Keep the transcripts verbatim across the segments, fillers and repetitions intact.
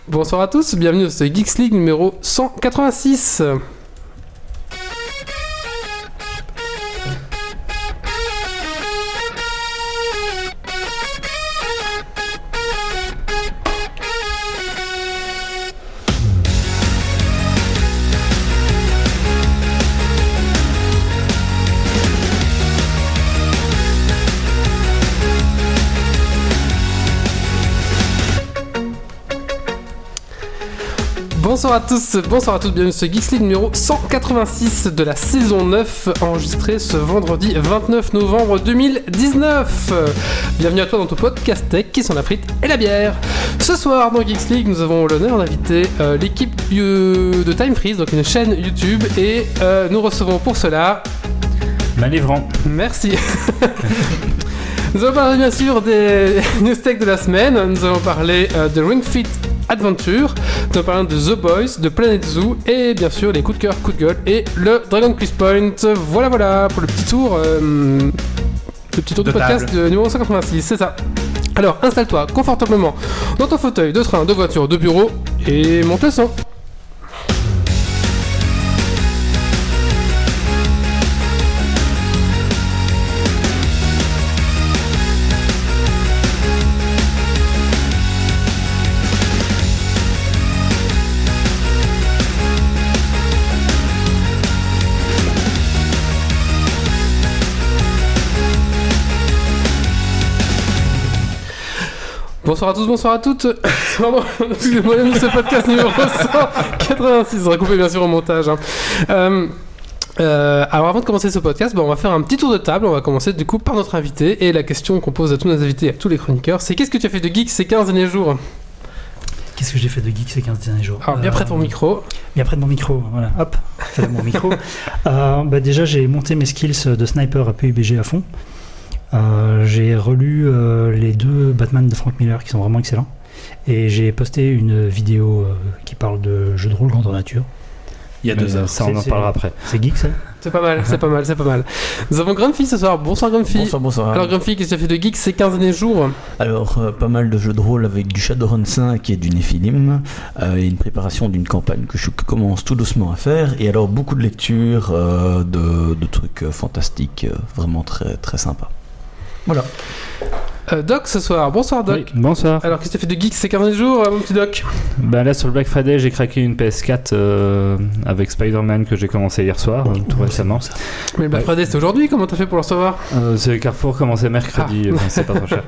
Bonsoir à tous, bienvenue dans ce Geeks League numéro cent quatre-vingt-six. Bonsoir à tous, bonsoir à toutes, bienvenue sur Geeks League numéro cent quatre-vingt-six de la saison neuf, enregistré ce vendredi vingt-neuf novembre deux mille dix-neuf. Bienvenue à toi dans ton podcast tech qui sont la frite et la bière. Ce soir dans Geeks League, nous avons l'honneur d'inviter euh, l'équipe euh, de Time Freeze, donc une chaîne YouTube, et euh, nous recevons pour cela... Malivrant. Merci. Nous allons parler bien sûr des news tech de la semaine, nous allons parler euh, de Ring Fit Adventure, nous allons parler de The Boys, de Planet Zoo et bien sûr les coups de cœur, coups de gueule et le Dragon Quiz Point. Voilà voilà pour le petit tour, euh, le petit tour de du podcast table. De numéro cent quatre-vingt-six, c'est ça. Alors installe-toi confortablement dans ton fauteuil de train, de voiture, de bureau et monte le son. Bonsoir à tous, bonsoir à toutes. Pardon, excusez-moi, ce podcast numéro cent quatre-vingt-six, ça sera coupé bien sûr au montage. Hein. Euh, euh, alors avant de commencer ce podcast, bon, on va faire un petit tour de table. On va commencer du coup par notre invité. Et la question qu'on pose à tous nos invités et à tous les chroniqueurs, c'est qu'est-ce que tu as fait de geek ces quinze derniers jours ? Qu'est-ce que j'ai fait de geek ces quinze derniers jours ? Alors bien euh, près de ton micro. Bien près de mon micro, voilà, hop, fais mon micro. euh, bah, déjà j'ai monté mes skills de sniper à P U B G à fond. Euh, j'ai relu euh, les deux Batman de Frank Miller qui sont vraiment excellents et j'ai posté une vidéo euh, qui parle de jeux de rôle grandeur nature. Il y a deux heures, ça on en parlera après. C'est geek ça ? C'est pas mal, c'est pas mal, c'est pas mal. Nous avons Grumpy ce soir. Bonsoir Grumpy. Bonsoir, bonsoir. Alors Grumpy, qu'est-ce que tu as fait de geek ces quinze derniers jours ? Alors euh, pas mal de jeux de rôle avec du Shadowrun cinq et du Nephilim euh, et une préparation d'une campagne que je commence tout doucement à faire et alors beaucoup de lectures, euh, de, de trucs euh, fantastiques, euh, vraiment très très sympa. Voilà. Euh, Doc ce soir, bonsoir Doc. Oui, bonsoir. Alors qu'est-ce que tu as fait de geek ces quinze jours, mon petit Doc ? Ben là sur le Black Friday j'ai craqué une P S quatre euh, avec Spider-Man que j'ai commencé hier soir, oh, tout récemment. Mais le Black Friday c'était aujourd'hui, comment t'as fait pour le recevoir ? euh, C'est Carrefour commencé mercredi, ah. Enfin, c'est pas trop cher.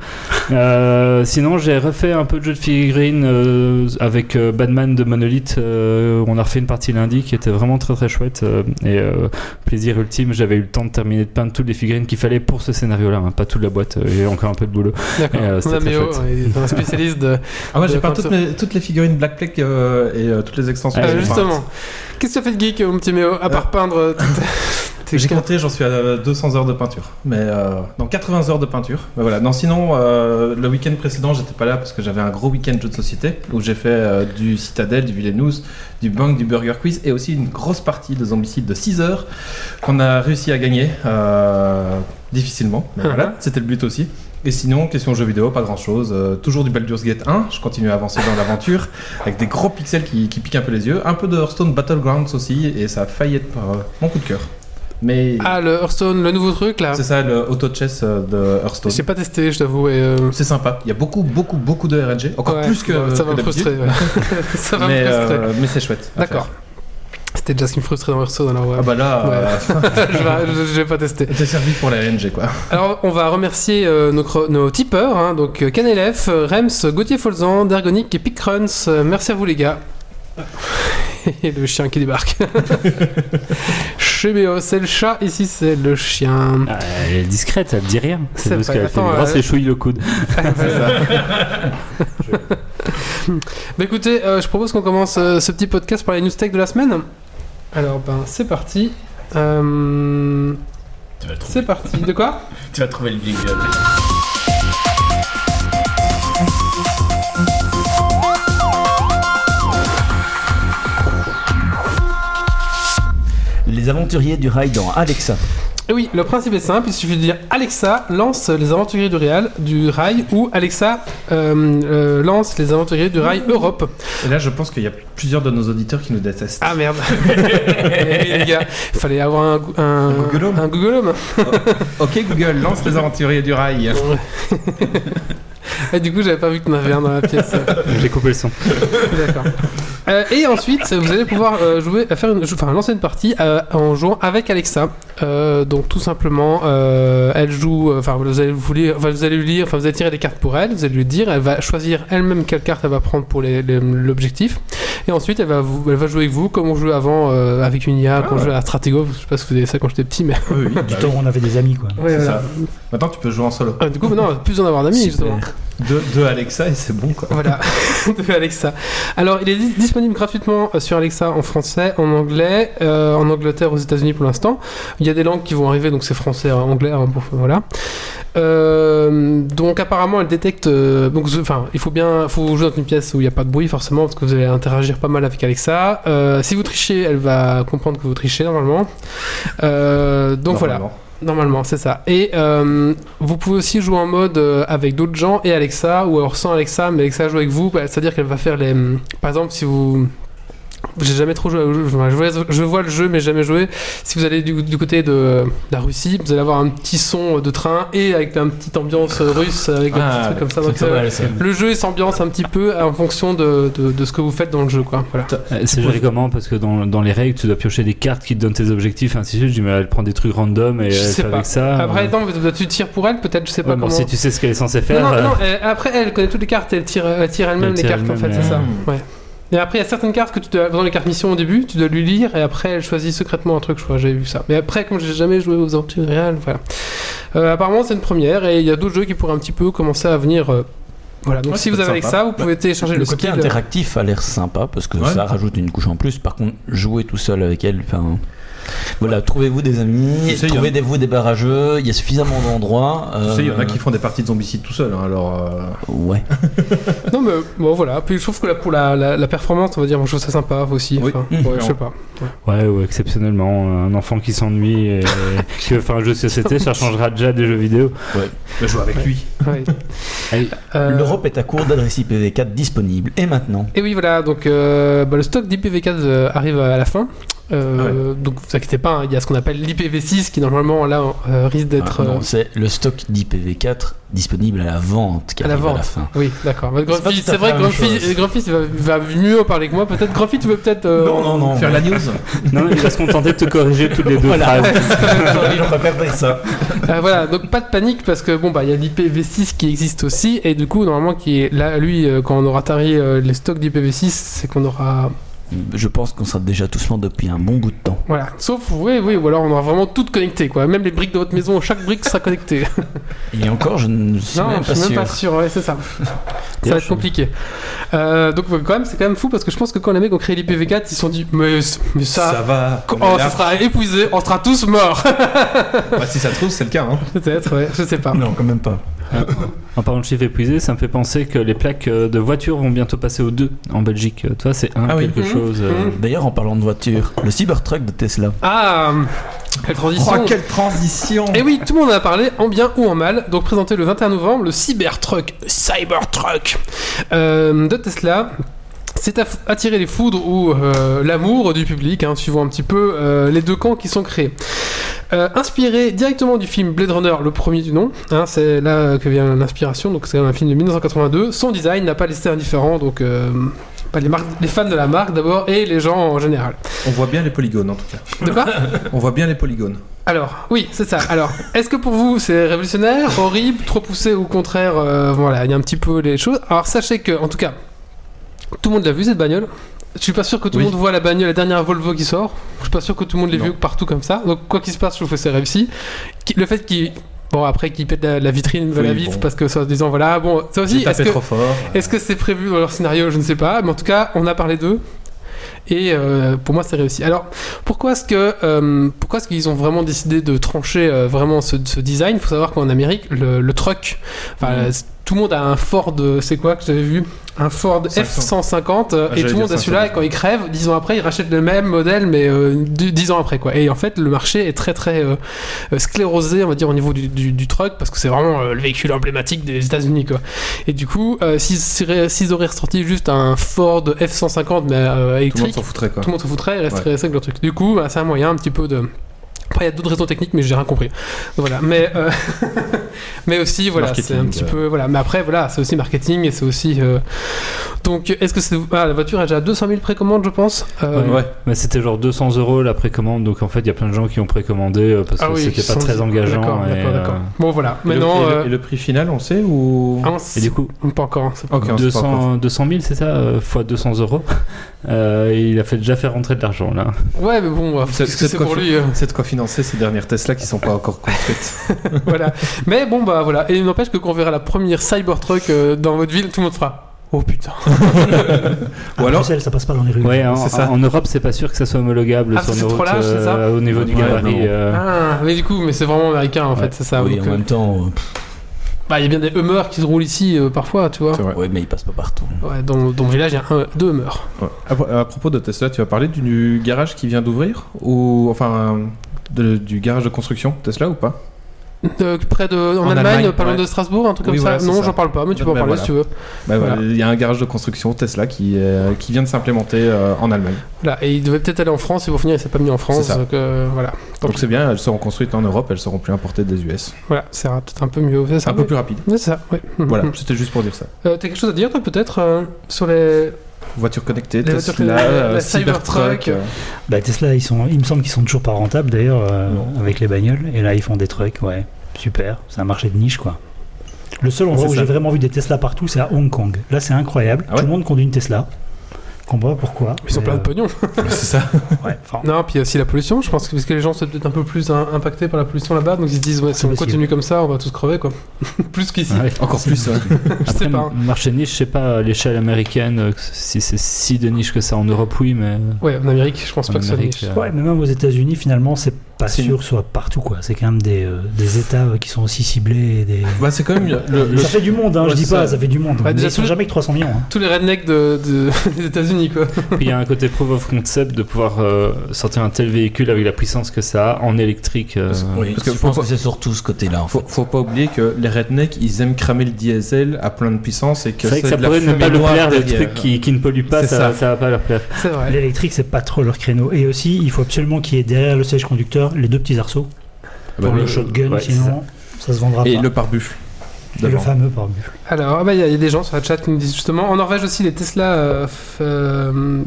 euh, sinon j'ai refait un peu de jeu de figurines euh, avec euh, Batman de Monolith, euh, on a refait une partie lundi qui était vraiment très très chouette euh, et euh, plaisir ultime, j'avais eu le temps de terminer de peindre toutes les figurines qu'il fallait pour ce scénario là, hein, pas toute la boîte, euh, j'ai encore un peu de boulot. D'accord, euh, on a Méo, il est un spécialiste de... Ah moi j'ai peint toutes, mes, toutes les figurines Black Plague euh, et euh, toutes les extensions. Ah, justement, qu'est-ce que tu as fait de geek, mon petit Méo, à part euh, peindre toutes... J'ai compté, j'en suis à deux cents heures de peinture. Mais euh, non, quatre-vingts heures de peinture. Mais voilà. Non, sinon, euh, le week-end précédent, j'étais pas là parce que j'avais un gros week-end jeu de société où j'ai fait euh, du Citadel, du Villainous, du Bank, du Burger Quiz et aussi une grosse partie de Zombicide de six heures qu'on a réussi à gagner euh, difficilement. Mais uh-huh. Voilà, c'était le but aussi. Et sinon, question jeux vidéo, pas grand chose. Euh, toujours du Baldur's Gate un, je continue à avancer dans l'aventure avec des gros pixels qui, qui piquent un peu les yeux. Un peu de Hearthstone Battlegrounds aussi, et ça a failli être euh, mon coup de cœur. Mais... Ah, le Hearthstone, le nouveau truc là ? C'est ça, le auto-chess de Hearthstone. J'ai pas testé, je t'avoue. Et euh... C'est sympa, il y a beaucoup, beaucoup, beaucoup de R N G, encore ouais, plus que. Ça que va me frustrer. Ouais. Ça va mais, me frustrer. Euh, mais c'est chouette. D'accord. C'était déjà ce qui me frustrait dans Hearthstone alors ouais. Ah bah là, ouais. euh... je, vais, je vais pas tester. T'es servi pour la R N G quoi. Alors on va remercier euh, nos, nos tipeurs, hein, donc Canelef, Rems, Gauthier Folzan, Dergonic et Picruns. Euh, merci à vous les gars. Et le chien qui débarque. Chez Béo, c'est le chat, ici c'est le chien. Ah, elle est discrète, elle ne dit rien. C'est, c'est parce qu'elle fait euh... grâce les chouilles le coude. Bah écoutez, euh, je propose qu'on commence euh, ce petit podcast par les news tech de la semaine. Alors ben c'est parti. Euh... C'est parti. De quoi ? Tu vas trouver le jingle. Les aventuriers du rail dans Alexa. Et oui, le principe est simple, il suffit de dire Alexa lance les aventuriers du, Real, du rail ou Alexa euh, euh, lance les aventuriers du rail Europe. Et là, je pense qu'il y a plusieurs de nos auditeurs qui nous détestent. Ah merde. Et les gars, il fallait avoir un, un, Un Google Home. un Google Home. Ok Google, lance les aventuriers du rail. Et du coup, j'avais pas vu qu'on avait un dans la pièce. J'ai coupé le son. D'accord. Euh, et ensuite, vous allez pouvoir euh, jouer, faire une, enfin, lancer une partie euh, en jouant avec Alexa. Euh, donc tout simplement, euh, elle joue. Enfin, vous allez vous lire, enfin, vous allez lui lire, enfin, vous allez tirer des cartes pour elle. Vous allez lui dire, elle va choisir elle-même quelle carte elle va prendre pour les, les, l'objectif. Et ensuite, elle va, vous, elle va jouer avec vous, comme on jouait avant euh, avec une I A, Ah, quand on ouais. jouait à Stratego. Je sais pas si vous avez ça quand j'étais petit, mais. Oui, oui. Du temps où on avait des amis, quoi. Ouais, C'est voilà. ça. Maintenant, tu peux jouer en solo. Ah, du coup, non, plus besoin d'avoir d'amis, justement. De, de Alexa et c'est bon quoi. Voilà, de Alexa. Alors, il est dis- disponible gratuitement euh, sur Alexa en français, en anglais, euh, en Angleterre, aux États-Unis pour l'instant. Il y a des langues qui vont arriver, donc c'est français, euh, anglais, hein, pour, voilà. Euh, donc apparemment, elle détecte. Euh, donc, enfin, il faut bien, faut jouer dans une pièce où il n'y a pas de bruit forcément, parce que vous allez interagir pas mal avec Alexa. Euh, si vous trichez, elle va comprendre que vous trichez normalement. Euh, donc voilà. Normalement. Normalement, c'est ça. Et euh, vous pouvez aussi jouer en mode euh, avec d'autres gens et Alexa, ou alors sans Alexa, mais Alexa joue avec vous. Bah, c'est-à-dire qu'elle va faire les. Par exemple, si vous. J'ai jamais trop joué au jeu. Je vois, je vois le jeu, mais jamais joué. Si vous allez du, du côté de, de la Russie, vous allez avoir un petit son de train et avec une petite ambiance russe, avec Ah, un petit truc comme ça. Donc, C'est pas euh, mal, ça. le jeu s'ambiance un petit peu en fonction de, de, de ce que vous faites dans le jeu, quoi. Voilà. Euh, C'est géré comment? Parce que dans, dans les règles, tu dois piocher des cartes qui te donnent tes objectifs, ainsi de suite. Je dis, mais elle prend des trucs random et Je elle sais fait pas. avec ça. Après, euh, non, mais tu tires pour elle, peut-être, je sais pas ouais, bon, comment. si tu sais ce qu'elle est censée Non, faire. non, euh, non, euh, après elle connaît toutes les cartes, elle tire, elle tire elle-même Elle les tire cartes en fait, elle-même, c'est ça. euh. Ouais. Et après il y a certaines cartes que tu dois, dans les cartes mission au début, tu dois lui lire et après elle choisit secrètement un truc, je crois, j'avais vu ça. Mais après, comme j'ai jamais joué aux aventures réelles, voilà. Euh, apparemment c'est une première et il y a d'autres jeux qui pourraient un petit peu commencer à venir. Euh, voilà, donc Ouais, si ça vous peut avez être avec sympa. ça, vous pouvez télécharger le, Le côté skill. interactif a l'air sympa parce que Ouais. ça rajoute une couche en plus. Par contre, jouer tout seul avec elle, enfin. Voilà, trouvez-vous des amis, Tu sais, il y trouvez-vous des barrageux, il y a suffisamment d'endroits. Tu sais, il y en a euh, qui font des parties de zombicide tout seul, hein, alors. euh, Ouais. Non mais bon voilà, puis je trouve que là, pour la, la, la performance, on va dire, moi, je trouve ça sympa aussi. Oui. Enfin, Mmh. ouais, je sais pas. Ouais, ou exceptionnellement, un enfant qui s'ennuie et qui veut faire un jeu de société, ça changera déjà des jeux vidéo. Je joue avec lui. Ouais. Allez. Euh, L'Europe est à court d'adresses I P v quatre disponibles. Et maintenant Et oui, voilà, donc euh, bah, le stock d'I P v quatre euh, arrive à la fin. Euh, Donc, vous inquiétez pas, hein, il y a ce qu'on appelle l'I P v six qui, normalement, là, euh, risque d'être. Ah, non, euh, c'est le stock d'I P v quatre disponible à la vente qui À la arrive à vente. la fin. Oui, d'accord. Bah, Grand C'est pas Fils- tout à c'est fait vrai la que même Grand Fils, chose. Grand Fils va, va mieux en parler que moi. Peut-être Grand Fils, tu veux peut-être. euh, Non, non, non. Faire la news. Non, il va se contenter de te corriger toutes les deux Voilà. phrases. Je préfère faire ça. Euh, voilà, donc pas de panique parce que bon bah il y a l'I P v six qui existe aussi et du coup normalement qui est là lui euh, quand on aura tari euh, les stocks d'I P v six c'est qu'on aura Je pense qu'on sera déjà tous morts depuis un bon bout de temps. voilà sauf oui oui ou alors on aura vraiment tout connecté quoi, même les briques de votre maison, chaque brique sera connectée. Et encore, je ne suis Non, même je pas suis sûr. même pas sûr, ouais, c'est ça. Ça va être je- compliqué. Euh, donc, quand même, c'est quand même fou parce que je pense que quand les mecs ont créé l'I P v quatre, ils se sont dit, mais, mais ça. va. oh, Mais ça là, sera épuisé, on sera tous morts. bah, si ça se trouve, c'est le cas. Hein. Peut-être, ouais, je sais pas. Non, quand même pas. En parlant de chiffres épuisés, ça me fait penser que les plaques euh, de voitures vont bientôt passer aux deux en Belgique. Euh, Toi, c'est un Ah oui. quelque Mhm. chose. euh, Mhm. D'ailleurs, en parlant de voiture, le Cybertruck de Tesla. Ah, quelle transition. Oh, quelle transition. Et oui, tout le monde en a parlé, en bien ou en mal. Donc, présenté le vingt et un novembre, le Cybertruck, Cybertruck euh, de Tesla. C'est aff- attirer les foudres ou euh, l'amour du public, hein, suivant un petit peu euh, les deux camps qui sont créés. Euh, inspiré directement du film Blade Runner, le premier du nom, hein, c'est là que vient l'inspiration, donc c'est un film de dix-neuf cent quatre-vingt-deux. Son design n'a pas laissé indifférent, donc euh, pas les, marques, les fans de la marque d'abord et les gens en général. On voit bien les polygones en tout cas. De quoi? On voit bien les polygones. Alors, oui, c'est ça. Alors, est-ce que pour vous c'est révolutionnaire, horrible, trop poussé ou au contraire, euh, voilà, il y a un petit peu les choses. Alors, sachez que, en tout cas, tout le monde l'a vu cette bagnole. Je suis pas sûr que tout le Oui. monde voit la bagnole, la dernière Volvo qui sort. Je suis pas sûr que tout le monde l'ait Non. vu partout comme ça. Donc, quoi qu'il se passe, je trouve que c'est réussi. Qui- Le fait qu'il. Bon, après, qu'il pète la, la vitrine, Oui, la vitre, bon. parce que ça, en se disant, voilà, bon, ça aussi, J'ai est-ce tapé que, trop fort. est-ce que c'est prévu dans leur scénario? Je ne sais pas. Mais en tout cas, on a parlé d'eux. Et euh, pour moi, c'est réussi. Alors, pourquoi est-ce que, euh, pourquoi est-ce qu'ils ont vraiment décidé de trancher euh, vraiment ce, ce design? Il faut savoir qu'en Amérique, le, le truck, enfin, Mhm. euh, tout le monde a un Ford, c'est quoi que j'avais vu, un Ford F cent cinquante, euh, Ah, et j'allais tout le monde dire a celui-là, et quand il crève, dix ans après, il rachète le même modèle, mais euh, dix ans après, quoi. Et en fait, le marché est très très euh, sclérosé, on va dire, au niveau du, du, du truck, parce que c'est vraiment euh, le véhicule emblématique des États-Unis, quoi. Et du coup, euh, s'ils, s'ils auraient ressorti juste un Ford F cent cinquante, mais euh, Tout le monde électrique, s'en foutrait, quoi. tout le monde s'en foutrait, il resterait avec leur truc. Du coup, bah, c'est un moyen un petit peu de. Après, il y a d'autres raisons techniques, mais j'ai rien compris. Voilà, mais euh, mais aussi, voilà, Marketing, c'est un petit euh. peu, voilà. Mais après, voilà, c'est aussi marketing et c'est aussi. Euh... Donc, est-ce que c'est ah, la voiture a déjà deux cent mille précommandes, je pense. Euh, Ouais. Mais c'était genre deux cents euros la précommande, donc en fait il y a plein de gens qui ont précommandé euh, parce que Ah oui, c'était qui pas sont très dit- engageant. D'accord, et, d'accord, euh, d'accord. Bon, voilà. Et le- Maintenant, et, le, euh, et le prix final, on sait ou ah, on Et s- du coup, pas encore. C'est pas Ok, on sait pas encore. deux cents, deux cent mille, c'est ça, euh, fois deux cents euros. Euh, et il a fait déjà fait rentrer de l'argent là. Ouais, mais bon, euh, C'est- qu'est-ce que c'est c'est quoi pour fi- lui euh, C'est de quoi financer ces dernières Tesla qui sont pas encore construites. Voilà. Mais bon, bah voilà. Et il n'empêche que quand on verra la première Cybertruck euh, dans votre ville, tout le monde fera. Oh putain. Ah, Ou alors- Bruxelles, ça passe pas dans les rues. Ouais, en, c'est ça. en Europe c'est pas sûr que ça soit homologable Ah, sur c'est nos trop routes large, c'est ça euh, au niveau du Ouais, gabarit. non. euh, Ah, mais du coup, mais c'est vraiment américain en Ouais. fait, c'est ça. oui, donc, en euh, même temps, euh, bah, il y a bien des Hummers qui se roulent ici euh, parfois, tu vois. C'est vrai. ouais, mais il passe pas partout. Ouais, dans, dans mon village, il y a un, deux Hummers. Ouais. À, pro- à propos de Tesla, tu vas parler du garage qui vient d'ouvrir ou enfin de- du garage de construction Tesla ou pas? Euh, près de, en, En Allemagne, Allemagne, pas loin ouais. de Strasbourg, un truc Oui, comme voilà, ça. c'est Non, ça. j'en parle pas, mais tu peux en Ben, parler voilà. si tu veux. Bah, Voilà. voilà, il y a un garage de construction Tesla qui, est- qui vient de s'implémenter euh, en Allemagne. Voilà, et il devait peut-être aller en France, et pour finir, il s'est pas mis en France. C'est ça. Donc euh, voilà. Tant Donc pis. c'est bien, elles seront construites en Europe, elles seront plus importées des U S. Voilà, c'est peut-être un peu mieux. C'est ça, un peu oui. plus rapide. C'est ça, oui. Voilà, c'était juste pour dire ça. Euh, T'as quelque chose à dire, toi, peut-être, euh, sur les. Voitures connectées, Les voitures Tesla, connectées, euh, la Cybertruck. Cybertruck. euh, Bah, Tesla, ils sont, il me semble qu'ils sont toujours pas rentables d'ailleurs euh, Non. avec les bagnoles. Et là, ils font des trucks, ouais, super. C'est un marché de niche, quoi. Le seul endroit C'est où ça. j'ai vraiment vu des Tesla partout, c'est à Hong Kong. Là, c'est incroyable. Ah ouais Tout le monde conduit une Tesla. Je comprends pas pourquoi. Ils ont mais, plein de euh, pognon. c'est ça. Ouais, enfin, Non, puis il y a aussi la pollution, je pense que parce que les gens sont peut-être un peu plus hein, impactés par la pollution là-bas, donc ils se disent, ouais, si C'est on possible. continue comme ça, on va tous crever, quoi. Plus qu'ici. Ouais. Encore plus. ouais. Je sais Après, pas. hein. le marché de niche, je sais pas à l'échelle américaine euh, si c'est si de niche que ça. En Europe, oui, mais Ouais, en Amérique, je pense En pas que ça Amérique, niche. euh, ouais, mais même aux États-Unis, finalement, c'est pas C'est sûr que ce soit partout, quoi. C'est quand même des, euh, des États euh, qui sont aussi ciblés. Et des... Bah, c'est quand même le, le- Ça fait du monde, hein, Ouais, je dis ça- pas, ça fait du monde. Ouais, mais déjà, ils sont tout- jamais que trois cents millions. Hein. Tous les rednecks de, de- des États-Unis, quoi. puis il y a un côté proof of concept de pouvoir euh, sortir un tel véhicule avec la puissance que ça a en électrique. euh, Oui, parce que je faut pense pas- que c'est surtout ce côté-là, en fait. Faut, faut pas oublier que les rednecks, ils aiment cramer le diesel à pleine puissance et que C'est vrai que c'est ça de la pourrait ne fumée pas leur noire plaire, des derrière. trucs qui, qui ne polluent pas, C'est ça, ça. ça va pas leur plaire. C'est vrai. L'électrique, c'est pas trop leur créneau. Et aussi, il faut absolument qu'il y ait derrière le siège conducteur les deux petits arceaux. Bah, Pour le- le shotgun, ouais, sinon, ça. se vendra Et pas. le pare-buffle. Et le devant. fameux pare-buffle. Alors, ah bah, il y, a- il y a des gens sur la chat qui nous disent justement, en Norvège aussi, les Tesla euh, f- euh,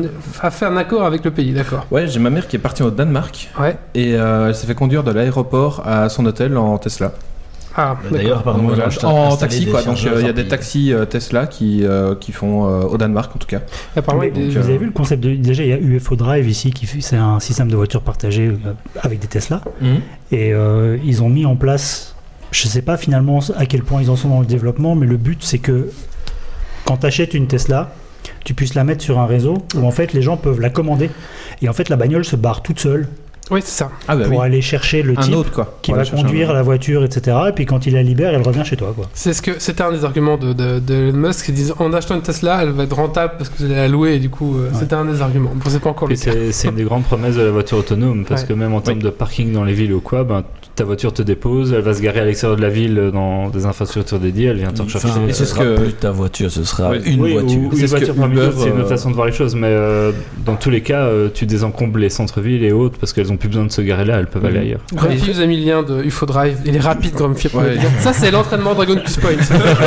a fait un accord avec le pays, d'accord. Ouais, j'ai ma mère qui est partie au Danemark Ouais. et euh, elle s'est fait conduire de l'aéroport à son hôtel en Tesla. Ah, D'ailleurs, d'accord. apparemment, Voilà, ils ont en installé taxi des quoi. Donc euh, chargeurs il y a des rapides. taxis euh, Tesla qui, euh, qui font euh, au Danemark en tout cas. Apparemment, Mais il y a des- vous euh, avez vu le concept de. Déjà, il y a U F O Drive ici, qui fait- c'est un système de voiture partagée euh, avec des Tesla. Et euh, ils ont mis en place. Je sais pas finalement à quel point ils en sont dans le développement, mais le but c'est que quand tu achètes une Tesla, tu puisses la mettre sur un réseau où en fait les gens peuvent la commander. Et en fait, la bagnole se barre toute seule Oui, c'est ça. Ah bah pour oui. aller chercher le Un type autre quoi. qui Pour va aller chercher un conduire autre. la voiture, et cetera. Et puis quand il la libère, elle revient chez toi, quoi. C'est ce que c'était un des arguments de, de, de Elon Musk qui disait en achetant une Tesla, elle va être rentable parce que vous allez la louer et du coup, euh, Ouais. c'était un des arguments. Bon, c'est pas encore le Puis cas. c'est c'est une des grandes promesses de la voiture autonome parce Ouais. que même en termes de parking dans les villes ou quoi, ben, ta voiture te dépose, elle va se garer à l'extérieur de la ville dans des infrastructures dédiées, elle vient te rechercher. Enfin, Et ce c'est ce sera que- plus ta voiture, ce sera Oui, une Oui, voiture. ou C'est une ce que voiture parmi Uber, d'autres, c'est une autre euh, façon de voir les choses, mais euh, dans tous les cas, euh, tu désencombres les centres-villes et autres parce qu'elles ont plus besoin de se garer là, elles peuvent aller Mhm. ailleurs. Grumpy vous a mis le lien de U F O Drive, il est rapide Grumpy. pour Ouais. le dire. Ça, c'est l'entraînement Dragon Quest Point.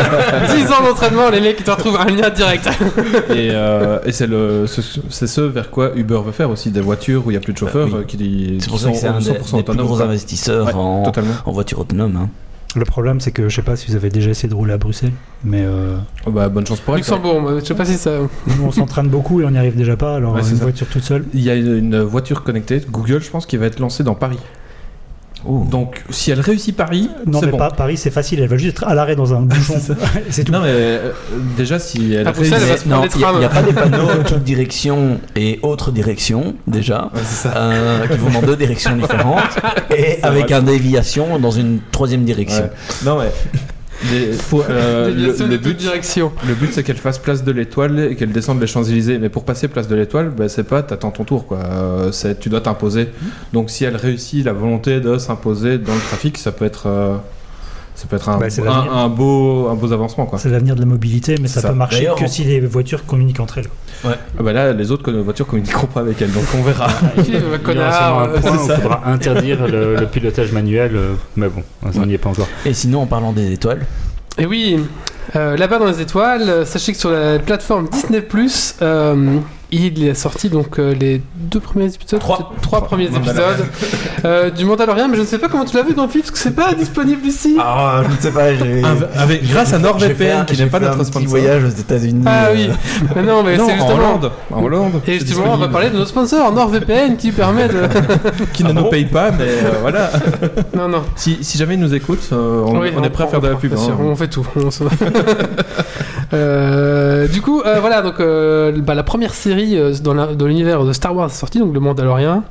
dix ans d'entraînement, les mecs, ils te retrouvent un lien direct. Et, euh, et c'est le ce, c'est ce vers quoi Uber veut faire aussi des voitures où il n'y a plus de chauffeurs Bah oui. euh, qui, C'est qui pour ça sont que c'est un des, cent pour cent des plus autonomes, gros quoi. investisseurs Ouais, en, Totalement. en voiture autonome. Hein. Le problème, c'est que je sais pas si vous avez déjà essayé de rouler à Bruxelles, mais euh, Oh, bah, bonne chance pour elle. quoi. Luxembourg, moi, je sais pas si ça. nous on s'entraîne beaucoup et on n'y arrive déjà pas. Alors Ouais, c'est une ça. voiture toute seule. Il y a une, une voiture connectée, Google, je pense, qui va être lancée dans Paris. Donc, si elle réussit Paris, Non, c'est mais bon. pas Paris, c'est facile. Elle va juste être à l'arrêt dans un bouchon. c'est tout. Non, mais euh, déjà, si elle À Bruxelles, réussit. elle va se prendre Non, les il n'y a, trams. il y a pas des panneaux toute direction et autre direction, déjà, Ouais, c'est ça. euh, qui vont dans deux directions différentes, et C'est avec vrai. un déviation dans une troisième direction. Ouais. Non, mais Des- faut, euh, le, Déviation le de toute but, direction. le but c'est qu'elle fasse place de l'Étoile et qu'elle descende les Champs-Élysées. Mais pour passer place de l'Étoile, bah, c'est pas t'attends ton tour, quoi. Euh, c'est, tu dois t'imposer. Donc si elle réussit la volonté de s'imposer dans le trafic, ça peut être, euh, ça peut être un, Bah, c'est un, l'avenir. un beau, un beau avancement, quoi. C'est l'avenir de la mobilité, mais ça, Ça. peut marcher D'ailleurs, que on- si les voitures communiquent entre elles. Ah bah là, les autres voitures communiqueront pas avec elle, donc on verra. Il va, Il y aura sûrement connard. un euh, point c'est où il ça. faudra interdire le, le pilotage manuel, euh, mais bon, ça n'y est pas encore. Et sinon, en parlant des étoiles, Et oui, euh, là-bas dans les étoiles, euh, sachez que sur la plateforme Disney plus, euh, il est sorti donc euh, les deux premiers épisodes, Trois. peut-être trois premiers Mandalorian. épisodes euh, du Mandalorian, mais je ne sais pas comment tu l'as vu dans le film parce que c'est pas disponible ici. ah, je ne sais pas, j'ai. Un- avec, grâce à J'ai fait NordVPN un- qui j'ai n'est pas fait notre un petit sponsor. voyage aux États-Unis. Ah euh, oui, mais non, mais Non, c'est en justement. Hollande. En Hollande. Et c'est justement, on va disponible. parler de nos sponsors, NordVPN, qui permet de. Qui ne Ah nous bon paye pas, mais euh, voilà. Non, non. Si, si jamais ils nous écoutent, euh, on, Oui, on est prêt à prend- faire de la on pub. prend, bien hein. sûr, on fait tout. On se- Euh, du coup, euh, voilà, donc euh, bah, la première série euh, dans, la- dans l'univers de Star Wars est sortie, donc le Mandalorian.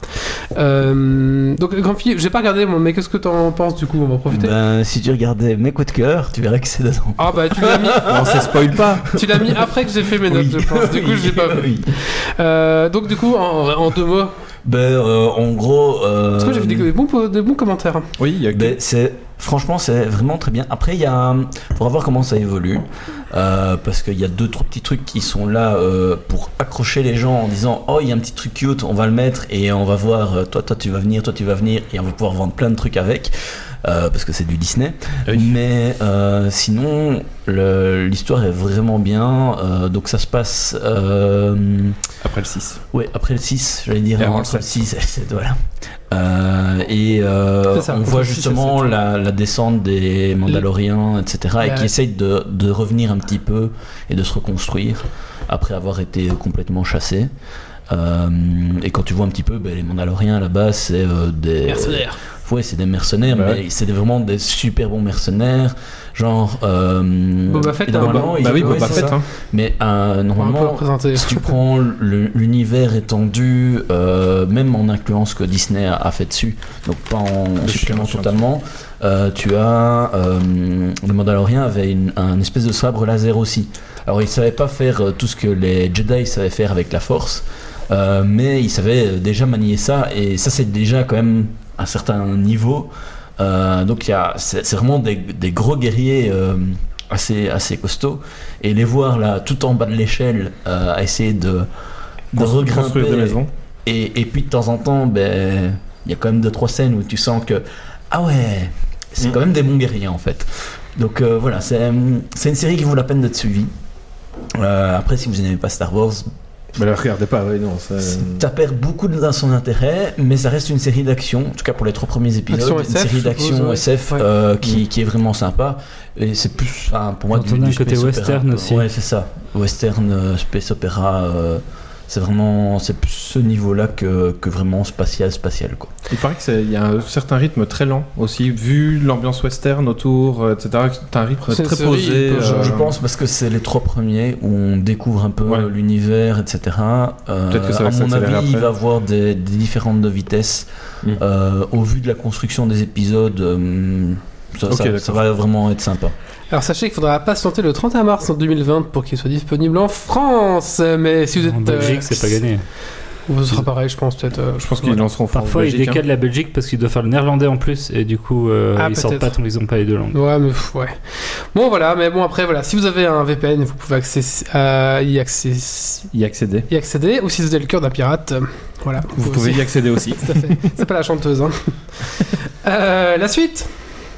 Euh, donc, Grumpy, j'ai pas regardé, moi, mais qu'est-ce que t'en penses du coup? On va en profiter. Ben, si tu regardais mes coups de cœur, tu verrais que c'est dedans. Ah bah tu l'as mis, On se spoil pas. tu l'as mis après que j'ai fait mes notes, Oui. je pense. Du coup, je l'ai pas vu. Oui. Euh, donc du coup, en, en deux mots, Ben, euh, en gros. Euh, parce que j'ai vu des, des bons, des bons commentaires. Oui, il y a que- Ben, c'est franchement c'est vraiment très bien. Après il y a faudra voir comment ça évolue euh, parce qu'il y a deux trois petits trucs qui sont là euh, pour accrocher les gens en disant oh il y a un petit truc cute, on va le mettre et on va voir euh, toi toi tu vas venir, toi tu vas venir et on va pouvoir vendre plein de trucs avec. Euh, parce que c'est du Disney, Oui. mais euh, sinon le- l'histoire est vraiment bien. Euh, donc ça se passe euh, après le six. ouais, après le six, j'allais dire Et avant entre le le six et le sept, voilà. Euh, et euh, C'est ça, on entre voit le six et le justement sept. la, la descente des Mandaloriens, et cetera, et La- qui essayent de, de revenir un petit peu et de se reconstruire après avoir été complètement chassés. Euh, et quand tu vois un petit peu, ben, les Mandaloriens là-bas, c'est euh, des Mercenaires. Ouais, c'est des mercenaires, Bah mais ouais. c'est des- vraiment des super bons mercenaires. Genre. Euh, Boba Fett, et normalement, hein, ils- Bah oui, ouais, Boba c'est Fett. ça. Hein. Mais euh, On va un peu normalement, représenter. si tu prends le- l'univers étendu, euh, même en incluant ce que Disney a, a fait dessus, donc pas en Le supplément chien, totalement, euh, tu as. Euh, le Mandalorien avait une, un espèce de sabre laser aussi. Alors il savait pas faire euh, tout ce que les Jedi savaient faire avec la Force, euh, mais il savait déjà manier ça, et ça c'est déjà quand même un certain niveau. Euh, donc il y a- c'est c'est vraiment des, des gros guerriers euh, assez, assez costauds, et les voir là tout en bas de l'échelle euh, à essayer de, de Construire regrimper des maisons. et, et puis de temps en temps ben il y a quand même deux trois scènes où tu sens que ah ouais c'est Mm. quand même des bons guerriers en fait. Donc euh, voilà, c'est c'est une série qui vaut la peine d'être suivie. Euh, après si vous n'aimez pas Star Wars, Mais la regardez pas, oui, non. ça- ça perd beaucoup de son intérêt, mais ça reste une série d'action, en tout cas pour les trois premiers épisodes, Action une S F, série je d'action suppose, ouais. S F Ouais. euh, qui, qui est vraiment sympa. Et c'est plus, enfin, pour moi, Quand on a un côté space western opéra, aussi. Ouais, c'est ça. Western, euh, space opéra, euh, c'est vraiment, c'est plus ce niveau-là que, que vraiment spatial, spatial, quoi. Il paraît qu'il y a un certain rythme très lent aussi, vu l'ambiance western autour, euh, et cetera. T'as un rythme C'est une très série, posé. il peut- Je, euh, je pense parce que c'est les trois premiers où on découvre un peu Ouais. l'univers, et cetera. Euh, Peut-être que ça va à mon s'accélérer avis, il après. va avoir des, des différentes de vitesse. Mm. Euh, au vu de la construction des épisodes, euh, ça, Ok, ça- d'accord. ça va vraiment être sympa. Alors sachez qu'il faudra patienter le trente et un mars en deux mille vingt pour qu'il soit disponible en France. Mais si vous êtes En Belgique, euh, c'est pas gagné. Ce sera pareil, je pense peut-être. euh, Je pense qu'ils lanceront en Parfois, ils Belgique, hein. décalent la Belgique parce qu'ils doivent faire le néerlandais en plus, et du coup, euh, Ah, ils sortent peut-être. pas tant qu'ils ont pas les deux langues. Ouais, mais pff, ouais. Bon, voilà, mais bon, après, voilà. Si vous avez un V P N, vous pouvez accéder, euh, y, accéder, Y accéder. y accéder. Ou si vous avez le cœur d'un pirate, euh, voilà. Vous pouvez y accéder aussi. Tout à fait. C'est pas la chanteuse, hein. Euh, la suite.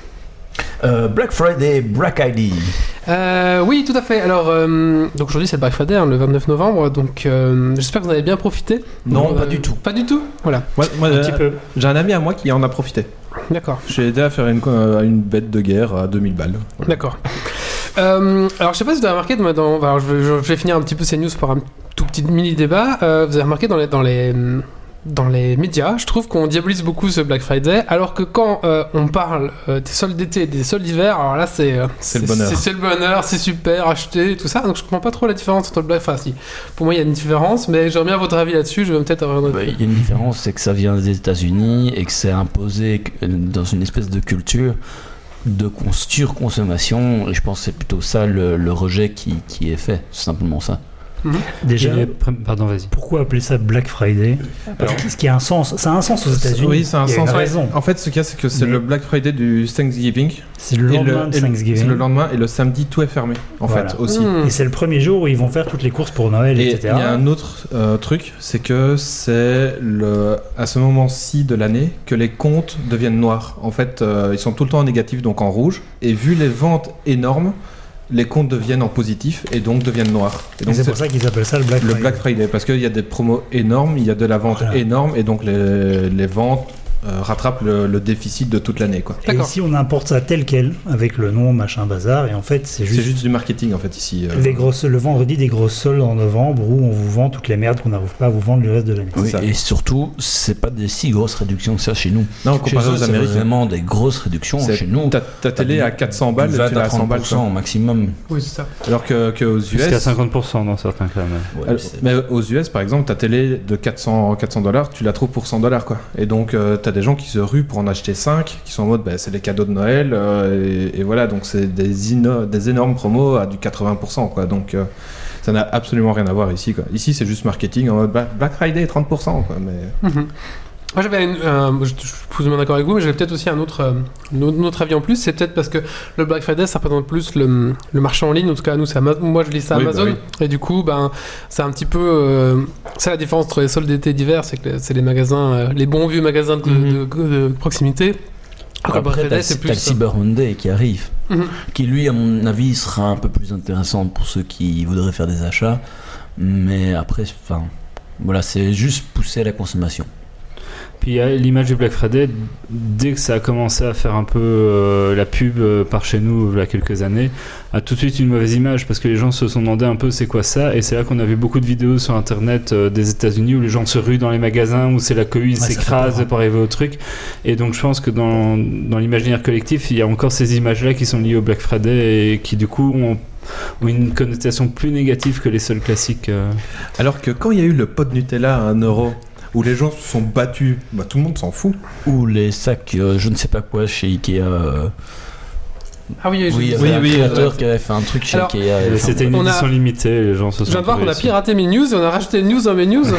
Euh, Black Friday, Black I D. Euh, oui, tout à fait. Alors, euh, donc aujourd'hui c'est le Black Friday, hein, le vingt-neuf novembre. Donc, euh, j'espère que vous en avez bien profité. Non, Euh, pas du tout. Pas du tout. Voilà. Moi, moi, Un euh, petit peu. j'ai un ami à moi qui en a profité. D'accord. J'ai aidé à faire une, euh, une bête de guerre à deux mille balles. D'accord. Euh, alors, je sais pas si vous avez remarqué, dans, dans- alors, je, vais, je vais finir un petit peu ces news par un tout petit mini débat. Euh, vous avez remarqué dans les, dans les, dans les médias, je trouve qu'on diabolise beaucoup ce Black Friday, alors que quand euh, on parle euh, des soldes d'été et des soldes d'hiver, alors là, c'est euh, C'est le bonheur. C'est, c'est le bonheur, c'est super, acheter, tout ça. Donc, je comprends pas trop la différence entre le Black Friday. Enfin, si, pour moi, il y a une différence, mais j'aimerais bien votre avis là-dessus. Je vais peut-être avoir une Bah, il y a une différence, c'est que ça vient des États-Unis et que c'est imposé que- dans une espèce de culture de con- surconsommation, et je pense que c'est plutôt ça le, le rejet qui, qui est fait, c'est simplement ça. Déjà, Et- Pardon, vas-y. pourquoi appeler ça Black Friday? Alors, ce qui a un sens, ça a un sens aux États-Unis. Oui, c'est un Il y a sens. une raison. En fait, ce qu'il y a, c'est que c'est Mais- le Black Friday du Thanksgiving. C'est le Et lendemain de et Thanksgiving. C'est le lendemain et le samedi, tout est fermé, en Voilà. fait, aussi. Mmh. Et c'est le premier jour où ils vont faire toutes les courses pour Noël, Et il et y cetera. a un autre euh, truc, c'est que c'est le, à ce moment-ci de l'année que les comptes deviennent noirs. En fait, euh, ils sont tout le temps en négatif, donc en rouge. Et vu les ventes énormes, les comptes deviennent en positif et donc deviennent noirs. Et Et donc c'est pour ça qu'ils appellent ça le Black le Friday. Black Friday, parce qu'il y a des promos énormes, il y a de la vente Voilà. énorme, et donc les, les ventes euh, rattrapent le, le déficit de toute l'année, quoi. Et D'accord. ici, on importe ça tel quel, avec le nom, machin, bazar, et en fait, c'est C'est juste, juste du marketing, en fait, ici. euh. les grosses, le vendredi des grosses soldes en novembre où on vous vend toutes les merdes qu'on n'arrive pas à vous vendre le reste de l'année. C'est Oui, ça. et surtout, c'est pas des si grosses réductions que ça chez nous. Non, Chez comparé eux, aux c'est Américains. vraiment des grosses réductions. C'est- Chez nous, Ta, ta télé à quatre cents balles, du tu vingt l'as à à cent trente balles. pour cent quoi. au maximum. Oui, c'est ça. Alors que, que aux U Jusqu'à S, cinquante pour cent dans certains cas même. Ouais, alors, c'est- mais aux U S par exemple, ta télé de quatre cents dollars, tu la trouves pour cent dollars, quoi. Et donc, euh, t'as des gens qui se ruent pour en acheter cinq, qui sont en mode, bah, c'est les cadeaux de Noël, euh, et, et voilà, donc c'est des, ino- des énormes promos à du quatre-vingts pour cent, quoi. Donc, euh, ça n'a absolument rien à voir ici, quoi. Ici, c'est juste marketing en mode Black Black Friday, trente pour cent, quoi. Mais Mhm. Moi j'avais une, euh, je, je suis plus ou moins d'accord avec vous, mais j'avais peut-être aussi un autre, euh, un autre- un autre avis en plus. C'est peut-être parce que le Black Friday ça représente plus le, le marché en ligne. En tout cas, nous, c'est Ama- moi je lis ça à Oui, bah Amazon. Et du coup, ben, c'est un petit peu. Euh, c'est la différence entre les soldes d'été et d'hiver, c'est que les- c'est les magasins, euh, les bons vieux magasins de, Mhm. de- de- de proximité. Alors, le Black Après, Friday t'as c'est t'as plus. le Cyber Monday qui arrive, Mhm. qui lui, à mon avis, sera un peu plus intéressant pour ceux qui voudraient faire des achats. Mais après, enfin, voilà, c'est juste pousser à la consommation. Puis il y a l'image du Black Friday, dès que ça a commencé à faire un peu euh, la pub euh, par chez nous il y a quelques années, a tout de suite une mauvaise image parce que les gens se sont demandé un peu c'est quoi ça, et c'est là qu'on a vu beaucoup de vidéos sur internet euh, des États-Unis où les gens se ruent dans les magasins, où c'est la cohue, ils Ouais, ça fait s'écrasent peur, hein. pour arriver au truc. Et donc je pense que dans, dans l'imaginaire collectif, il y a encore ces images-là qui sont liées au Black Friday et qui du coup ont, ont une connotation plus négative que les seuls classiques. euh. alors que quand il y a eu le pot de Nutella à un euro, où les gens se sont battus, bah, tout le monde s'en fout. Ou les sacs, euh, je ne sais pas quoi, chez Ikea. euh, Ah oui, j'ai Oui, il y vu avait ça. un oui, créateur ouais. qui avait fait un truc chez Alors, Ikea. Et enfin, C'était une on a- édition limitée, les gens se sont Je viens de voir qu'on a réussi. piraté mes news et on a rajouté une news dans mes news.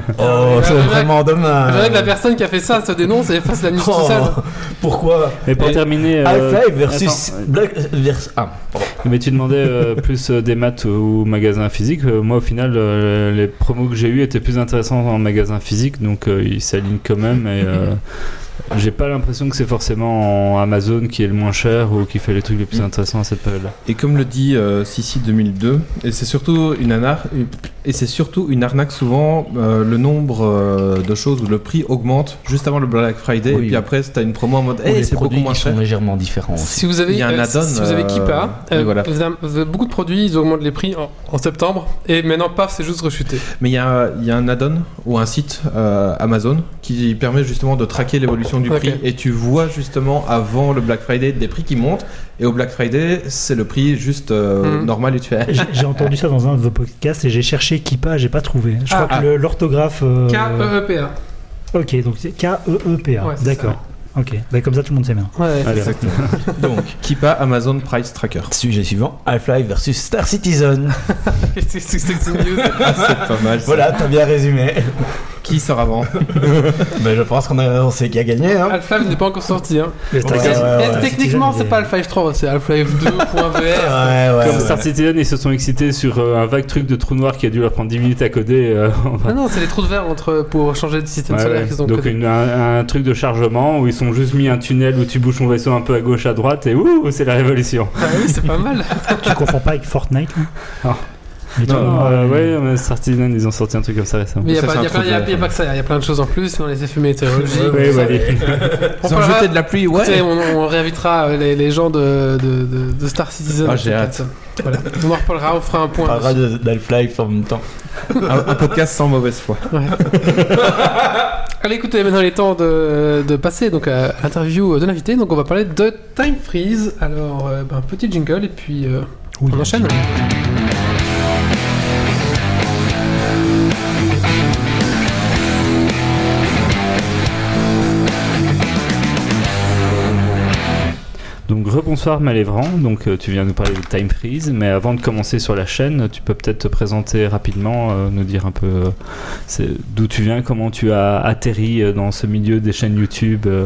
Oh, c'est J'aimerais- vraiment dommage. J'aimerais que la personne qui a fait ça se dénonce et efface la news tout Oh, seul. pourquoi Et pour Et terminer, euh, Half-Life versus attends, Black vers- Ah, pardon. mais tu demandais euh, plus euh, des maths ou magasins physiques. Euh, moi, au final, euh, les promos que j'ai eu étaient plus intéressants en magasin physique, donc euh, ils s'alignent quand même. Et euh, j'ai pas l'impression que c'est forcément en Amazon qui est le moins cher ou qui fait les trucs les plus intéressants à cette période-là. Et comme le dit euh, Sissi deux mille deux, et c'est surtout une arnaque, et c'est surtout une arnaque souvent, euh, le nombre euh, de choses où le prix augmente juste avant le Black Friday, Oui. et puis après t'as une promo en mode Ou hey, les c'est beaucoup produits moins qui cher. sont légèrement différents aussi. Si vous avez, Il y a un euh, add-on, si vous avez euh, Keepa, et euh, voilà. vous avez- vous avez beaucoup de produits, ils augmentent les prix en, en septembre, et maintenant, paf, c'est juste rechuté. Mais il y a, il y a un add-on ou un site euh, Amazon qui permet justement de traquer l'évolution du Ok. prix, et tu vois justement avant le Black Friday des prix qui montent, et au Black Friday c'est le prix juste euh, Mhm. normal et tu fais J'ai j'ai entendu ça dans un de vos podcasts et j'ai cherché Kippa, j'ai pas trouvé. Je Ah, crois ah. que le- l'orthographe. euh, K E E P A. Ok, donc c'est K E E P A. Ouais, c'est D'accord. Ok, bah, comme ça tout le monde sait bien. Ouais. Allez, exactement. Donc Keepa Amazon Price Tracker. Sujet suivant, Half-Life versus Star Citizen. Qu'est-ce que c'est que cette news C'est pas mal. ça. Voilà, t'as bien résumé. Qui sort avant? Ben, je pense qu'on a, on sait qui a gagné. Hein. Half-Life n'est pas encore sorti. Hein. Le Star Ouais, Citizen- ouais, ouais. Et techniquement, Citizen, c'est il pas est- Half-Life trois, c'est Half-Life deux point V R. Ouais, ouais, Comme ouais. Star Citizen, ils se sont excités sur euh, un vague truc de trou noir qui a dû leur prendre dix minutes à coder. euh, enfin, Ah non, c'est les trous de verre entre, pour changer de système ouais, solaire ouais. qu'ils ont Donc codé. une- un, un truc de chargement où ils ont juste mis un tunnel où tu bouges ton vaisseau un peu à gauche, à droite et ouh, c'est la révolution. Ah oui, c'est pas mal. Tu confonds pas avec Fortnite là Ah. Les Non, tournois, euh, euh, ouais, mais Star Citizen, ils ont sorti un truc comme ça récemment. Mais il n'y a, Ça, pas- c'est y a un plein- trou de y a- verre. y a pas que ça, il y a plein de choses en plus dans les effets météorologiques. Ouais, tout ça. ouais, On Ils ont parlera- jeté de la pluie, ouais. Écoutez, on, on réinvitera les, les gens de, de, de, de Star Citizen. Ah, j'ai peut-être. hâte. Voilà. On en reparlera, on fera un On point. parlera de- d'Half-Life en même temps. un, un podcast sans mauvaise foi. Allez, écoutez, maintenant il est temps de, de passer donc à l'interview de l'invité. Donc on va parler de Time Freeze. Alors, euh, ben, petit jingle et puis euh, oui, on enchaîne. Donc rebonsoir Malévran, donc euh, tu viens nous parler de Time Freeze, mais avant de commencer sur la chaîne, tu peux peut-être te présenter rapidement, euh, nous dire un peu euh, c'est, d'où tu viens, comment tu as atterri euh, dans ce milieu des chaînes YouTube. Euh.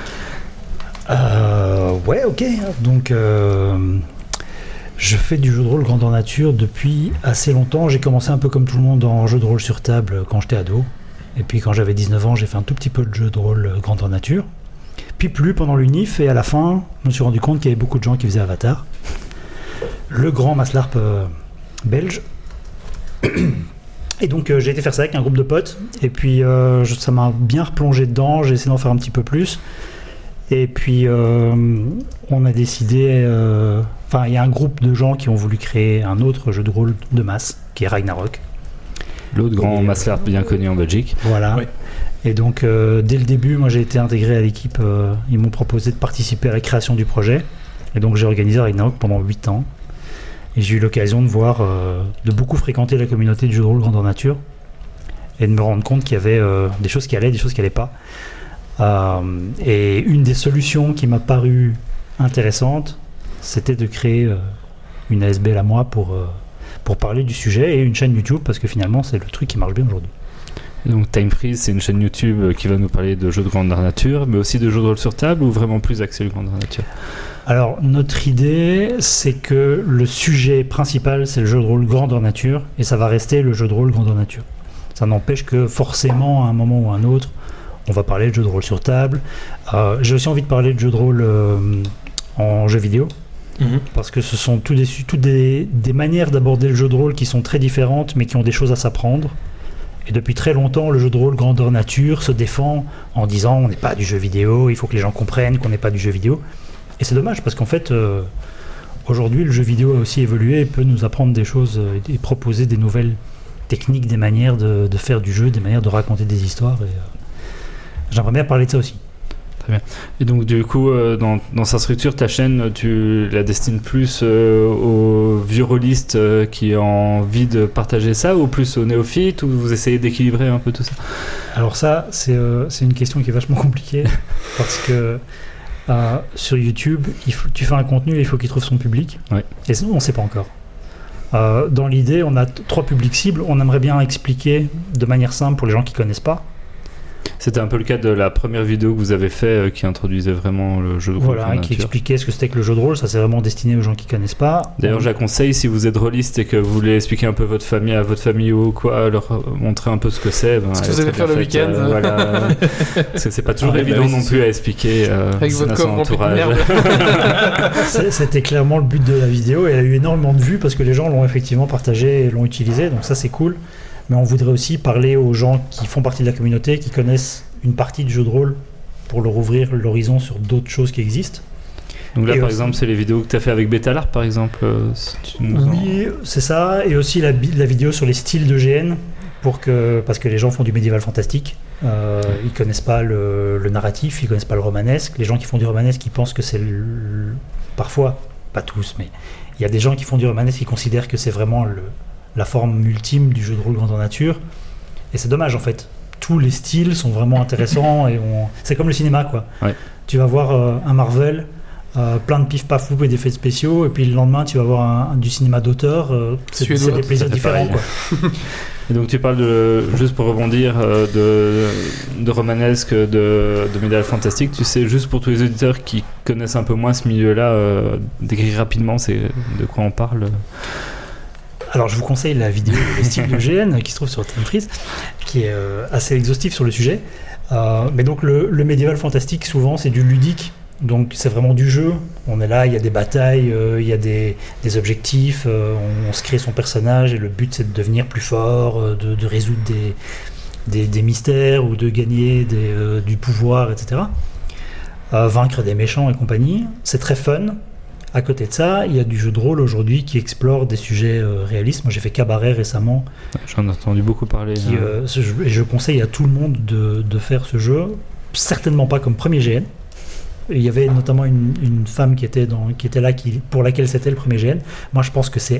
Euh, ouais, ok. Donc, euh, je fais du jeu de rôle grandeur nature depuis assez longtemps. J'ai commencé un peu comme tout le monde en jeu de rôle sur table quand j'étais ado. Et puis quand j'avais dix-neuf ans, j'ai fait un tout petit peu de jeu de rôle grandeur nature. Puis plus pendant l'Unif, et à la fin, je me suis rendu compte qu'il y avait beaucoup de gens qui faisaient Avatar. Le grand Maslarp euh, belge. Et donc euh, j'ai été faire ça avec un groupe de potes. Et puis euh, je, ça m'a bien replongé dedans, j'ai essayé d'en faire un petit peu plus. Et puis euh, on a décidé... Enfin, euh, il y a un groupe de gens qui ont voulu créer un autre jeu de rôle de masse, qui est Ragnarok. L'autre grand euh, Maslarp bien connu en Belgique. Voilà. Oui. Et donc, euh, dès le début, moi j'ai été intégré à l'équipe. Euh, ils m'ont proposé de participer à la création du projet. Et donc, j'ai organisé Ragnarok pendant huit ans. Et j'ai eu l'occasion de voir, euh, de beaucoup fréquenter la communauté du jeu de rôle grandeur nature. Et de me rendre compte qu'il y avait euh, des choses qui allaient, des choses qui n'allaient pas. Euh, et une des solutions qui m'a paru intéressante, c'était de créer euh, une A S B L à moi pour, euh, pour parler du sujet et une chaîne YouTube, parce que finalement, c'est le truc qui marche bien aujourd'hui. Donc Time Freeze, c'est une chaîne YouTube qui va nous parler de jeux de grandeur nature, mais aussi de jeux de rôle sur table, ou vraiment plus axé de grandeur nature? Alors, notre idée, c'est que le sujet principal, c'est le jeu de rôle grandeur nature, et ça va rester le jeu de rôle grandeur nature. Ça n'empêche que forcément, à un moment ou à un autre, on va parler de jeu de rôle sur table. Euh, j'ai aussi envie de parler de jeu de rôle euh, en jeu vidéo, mmh. parce que ce sont toutes des, toutes des, des manières d'aborder le jeu de rôle qui sont très différentes, mais qui ont des choses à s'apprendre. Et depuis très longtemps, le jeu de rôle grandeur nature se défend en disant on n'est pas du jeu vidéo, il faut que les gens comprennent qu'on n'est pas du jeu vidéo. Et c'est dommage parce qu'en fait, euh, aujourd'hui, le jeu vidéo a aussi évolué et peut nous apprendre des choses et proposer des nouvelles techniques, des manières de, de faire du jeu, des manières de raconter des histoires. Et, euh, j'aimerais bien parler de ça aussi. Très bien. Et donc du coup, euh, dans, dans sa structure, ta chaîne, tu la destines plus euh, aux vieux rôlistes euh, qui ont envie de partager ça, ou plus aux néophytes, ou vous essayez d'équilibrer un peu tout ça? Alors ça, c'est, euh, c'est une question qui est vachement compliquée, parce que euh, sur YouTube, il faut, tu fais un contenu et il faut qu'il trouve son public, ouais. Et sinon on ne sait pas encore. Euh, dans l'idée, on a t- trois publics cibles, on aimerait bien expliquer de manière simple pour les gens qui ne connaissent pas. C'était un peu le cas de la première vidéo que vous avez fait euh, qui introduisait vraiment le jeu de rôle. Voilà, qui expliquait ce que c'était que le jeu de rôle. Ça, c'est vraiment destiné aux gens qui ne connaissent pas. D'ailleurs, je la conseille, si vous êtes rôliste et que vous voulez expliquer un peu votre famille à votre famille ou quoi, leur montrer un peu ce que c'est. Ben, ce que vous allez faire le faite, week-end. Euh, voilà. Parce que c'est pas toujours Ah, évident bah oui, non plus à expliquer euh, avec votre à son corps rempli de entourage. merde. C'était clairement le but de la vidéo et elle a eu énormément de vues parce que les gens l'ont effectivement partagé et l'ont utilisé. Donc ça, c'est cool. Mais on voudrait aussi parler aux gens qui font partie de la communauté, qui connaissent une partie du jeu de rôle pour leur ouvrir l'horizon sur d'autres choses qui existent. Donc là, et par aussi, exemple, c'est les vidéos que tu as fait avec Betalarp, par exemple euh, si tu nous oui, en... c'est ça. Et aussi la, la vidéo sur les styles de G N, pour que, parce que les gens font du médiéval fantastique. Euh, ils connaissent pas le, le narratif, ils connaissent pas le romanesque. Les gens qui font du romanesque, ils pensent que c'est le, parfois, pas tous, mais il y a des gens qui font du romanesque qui considèrent que c'est vraiment le, la forme ultime du jeu de rôle grandeur nature. Et c'est dommage, en fait. Tous les styles sont vraiment intéressants et on... c'est comme le cinéma, quoi. Ouais. Tu vas voir euh, un Marvel, euh, plein de pif paf et d'effets spéciaux, et puis le lendemain tu vas voir un, un, du cinéma d'auteur. Euh, c'est, c'est, c'est des plaisirs différents, quoi. Et donc tu parles de, juste pour rebondir, euh, de, de romanesque, de, de médiéval fantastique. Tu sais, juste pour tous les auditeurs qui connaissent un peu moins ce milieu-là, euh, décrire rapidement c'est de quoi on parle. Alors je vous conseille la vidéo Les styles de G N qui se trouve sur Time Freeze, qui est euh, assez exhaustif sur le sujet. Euh, mais donc le, le médiéval fantastique, souvent c'est du ludique, donc c'est vraiment du jeu. On est là, il y a des batailles, euh, il y a des, des objectifs, euh, on, on se crée son personnage et le but c'est de devenir plus fort, euh, de, de résoudre des, des, des mystères ou de gagner des, euh, du pouvoir, et cetera. Euh, vaincre des méchants et compagnie. C'est très fun. À côté de ça, il y a du jeu de rôle aujourd'hui qui explore des sujets euh, réalistes. Moi, j'ai fait Cabaret récemment. J'en ai entendu beaucoup parler. Qui, hein. euh, ce jeu, et je conseille à tout le monde de, de faire ce jeu. Certainement pas comme premier G N. Il y avait notamment une, une femme qui était, dans, qui était là, qui, pour laquelle c'était le premier G N. Moi, je pense que c'est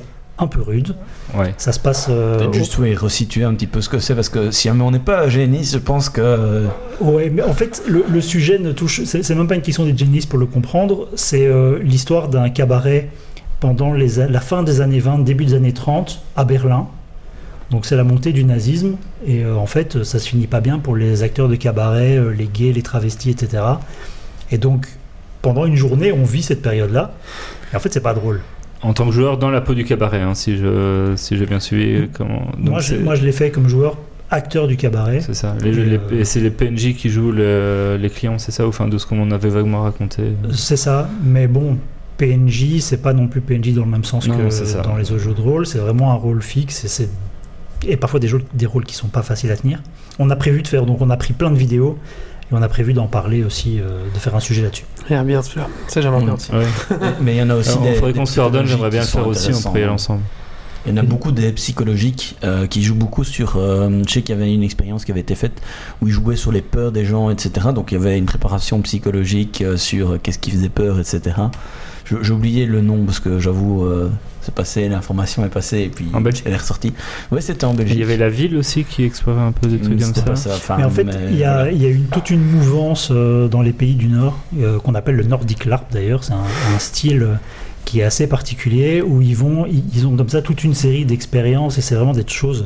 un peu rude. Ouais. Ça se passe. Euh, Peut-être juste oui, resituer un petit peu ce que c'est, parce que si on n'est pas géniste, je pense que. Euh... Ouais, mais en fait, le, le sujet ne touche. C'est, c'est même pas une question des génistes pour le comprendre. C'est euh, l'histoire d'un cabaret pendant les, la fin des années vingt, début des années trente, à Berlin. Donc c'est la montée du nazisme. Et euh, en fait, ça se finit pas bien pour les acteurs de cabaret, euh, les gays, les travestis, et cetera. Et donc, pendant une journée, on vit cette période-là. Et en fait, c'est pas drôle. En tant que joueur dans la peau du cabaret, hein, si, je, si j'ai bien suivi. Comment... Donc moi, je, moi, je l'ai fait comme joueur, acteur du cabaret. C'est ça. Les, et, les, euh... et c'est les P N J qui jouent le, les clients, c'est ça, enfin, de ce qu'on m'en avait vaguement raconté. C'est ça, mais bon, P N J, c'est pas non plus P N J dans le même sens non, que dans les autres jeux de rôle. C'est vraiment un rôle fixe et, c'est... et parfois des, jeux, des rôles qui sont pas faciles à tenir. On a prévu de faire, donc on a pris plein de vidéos. Et on a prévu d'en parler aussi, euh, de faire un sujet là-dessus. Yeah, bien sûr, ça j'aimerais bien aussi. Ouais. Mais il y en a aussi. Alors, des. Il faudrait qu'on se coordonne, j'aimerais bien le faire aussi, on pourrait y aller ensemble. Il y en a beaucoup des psychologiques euh, qui jouent beaucoup sur. Euh, je sais qu'il y avait une expérience qui avait été faite où ils jouaient sur les peurs des gens, et cetera. Donc il y avait une préparation psychologique euh, sur euh, qu'est-ce qui faisait peur, et cetera. Je, j'ai oublié le nom parce que j'avoue, euh, c'est passé, l'information est passée et puis en Belgique. Elle est ressortie. Ouais, c'était en Belgique. Il y avait la ville aussi qui explorait un peu des trucs comme ça. ça enfin, mais en fait, mais, il y a, voilà. il y a une, toute une mouvance euh, dans les pays du Nord euh, qu'on appelle le Nordic LARP d'ailleurs. C'est un, un style euh, qui est assez particulier où ils vont, ils, ils ont comme ça toute une série d'expériences et c'est vraiment des choses.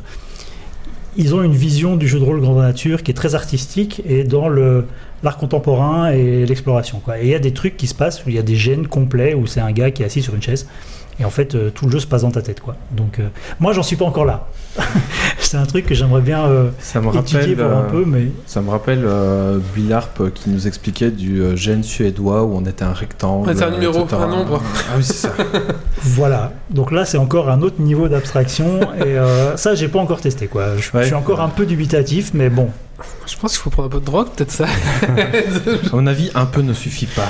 Ils ont une vision du jeu de rôle grandeur nature qui est très artistique et dans le l'art contemporain et l'exploration, quoi. Et il y a des trucs qui se passent où il y a des gènes complets où c'est un gars qui est assis sur une chaise et en fait euh, tout le jeu se passe dans ta tête, quoi. Donc euh, moi j'en suis pas encore là. C'est un truc que j'aimerais bien euh, ça me étudier rappelle, voir un euh, peu, mais ça me rappelle euh, Bill Harp qui nous expliquait du euh, gène suédois où on était un rectangle. Ouais, c'est un numéro, et cetera. un nombre. Ah oui, c'est ça. Voilà. Donc là c'est encore un autre niveau d'abstraction et euh, ça j'ai pas encore testé, quoi. Je, Ouais. je suis encore un peu dubitatif, mais bon. Je pense qu'il faut prendre un peu de drogue, peut-être ça. À mon avis, un peu ne suffit pas.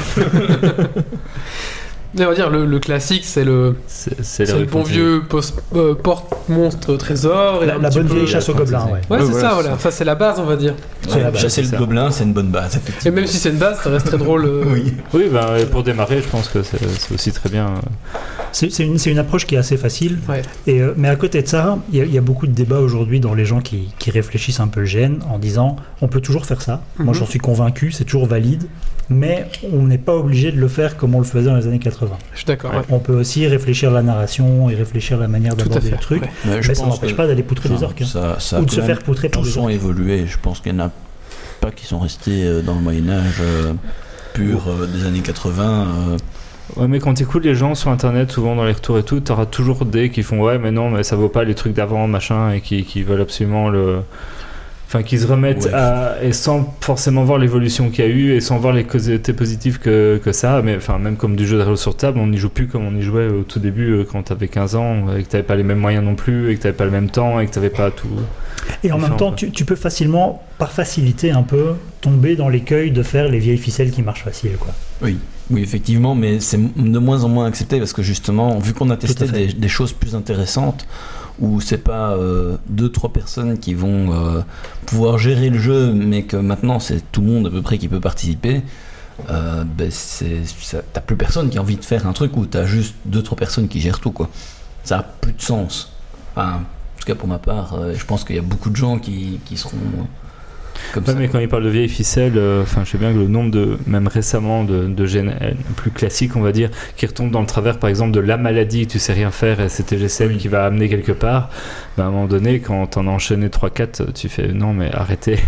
Mais on va dire, le, le classique, c'est le, C'est, c'est, c'est le bon vieux post, euh, porte-monstre trésor. et La, un la petit bonne peu- vieille chasse aux gobelins, ouais. Ouais, Ouais, c'est voilà, ça, c'est voilà. ça. Ça, c'est la base, on va dire. C'est la base, Chasser c'est le ça. gobelin, c'est une bonne base, Et effectivement. même si c'est une base, ça reste très drôle. euh, Oui. Oui, ben, et pour démarrer, je pense que c'est, c'est aussi très bien. C'est, c'est, une, c'est une approche qui est assez facile. Ouais. Et, euh, mais à côté de ça, il y, a- il y a beaucoup de débats aujourd'hui dans les gens qui, qui réfléchissent un peu le gène en disant on peut toujours faire ça. Moi Mhm. j'en suis convaincu, c'est toujours valide, mais on n'est pas obligé de le faire comme on le faisait dans les années quatre-vingts. Je suis d'accord. Ouais. ouais. On peut aussi réfléchir la narration et réfléchir la manière Tout à d'aborder fait. le truc, ouais. Mais je mais ça pense n'empêche que- pas d'aller poutrer des enfin, orques, hein. Ça, ça a ou de quand se même faire poutrer par tous des sont orques. évolués. Je pense qu'il y en a pas qui sont restés euh, dans le Moyen-Âge euh, pur euh, des années quatre-vingts. euh. Ouais, mais quand tu écoutes les gens sur internet, souvent dans les retours et tout, t'auras toujours des qui font ouais, mais non, mais ça vaut pas les trucs d'avant, machin, et qui, qui veulent absolument le. Enfin, qui se remettent Ouais. à. Et sans forcément voir l'évolution qu'il y a eu, et sans voir les côtés positifs que, que ça a, mais enfin, même comme du jeu de rôle sur table, on n'y joue plus comme on y jouait au tout début euh, quand t'avais quinze ans, et que t'avais pas les mêmes moyens non plus, et que t'avais pas le même temps, et que t'avais pas tout. Et en même Différent, temps, quoi. tu, tu peux facilement, par facilité un peu, tomber dans l'écueil de faire les vieilles ficelles qui marchent facile, quoi. Oui, oui, effectivement, mais c'est de moins en moins accepté parce que justement, vu qu'on a testé Tout à fait. des, des choses plus intéressantes, où c'est pas euh, deux, trois personnes qui vont euh, pouvoir gérer le jeu, mais que maintenant c'est tout le monde à peu près qui peut participer, euh, ben c'est, ça- t'as plus personne qui a envie de faire un truc où t'as juste deux, trois personnes qui gèrent tout, quoi. Ça a plus de sens. Enfin, en tout cas pour ma part, euh, je pense qu'il y a beaucoup de gens qui, qui seront euh, comme Ouais, ça. mais quand il parle de vieilles ficelles, enfin, je sais bien que le nombre de, même récemment, de, de gènes euh, plus classiques, on va dire, qui retombent dans le travers, par exemple, de la maladie, tu sais rien faire, et c'est T G C M qui va amener quelque part. Ben, à un moment donné, quand t'en as enchaîné trois quatre, tu fais non, mais arrêtez.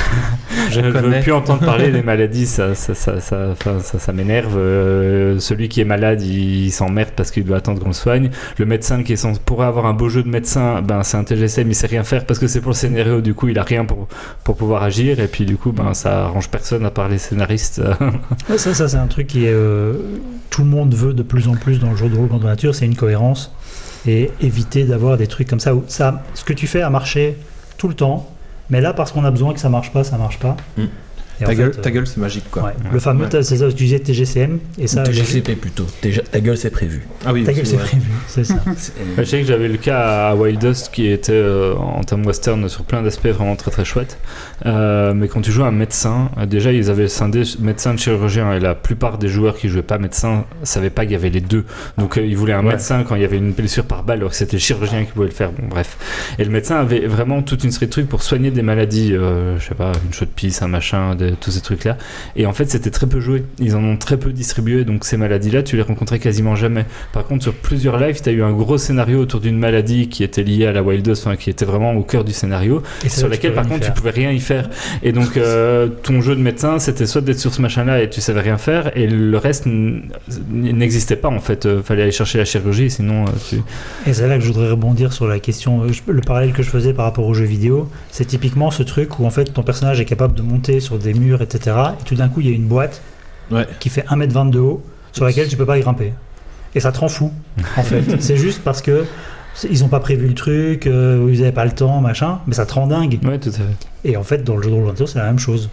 je ne veux connais. plus entendre parler des maladies, ça, ça, ça, ça, enfin, ça, ça m'énerve. Euh, celui qui est malade, il, il s'emmerde parce qu'il doit attendre qu'on le soigne. Le médecin qui est censé, pourrait avoir un beau jeu de médecin, ben, c'est un T G C M, il sait rien faire parce que c'est pour le scénario, du coup, il a rien pour, pour pouvoir agir, et puis du coup, ben, ça arrange personne à part les scénaristes. Ouais, ça, ça c'est un truc qui est, euh, tout le monde veut de plus en plus dans le jeu de rôle grandeur nature, c'est une cohérence et éviter d'avoir des trucs comme ça où ça, ce que tu fais a marché tout le temps, mais là parce qu'on a besoin que ça marche pas, ça marche pas. Mm. Et en Ta fait, gueule, euh, ta gueule, c'est magique, quoi. ouais. Le fameux, Ouais. c'est ça, tu disais T G C M, et ça, T G les- C P plutôt. Déjà, ta gueule, c'est prévu. Ah oui, ta gueule, aussi, c'est ouais. prévu, c'est ça. C'est- Je sais que j'avais le cas à Wild Dust qui était euh, en termes western sur plein d'aspects vraiment très très chouette. Euh, mais quand tu joues à un médecin, euh, déjà ils avaient scindé médecin de chirurgien et la plupart des joueurs qui jouaient pas médecin savaient pas qu'il y avait les deux. Donc euh, ils voulaient un Ouais. médecin quand il y avait une blessure par balle alors que c'était le chirurgien qui pouvait le faire. Bon bref. Et le médecin avait vraiment toute une série de trucs pour soigner des maladies, euh, je sais pas, une chaude pisse, un machin, des- tous ces trucs là. Et en fait c'était très peu joué. Ils en ont très peu distribué donc ces maladies là tu les rencontrais quasiment jamais. Par contre sur plusieurs lives tu as eu un gros scénario autour d'une maladie qui était liée à la Wild Dust, enfin, qui était vraiment au cœur du scénario, Et c'est sur là que tu laquelle peux par rien contre faire. tu pouvais rien y faire. Et donc euh, ton jeu de médecin c'était soit d'être sur ce machin là et tu savais rien faire et le reste n- n'existait pas en fait. Euh, fallait aller chercher la chirurgie sinon euh, tu... Et c'est là que je voudrais rebondir sur la question, je- le parallèle que je faisais par rapport aux jeux vidéo, c'est typiquement ce truc où en fait ton personnage est capable de monter sur des murs, et cetera. Et tout d'un coup il y a une boîte Ouais. qui fait un mètre vingt de haut sur laquelle tu peux pas grimper. Et ça te rend fou, en fait. C'est juste parce que c'est- ils ont pas prévu le truc, euh, ils avaient pas le temps, machin, mais ça te rend dingue. Ouais tout à fait. Et en fait, dans le jeu de rôle vingt c'est la même chose.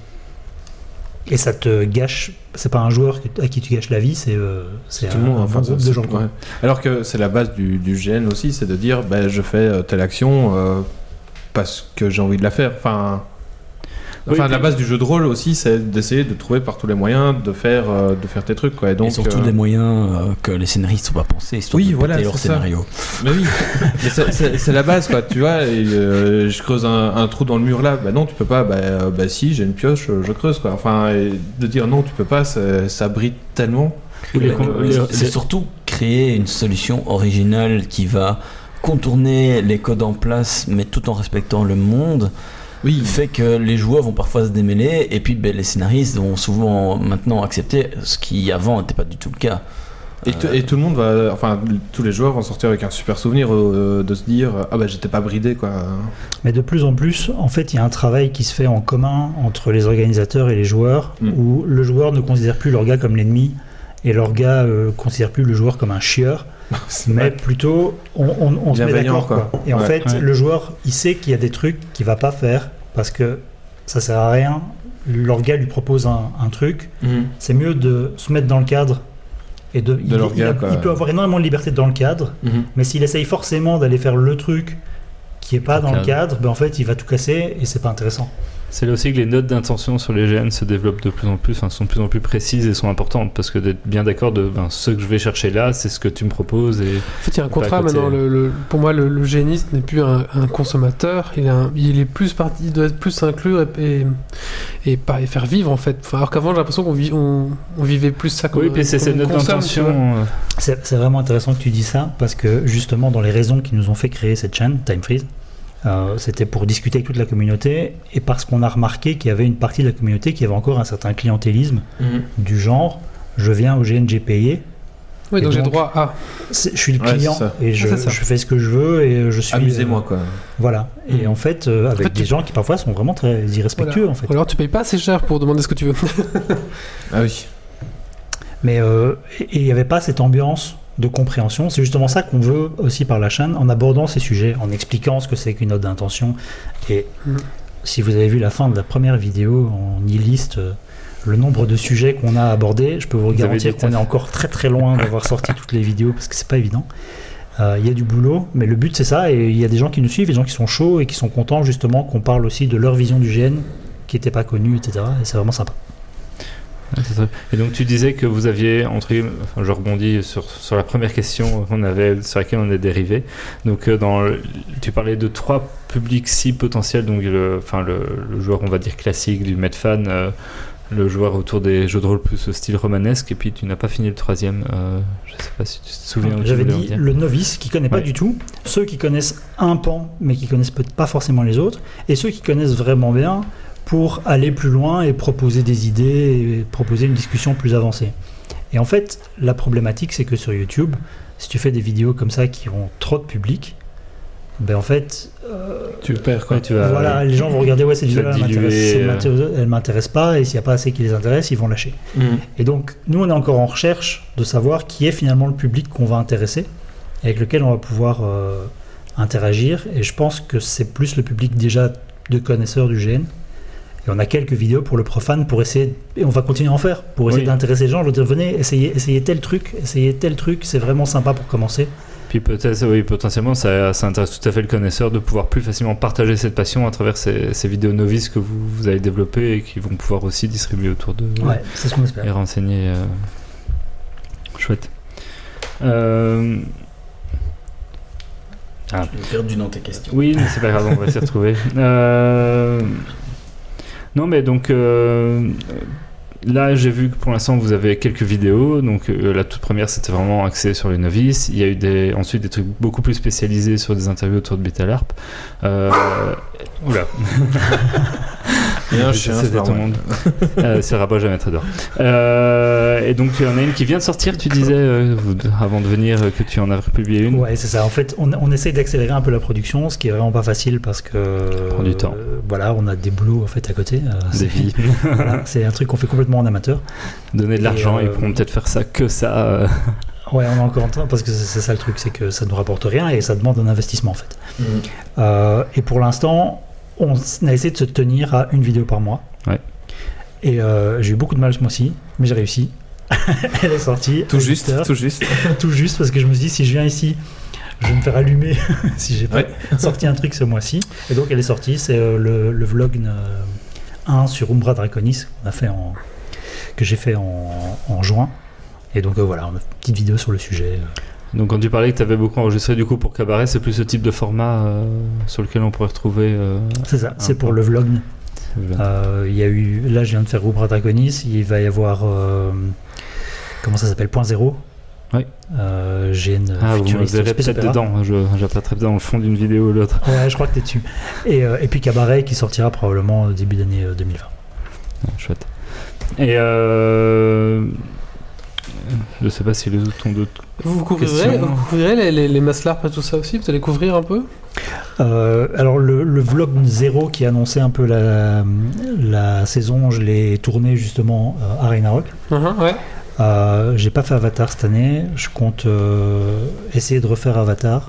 Et ça te gâche, c'est pas un joueur que- à qui tu gâches la vie, c'est euh, c'est Tout un, le monde, un enfin, bon groupe c'est- de gens. quoi. ouais. Alors que c'est la base du, du G N aussi, c'est de dire ben, je fais euh, telle action euh, parce que j'ai envie de la faire. Enfin, Oui, enfin puis- la base du jeu de rôle aussi, c'est d'essayer de trouver par tous les moyens de faire, euh, de faire tes trucs. Quoi. Et donc, et surtout euh, des moyens euh, que les scénaristes n'ont pas pensé, histoire Oui, de voilà, péter leur c'est ça. scénario. Mais oui, mais c'est- c'est c'est la base, quoi. Tu vois, et, euh, je creuse un, un trou dans le mur là. Bah non, tu peux pas. Bah, euh, bah si, j'ai une pioche, je, je creuse, quoi. Enfin, et de dire non, tu peux pas, c'est- ça brille tellement. Ou les Euh, com- euh, les- C'est surtout créer une solution originale qui va contourner les codes en place, mais tout en respectant le monde, Oui, fait que les joueurs vont parfois se démêler, et puis ben, les scénaristes vont souvent maintenant accepter ce qui avant n'était pas du tout le cas. Et, t- et tout le monde va, enfin, tous les joueurs vont sortir avec un super souvenir euh, de se dire ah bah j'étais pas bridé, quoi. Mais de plus en plus, en fait, il y a un travail qui se fait en commun entre les organisateurs et les joueurs, Mm. où le joueur ne considère plus leur gars comme l'ennemi, et leur gars euh, considère plus le joueur comme un chieur, mais plutôt on, on- on se met Bienveillant, d'accord. quoi. Quoi. Et en Ouais. fait, Ouais. le joueur, il sait qu'il y a des trucs qu'il va pas faire parce que ça sert à rien. Leur gars lui propose un, un truc, c'est mieux de se mettre dans le cadre. Et de, il, leur il a- gars, quoi. il peut avoir énormément de liberté dans le cadre, Mhm. mais s'il essaye forcément d'aller faire le truc qui est pas Dans dans le le cadre, ben en fait, il va tout casser et c'est pas intéressant. C'est là aussi que les notes d'intention sur les G N se développent de plus en plus, enfin, sont de plus en plus précises et sont importantes parce que d'être bien d'accord de ben, ce que je vais chercher là, c'est ce que tu me proposes. Et En fait, il y a un Pas à contrat côté. maintenant. Le, le- pour moi, le, le géniste n'est plus un, un consommateur. Il est, un- il est plus parti, il doit être plus inclure et, et, et pas et faire vivre en fait. Enfin, alors qu'avant, j'ai l'impression qu'on vit- on, on vivait plus ça comme oui, puis c'est comme cette on note consomme, tu d'intention. vois. euh, C'est c'est vraiment intéressant que tu dis ça parce que justement, dans les raisons qui nous ont fait créer cette chaîne, Time Freeze, euh, c'était pour discuter avec toute la communauté et parce qu'on a remarqué qu'il y avait une partie de la communauté qui avait encore un certain clientélisme Mhm. du genre je viens au G N, j'ai payé, Oui, Et donc j'ai donc- droit à. c'est- je suis le Ouais, client c'est ça. et je, Ah, c'est ça. je fais ce que je veux et je suis. Amusez-moi, quoi. euh, voilà. Et Mhm. en fait, euh, avec fait, des tu- gens qui parfois sont vraiment très irrespectueux Voilà. en fait. Ou alors tu payes pas assez cher pour demander ce que tu veux. Ah oui. Mais euh, et et il n'y avait pas cette ambiance de compréhension. C'est justement ça qu'on veut aussi par la chaîne, en abordant ces sujets, en expliquant ce que c'est qu'une note d'intention. Et Mhm. si vous avez vu la fin de la première vidéo, on y liste euh, le nombre de sujets qu'on a abordés. Je peux vous Vous avez garantir des qu'on est tafs. encore très très loin d'avoir sorti toutes les vidéos parce que c'est pas évident. Euh, Il y a du boulot, mais le but c'est ça. Et il y a des gens qui nous suivent, des gens qui sont chauds et qui sont contents justement qu'on parle aussi de leur vision du G N qui n'était pas connue, et cetera. Et c'est vraiment sympa. Ouais, c'est ça. Et donc tu disais que vous aviez, entre guillemets, enfin, je rebondis sur, sur la première question qu'on avait, sur laquelle on est dérivé. Donc euh, dans le- tu parlais de trois publics cibles potentiels, donc le, enfin, le, le joueur on va dire classique du Medfan, euh, le joueur autour des jeux de rôle plus au style romanesque, et puis tu n'as pas fini le troisième. Euh, je sais pas si tu te souviens. où tu J'avais voulais en dit venir. le novice qui connaît pas Ouais. du tout, ceux qui connaissent un pan mais qui connaissent peut-être pas forcément les autres, et ceux qui connaissent vraiment bien pour aller plus loin et proposer des idées et proposer une discussion plus avancée. Et en fait, la problématique c'est que sur YouTube, si tu fais des vidéos comme ça qui ont trop de public, ben en fait, euh, Tu perds, quoi. Ouais, tu vas- voilà, les gens vont regarder ouais cette tu vas vidéo elle diluer, m'intéresse, elle euh. m'intéresse- elle m'intéresse pas, et s'il n'y a pas assez qui les intéresse, ils vont lâcher. Mhm. Et donc, nous, on est encore en recherche de savoir qui est finalement le public qu'on va intéresser, avec lequel on va pouvoir euh, interagir. Et je pense que c'est plus le public déjà de connaisseurs du G N. Et Et on a quelques vidéos pour le profane pour essayer, et on va continuer à en faire, pour essayer Oui. d'intéresser les gens. Je veux dire, venez, essayez, essayez tel truc, essayez tel truc, c'est vraiment sympa pour commencer. Puis peut-être, oui, potentiellement, ça, ça intéresse tout à fait le connaisseur de pouvoir plus facilement partager cette passion à travers ces, ces vidéos novices que vous, vous avez développées et qui vont pouvoir aussi distribuer autour de Ouais, c'est ce qu'on espère. et renseigner. euh, Chouette. Euh... Ah, J'ai perdu dans tes questions. oui, mais c'est pas grave, on va s'y retrouver. Euh... Non, mais donc euh, là, j'ai vu que pour l'instant vous avez quelques vidéos. Donc euh, la toute première, c'était vraiment axé sur les novices. Il y a eu des, ensuite des trucs beaucoup plus spécialisés sur des interviews autour de Betalarp. Euh... Oula. Et un Je chien, sais, c'est pas tout le mal. monde. Euh, c'est le rabat jamais très d'or. Euh, et donc il y en a une qui vient de sortir. Tu disais euh, avant de venir euh, que tu en as publié une. Ouais, c'est ça. En fait, on, on essaye d'accélérer un peu la production, ce qui est vraiment pas facile parce que Prend du temps. euh, voilà, on a des boulots en fait à côté. Euh, Des c'est, vies. voilà, c'est un truc qu'on fait complètement en amateur. Donner de Et, l'argent, euh, ils pourront peut-être faire ça que ça. euh. Ouais, on est encore en train parce que c'est, c'est ça le truc, c'est que ça ne nous rapporte rien et ça demande un investissement en fait. Mhm. Euh, et pour l'instant, on a essayé de se tenir à une vidéo par mois. Ouais. Et euh, j'ai eu beaucoup de mal ce mois-ci, mais j'ai réussi. Elle est sortie. Tout à juste, huit heures. tout juste. Tout juste parce que je me suis dit si je viens ici je vais me faire allumer si j'ai pas Ouais. sorti un truc ce mois-ci. Et donc elle est sortie, c'est euh, le, le vlog euh, un sur Umbra Draconis qu'on a fait en, que j'ai fait en, en juin. Et donc euh, voilà, on a une petite vidéo sur le sujet. Donc quand tu parlais que tu avais beaucoup enregistré du coup pour Cabaret, c'est plus ce type de format euh, sur lequel on pourrait retrouver. euh, C'est ça, c'est un pour peu. le vlog. le- Euh, Il y a eu, là je viens de faire Umbra Draconis, il va y avoir euh, comment ça s'appelle, Point Zéro. Ouais. Euh, j'ai une Ah, vous me futuriste verrez space peut-être opéra. dedans. Je j'apparaîtrai peut-être dans le fond d'une vidéo ou l'autre. Ouais, je crois que t'es dessus. Et, euh, et puis Cabaret qui sortira probablement au début d'année euh, deux mille vingt. Ouais, chouette. Et euh, je sais pas si les autres ont d'autres. Vous couvrirez, Question. vous couvrirez les, les, les Maslarp et tout ça aussi? Vous allez couvrir un peu? Euh, alors le, le vlog zéro qui annonçait un peu la, la saison, je l'ai tourné justement euh, à Ragnarok. Mhm, ouais. Euh, j'ai pas fait Avatar cette année, je compte euh, essayer de refaire Avatar.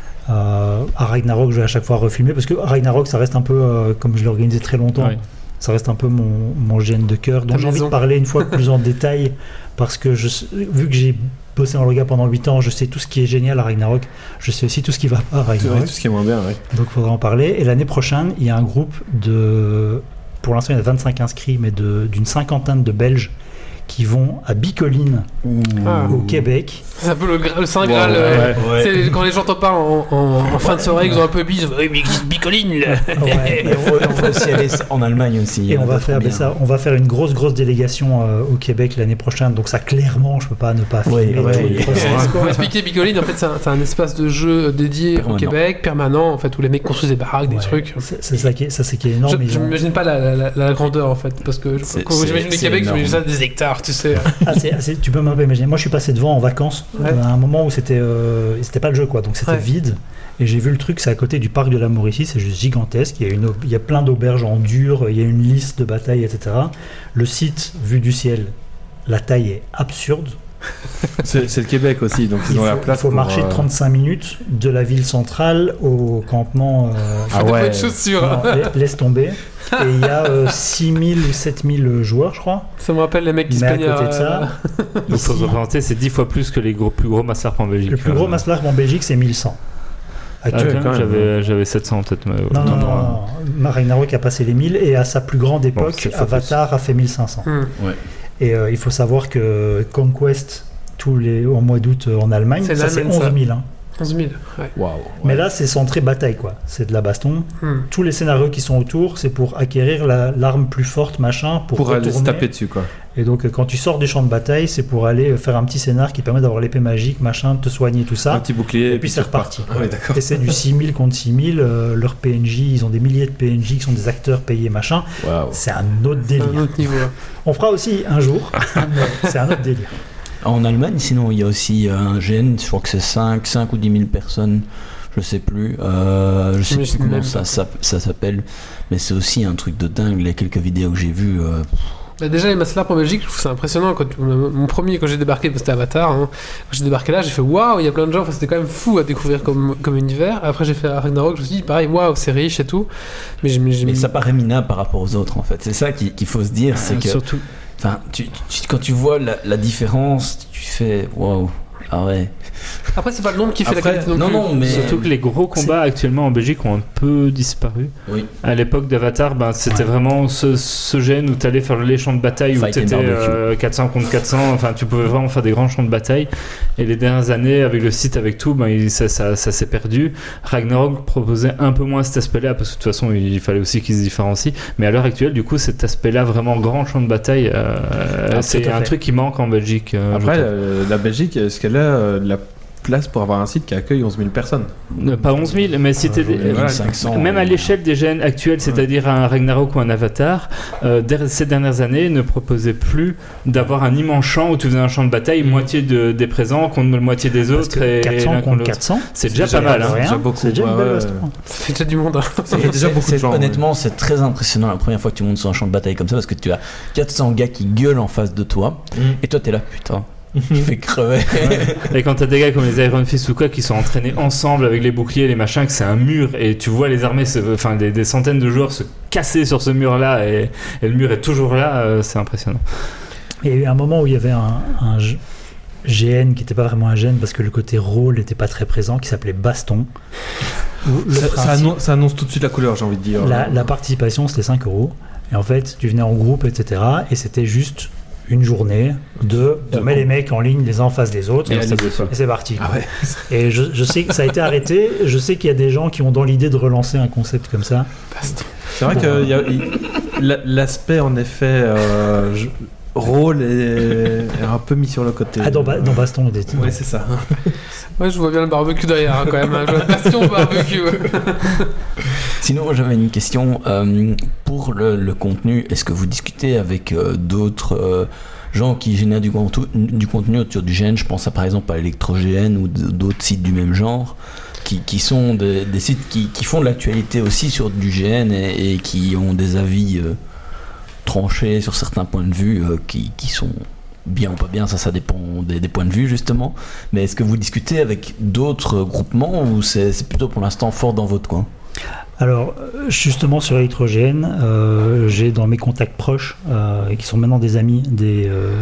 Euh, à Ragnarok, je vais à chaque fois refilmer parce que Ragnarok, ça reste un peu euh, comme je l'ai organisé très longtemps. Ouais. Ça reste un peu mon, mon gène de cœur. Donc Ta j'ai envie maison. de parler une fois plus en détail parce que je, vu que j'ai bossé en Loga pendant huit ans, je sais tout ce qui est génial à Ragnarok. Je sais aussi tout ce qui va pas à Tout, Ragnarok. tout ce qui est moins bien, oui. Donc il faudra en parler. Et l'année prochaine, il y a un groupe de... Pour l'instant, il y a vingt-cinq inscrits, mais de- d'une cinquantaine de Belges qui vont à Bicoline, Ah. au Québec. C'est un peu le, gra- le Saint Wow, Graal. euh, ouais. c'est quand les gens t'en parlent en, en- en fin de soirée, ils ont un peu bise. Oui, mais il existe Bicoline là. Ouais. Et on va, on va aussi aller en Allemagne aussi. Et on va, pas faire, trop ben bien. ça, on va faire une grosse grosse délégation euh, au Québec l'année prochaine. Donc ça, clairement, je peux pas ne pas Ouais, filmer ouais, tout le ouais. process, quoi. Pour expliquer, Bicoline, en fait, c'est un, c'est un espace de jeu dédié Permanent. au Québec, permanent, en fait, où les mecs construisent des baraques, des Ouais. trucs. C'est c'est ça qui est, ça, c'est qui est énorme. Je ils je ont- m'imagine pas la, la- la- la grandeur, en fait, parce que je- C'est- quand c'est- j'imagine le c'est Québec, j'imagine ça énorme. des hectares, tu sais. Ah, c'est- c'est- tu peux même pas imaginer. Moi, je suis passé devant en vacances Ouais. à un moment où c'était euh, c'était pas le jeu, quoi. Donc c'était Ouais. vide. Et j'ai vu le truc, c'est à côté du parc de la Mauricie, c'est juste gigantesque. Il y a, une, au- il y a plein d'auberges en dur, il y a une liste de batailles, et cetera. Le site, vu du ciel, la taille est absurde. C'est c'est le Québec aussi, donc ils Il ont faut, la place il faut pour, marcher euh, trente-cinq minutes de la ville centrale au campement. euh, Ah Des ouais. bonnes chaussures. non, la- laisse tomber. Et il y a euh, six mille ou sept mille joueurs, je crois. Ça me rappelle les mecs qui se Mais à plaignent. côté de euh, ça, Donc faut se ici, représenter, c'est dix fois plus que les gros, plus gros Maslarp en Belgique. le plus gros Euh, Maslarp en Belgique, c'est mille cent. Ah, Actuellement. quand même, quand même. j'avais, j'avais sept cents peut-être. mais- Non, non, autant non, pour- non. Ragnarok a passé les mille et à sa plus grande époque, c'est fois Avatar a fait mille cinq cents. hmm. Et euh, il faut savoir que Conquest, tous les, en mois d'août euh, en Allemagne, C'est ça c'est l'Allemagne, ça. onze mille. hein. onze mille. Ouais. Waouh. Mais là, c'est centré bataille, quoi. C'est de la baston. Hmm. Tous les scénarios qui sont autour, c'est pour acquérir la- l'arme plus forte, machin, pour, Pour aller se retourner. taper dessus, quoi. Et donc, euh, quand tu sors du champ de bataille, c'est pour aller euh, faire un petit scénar qui permet d'avoir l'épée magique, machin, de te soigner, tout Un ça. petit bouclier. Et puis c'est tu repars. reparti. Ah ouais, d'accord. Et c'est du six mille contre six mille. euh, leurs P N J, ils ont des milliers de P N J qui sont des acteurs payés, machin. Waouh. C'est un autre C'est délire. un autre niveau. là. On fera aussi un jour, mais c'est un autre délire. En Allemagne, sinon, il y a aussi euh, un G N, je crois que c'est cinq, cinq ou dix mille personnes, je sais plus. Euh, je sais plus J'imagine comment même ça, pas. ça, ça s'appelle, mais c'est aussi un truc de dingue. Les quelques vidéos que j'ai vues, euh, Bah déjà les Mass LARP en Belgique, je trouve ça impressionnant. Quand tu- mon premier quand j'ai débarqué, bah, c'était Avatar. Hein. Quand j'ai débarqué là, j'ai fait waouh, il y a plein de gens. Enfin, c'était quand même fou à découvrir comme, comme univers. Après j'ai fait Ragnarok, je me suis dit pareil, waouh, c'est riche et tout. Mais, j'ai- mais, j'ai- Mais ça paraît minable par rapport aux autres en fait. C'est ça qu'il qu'il faut se dire, c'est que Surtout, enfin, tu, tu- quand tu vois la, la différence, tu fais waouh. Ah ouais. Après c'est pas le nombre qui fait Après, la qualité non, Non plus. non, mais surtout que les gros combats actuellement en Belgique ont un peu disparu. oui. À l'époque d'Avatar, ben, c'était Ouais. vraiment ce, ce gène où tu allais faire les champs de bataille où Fight tu and étais barbecue. quatre cents contre quatre cents, enfin tu pouvais vraiment faire des grands champs de bataille. Et les dernières années, avec le site, avec tout, ben, il- ça, ça, ça s'est perdu. Ragnarok proposait un peu moins cet aspect-là parce que de toute façon il fallait aussi qu'ils se différencient. Mais à l'heure actuelle, du coup, cet aspect-là, vraiment grand champ de bataille, euh, Ah, c'est tout à un fait. truc qui manque en Belgique. euh, je Après, trouve. euh, la Belgique, est-ce qu'elle a euh, la place pour avoir un site qui accueille onze mille personnes? Euh, Pas onze mille, mais si t'es- j'en ai euh, voilà, cinq cents, même à euh, l'échelle des gènes actuels, c'est-à-dire un Ragnarok ou un Avatar, euh, der- ces dernières années ne proposaient plus d'avoir un immense champ où tu faisais un champ de bataille, moitié de, des présents contre la moitié des Parce autres que et quatre cents l'un contre contre l'autre. quatre cents, C'est déjà déjà pas mal. pas Hein. rien, déjà beaucoup, c'est déjà une ouais, belle ouais. baston. Ça fait déjà du monde. Hein. Ça fait déjà C'est- beaucoup de c'est- gens. Honnêtement, c'est très impressionnant la première fois que tu montes sur un champ de bataille comme ça parce que tu as quatre cents gars qui gueulent en face de toi Mm. et toi t'es là, putain, je fais crever. Et quand t'as des gars comme les Iron Fist ou quoi qui sont entraînés ensemble avec les boucliers et les machins, que c'est un mur et tu vois les armées, se- enfin des, des centaines de joueurs se casser sur ce mur-là et, et le mur est toujours là, euh, c'est impressionnant. Il y a eu un moment où il y avait un, un G- G N qui n'était pas vraiment un G N parce que le côté rôle n'était pas très présent, qui s'appelait Baston. Où le Ça, ça principe- annonce, ça annonce tout de suite la couleur, j'ai envie de dire. la, la participation c'était cinq euros. Et en fait, tu venais en groupe, et cetera. Et c'était juste une journée de. On De met con- les mecs en ligne les uns en face des autres. Et Et, là, ça veut pas. c'est parti. Ah ouais. Et je, je sais que ça a été arrêté. Je sais qu'il y a des gens qui ont dans l'idée de relancer un concept comme ça. C'est vrai que il y a- il- la- l'aspect, en effet, euh, je- rôle est, est un peu mis sur le côté. Ah, dans, Ba- dans Baston, il était. Ouais, c'est ça. Ouais, je vois bien le barbecue derrière hein, quand même. Hein. Je vois Bastion barbecue. Sinon, moi, j'avais une question euh, pour le, le contenu. Est-ce que vous discutez avec euh, d'autres euh, gens qui génèrent du, contu- du contenu autour du G N? Je pense à, par exemple à Electrogène ou d- d'autres sites du même genre qui, qui sont des, des sites qui, qui font de l'actualité aussi sur du G N et, et qui ont des avis euh, tranchés sur certains points de vue euh, qui, qui sont bien ou pas bien, ça ça dépend des, des points de vue justement. Mais est-ce que vous discutez avec d'autres groupements ou c'est c'est plutôt pour l'instant fort dans votre coin? Alors, euh, justement, sur Electrogène, euh, j'ai dans mes contacts proches, euh, et qui sont maintenant des amis, des, euh,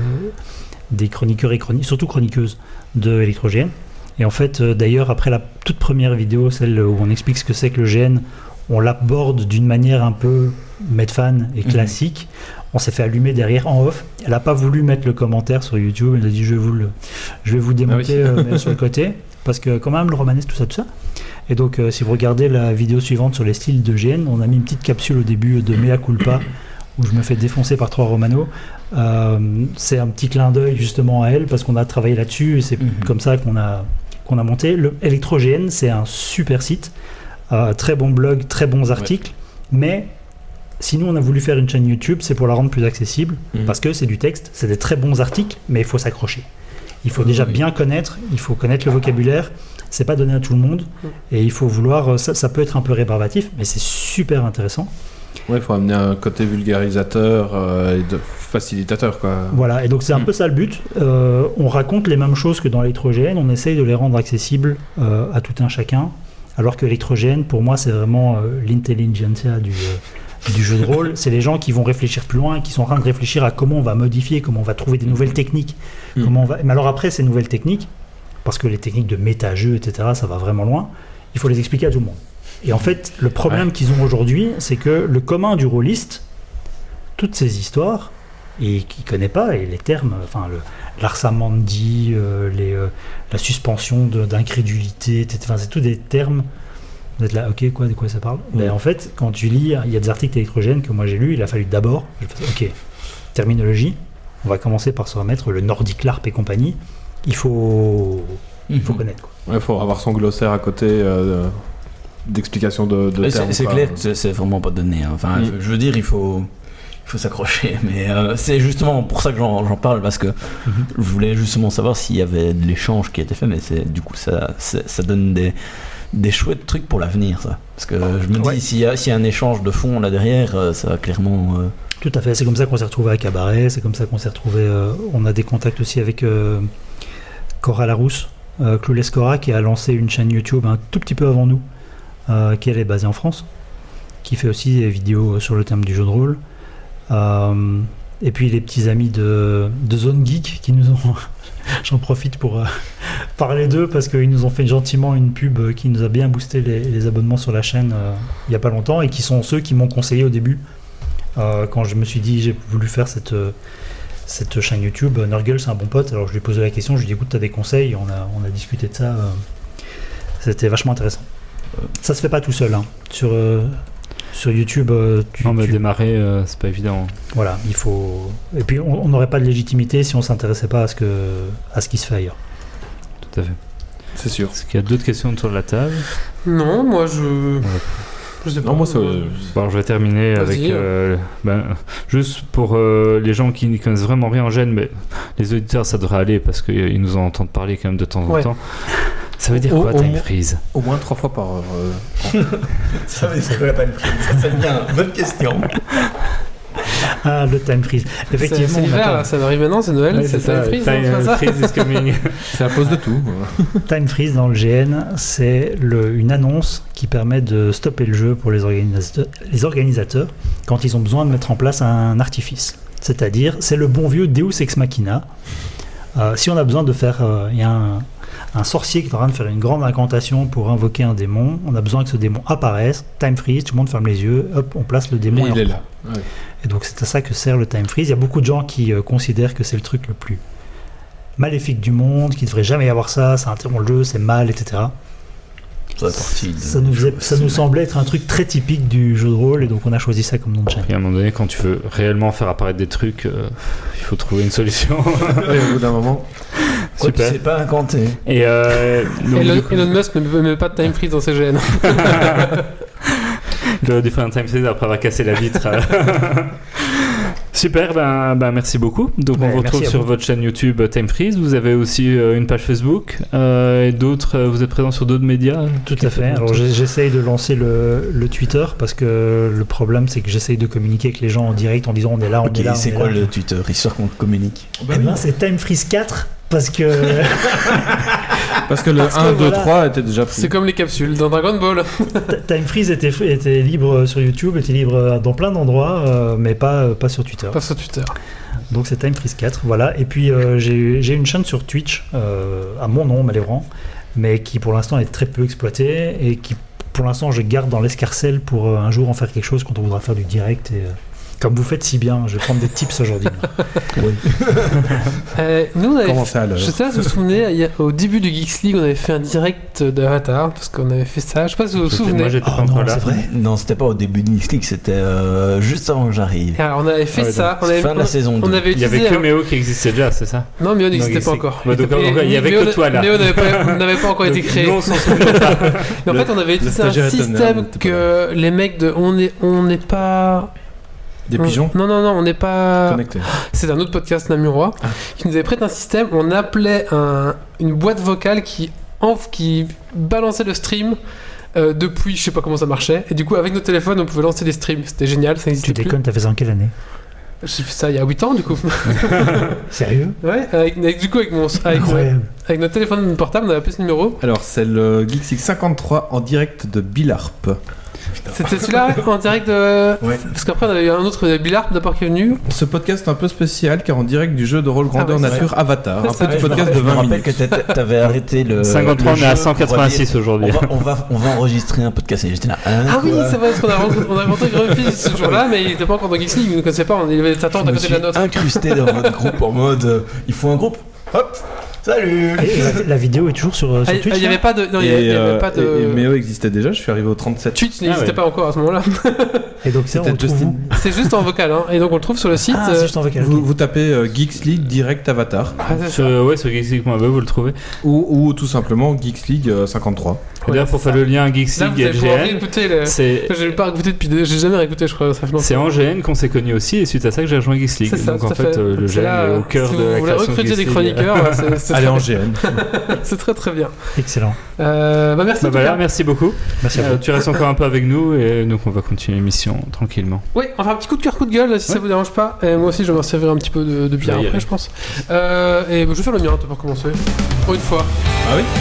des chroniqueurs et chroniqueuses, surtout chroniqueuses de Electrogène. Et en fait, euh, d'ailleurs, après la toute première vidéo, celle où on explique ce que c'est que le G N, on l'aborde d'une manière un peu Medfan et classique. On s'est fait allumer derrière en off. Elle n'a pas voulu mettre le commentaire sur YouTube. Elle a dit je vais vous, le, je vais vous démonter Ah oui. euh, mais sur le côté. Parce que quand même, le romanesque, tout ça, tout ça. Et donc, euh, si vous regardez la vidéo suivante sur les styles de G N, on a mis une petite capsule au début de Mea Culpa, où je me fais défoncer par trois Romano. Euh, c'est un petit clin d'œil justement à elle, parce qu'on a travaillé là-dessus, et c'est Mhm. comme ça qu'on a, qu'on a monté. Le Electro G N, c'est un super site, euh, très bon blog, très bons articles, mais sinon on a voulu faire une chaîne YouTube, c'est pour la rendre plus accessible, Mhm. parce que c'est du texte, c'est des très bons articles, mais il faut s'accrocher. Il faut Oui, déjà oui. bien connaître, il faut connaître le vocabulaire, c'est pas donné à tout le monde, et il faut vouloir, ça, ça peut être un peu rébarbatif, mais c'est super intéressant. Ouais, il faut amener un côté vulgarisateur euh, et de facilitateur, quoi. Voilà, et donc c'est un Mm. peu ça le but. Euh, on raconte les mêmes choses que dans l'électrogène, on essaye de les rendre accessibles euh, à tout un chacun, alors que l'électrogène, pour moi, c'est vraiment euh, l'intelligentsia du, euh, du jeu de rôle. C'est les gens qui vont réfléchir plus loin, qui sont en train de réfléchir à comment on va modifier, comment on va trouver des nouvelles techniques. Mm. Comment on va... Mais alors après, ces nouvelles techniques, parce que les techniques de méta-jeu, et cetera, ça va vraiment loin, il faut les expliquer à tout le monde. Et en fait, le problème Ouais. qu'ils ont aujourd'hui, c'est que le commun du rôliste, toutes ces histoires, et qui ne connaît pas, et les termes, enfin, le, l'arsamandi, euh, les, euh, la suspension de, d'incrédulité, et cetera, enfin, c'est tous des termes. Vous êtes là, ok, quoi, de quoi ça parle? Ouais. Ben, en fait, quand tu lis, il y a des articles électrogènes que moi j'ai lus, il a fallu d'abord, je fais, ok, terminologie, on va commencer par se remettre le Nordic LARP et compagnie, il faut, il faut connaître. Quoi. Ouais, il faut avoir son glossaire à côté euh, d'explications de, de Ouais, termes. c'est c'est quoi. clair que c'est- c'est vraiment pas donné. hein. Enfin, Mm. je veux dire, il faut, il faut s'accrocher. Mais euh, c'est justement pour ça que j'en, j'en parle, parce que mm-hmm. je voulais justement savoir s'il y avait de l'échange qui était fait, mais c'est, du coup, ça, ça donne des, des chouettes trucs pour l'avenir, ça. Parce que je me dis, ouais. s'il, y a, s'il y a un échange de fond là derrière, ça va clairement... Euh... Tout à fait, c'est comme ça qu'on s'est retrouvé à Cabaret, c'est comme ça qu'on s'est retrouvé... Euh, on a des contacts aussi avec euh, Cora Larousse, euh, Clueless Cora, qui a lancé une chaîne YouTube un tout petit peu avant nous, euh, qui elle est basée en France, qui fait aussi des vidéos sur le thème du jeu de rôle. Euh, et puis les petits amis de, de Zone Geek qui nous ont... J'en profite pour euh, parler d'eux parce qu'ils nous ont fait gentiment une pub qui nous a bien boosté les, les abonnements sur la chaîne euh, il n'y a pas longtemps, et qui sont ceux qui m'ont conseillé au début euh, quand je me suis dit j'ai voulu faire cette, cette chaîne YouTube. Nurgle, c'est un bon pote, alors je lui ai posé la question, je lui ai dit écoute, t'as des conseils, on a, on a discuté de ça, euh, c'était vachement intéressant. Ça se fait pas tout seul hein. sur, euh, sur YouTube. Euh, tu, non mais tu... démarrer euh, c'est pas évident. Voilà, il faut. Et puis on n'aurait pas de légitimité si on s'intéressait pas à ce que à ce qui se fait ailleurs. Tout à fait. C'est sûr. Est-ce qu'il y a d'autres questions autour de la table? Non, moi je. Ouais. Je sais pas. Non, moi, ça... Bon, je vais terminer Vas-y, avec euh, ben, juste pour euh, les gens qui ne connaissent vraiment rien en gène, mais les auditeurs ça devrait aller parce qu'ils nous en entendent parler quand même de temps en ouais. temps. Ça veut dire au, quoi, time freeze? Au moins trois fois par heure. Euh... ça veut dire quoi, la time freeze? Ça, c'est bien. Bonne question. Ah, le time freeze. Effectivement. C'est, c'est l'hiver, là, ça arrive maintenant, c'est Noël, ouais, c'est, c'est time freeze. Time non, freeze is coming. C'est la pause de tout. Time freeze dans le G N, c'est le, une annonce qui permet de stopper le jeu pour les organisateurs, les organisateurs quand ils ont besoin de mettre en place un artifice. C'est-à-dire, c'est le bon vieux Deus Ex Machina. Euh, si on a besoin de faire. Il euh, y a un. Un sorcier qui est en train de faire une grande incantation pour invoquer un démon, on a besoin que ce démon apparaisse, time freeze, tout le monde ferme les yeux, hop, on place le démon. Et il est là. Ouais. Et donc c'est à ça que sert le time freeze. Il y a beaucoup de gens qui euh, considèrent que c'est le truc le plus maléfique du monde, qu'il ne devrait jamais y avoir ça, ça interrompt le jeu, c'est mal, et cetera. Ça, de ça, nous, faisait, ça nous semblait être un truc très typique du jeu de rôle, et donc on a choisi ça comme nom de chaîne. Et à un moment donné, quand tu veux réellement faire apparaître des trucs, euh, il faut trouver une solution. Et au bout d'un moment. Quoi, tu sais pas incanter. Et euh, donc, Elon, coup... Elon Musk ne met pas de time freeze dans ses G N. Il aurait dû faire un time freeze après avoir cassé la vitre. Super, ben, ben merci beaucoup. Donc ouais, on vous retrouve sur vous. Votre chaîne YouTube Time Freeze. Vous avez aussi euh, une page Facebook euh, et d'autres. Euh, vous êtes présent sur d'autres médias? Tout à fait. Alors j'essaye de lancer le, le Twitter parce que le problème c'est que j'essaye de communiquer avec les gens en direct en disant on est là, on okay, est là. C'est on quoi est là. Le Twitter, histoire qu'on communique? Bah, eh ben, c'est Time Freeze quatre. Parce que. Parce que le Parce un, deux, trois était déjà pris. C'est comme les capsules dans Dragon Ball. Time Freeze était, était libre sur YouTube, était libre dans plein d'endroits, euh, mais pas, pas sur Twitter. Pas sur Twitter. Donc c'est Time Freeze quatre, voilà. Et puis euh, j'ai, j'ai une chaîne sur Twitch, euh, à mon nom, Malévrant, mais qui pour l'instant est très peu exploitée et qui pour l'instant je garde dans l'escarcelle pour euh, un jour en faire quelque chose quand on voudra faire du direct et. Euh, Comme vous faites si bien, je vais prendre des tips aujourd'hui. Oui. euh, nous, on avait Comment fait, ça, je sais pas si vous vous souvenez, il y a, au début du Geeks League, on avait fait un direct d'Avatar, parce qu'on avait fait ça. Je sais pas si vous vous j'étais, souvenez. Moi, j'étais oh, pas non, encore là. C'est vrai non, c'était pas au début de Geeks League, c'était euh, juste avant que j'arrive. Alors, on avait fait ah ouais, ça. Donc, on avait, fin de la on, saison on avait il y avait que Méo qui existait déjà, c'est ça? Non, Méo n'existait pas encore. Bah, donc, il n'y avait que toi là. Méo n'avait pas, n'avait pas encore été créé. Nous, on s'en souvient pas. En fait, on avait utilisé un système que les mecs de. On n'est on n'est pas. Des pigeons? Non, non, non, on n'est pas. Connecté. C'est un autre podcast namurois ah. qui nous avait prêté un système où on appelait un, une boîte vocale qui, enf, qui balançait le stream euh, depuis, je sais pas comment ça marchait. Et du coup, avec nos téléphones, on pouvait lancer les streams. C'était génial, ça n'existait plus. Tu déconnes, t'as fait ça en quelle année? J'ai fait ça il y a huit ans, du coup. Sérieux? Ouais, avec, avec, du coup, avec, mon, avec, mon, avec notre téléphone portable, on avait appelé ce numéro. Alors, c'est le Geeks League cinquante-trois en direct de Bilarp. C'était celui-là en direct de... Ouais. Parce qu'après on avait eu un autre Bilarp d'abord qui est venu. Ce podcast est un peu spécial car en direct du jeu de rôle grandeur ah ouais, nature vrai. Avatar. Un petit podcast de vingt minutes. Je me rappelle que t'avais arrêté le cinquantre-trois, on est à cent quatre-vingt-six aujourd'hui. On va, on, va, on va enregistrer un podcast et j'étais là. Hein, ah oui, c'est vrai, parce qu'on a rencontré, on a rencontré Grumpy ce jour-là, mais il n'était pas encore dans Geeks League, il ne connaissait pas, on avait sa tente à côté de la nôtre. Incrusté dans votre groupe en mode euh, il faut un groupe. Hop. Salut. La, la vidéo est toujours sur, sur ah, Twitch. Il n'y avait pas de. Non, il y avait, et, il y avait euh, pas de. Et, et Méo existait déjà. Je suis arrivé au trente-sept. Twitch n'existait ah ouais. pas encore à ce moment-là. Et donc c'est, on Justin. C'est juste en vocal, hein. Et donc on le trouve sur le site. Ah, c'est juste en vocal. Vous, okay. vous tapez euh, Geeks League direct Avatar. Ah, sur, ouais, sur geeks league point b vous le trouvez. Ou, ou tout simplement Geeks League euh, cinquante-trois. Ouais, D'ailleurs, pour faire le lien Geeks Là, League vous et allez pouvoir L G N, réécouter le... c'est J'ai pas réécouté depuis. J'ai jamais réécouté, je crois. Ça fait c'est en G N qu'on s'est connus aussi, et suite à ça que j'ai rejoint Geeks League. C'est ça, Donc tout en à fait, fait. euh, le C'est G N là, est au cœur si de la vous voulez création de recruter Geeks des League. chroniqueurs, c'est, c'est Allez très en bien. G N. C'est très très bien. Excellent. Euh, bah merci. Bah en tout voilà, cas. merci beaucoup. Merci à Euh, vous. tu restes encore un peu avec nous, et donc on va continuer l'émission tranquillement. Oui, enfin un petit coup de cœur, coup de gueule, si Ouais. ça vous dérange pas. Et moi aussi, je vais me servir un petit peu de, de bière Je vais y après, aller. je pense. Euh, et bah, je vais faire le mien pour commencer. Pour une fois. Ah oui.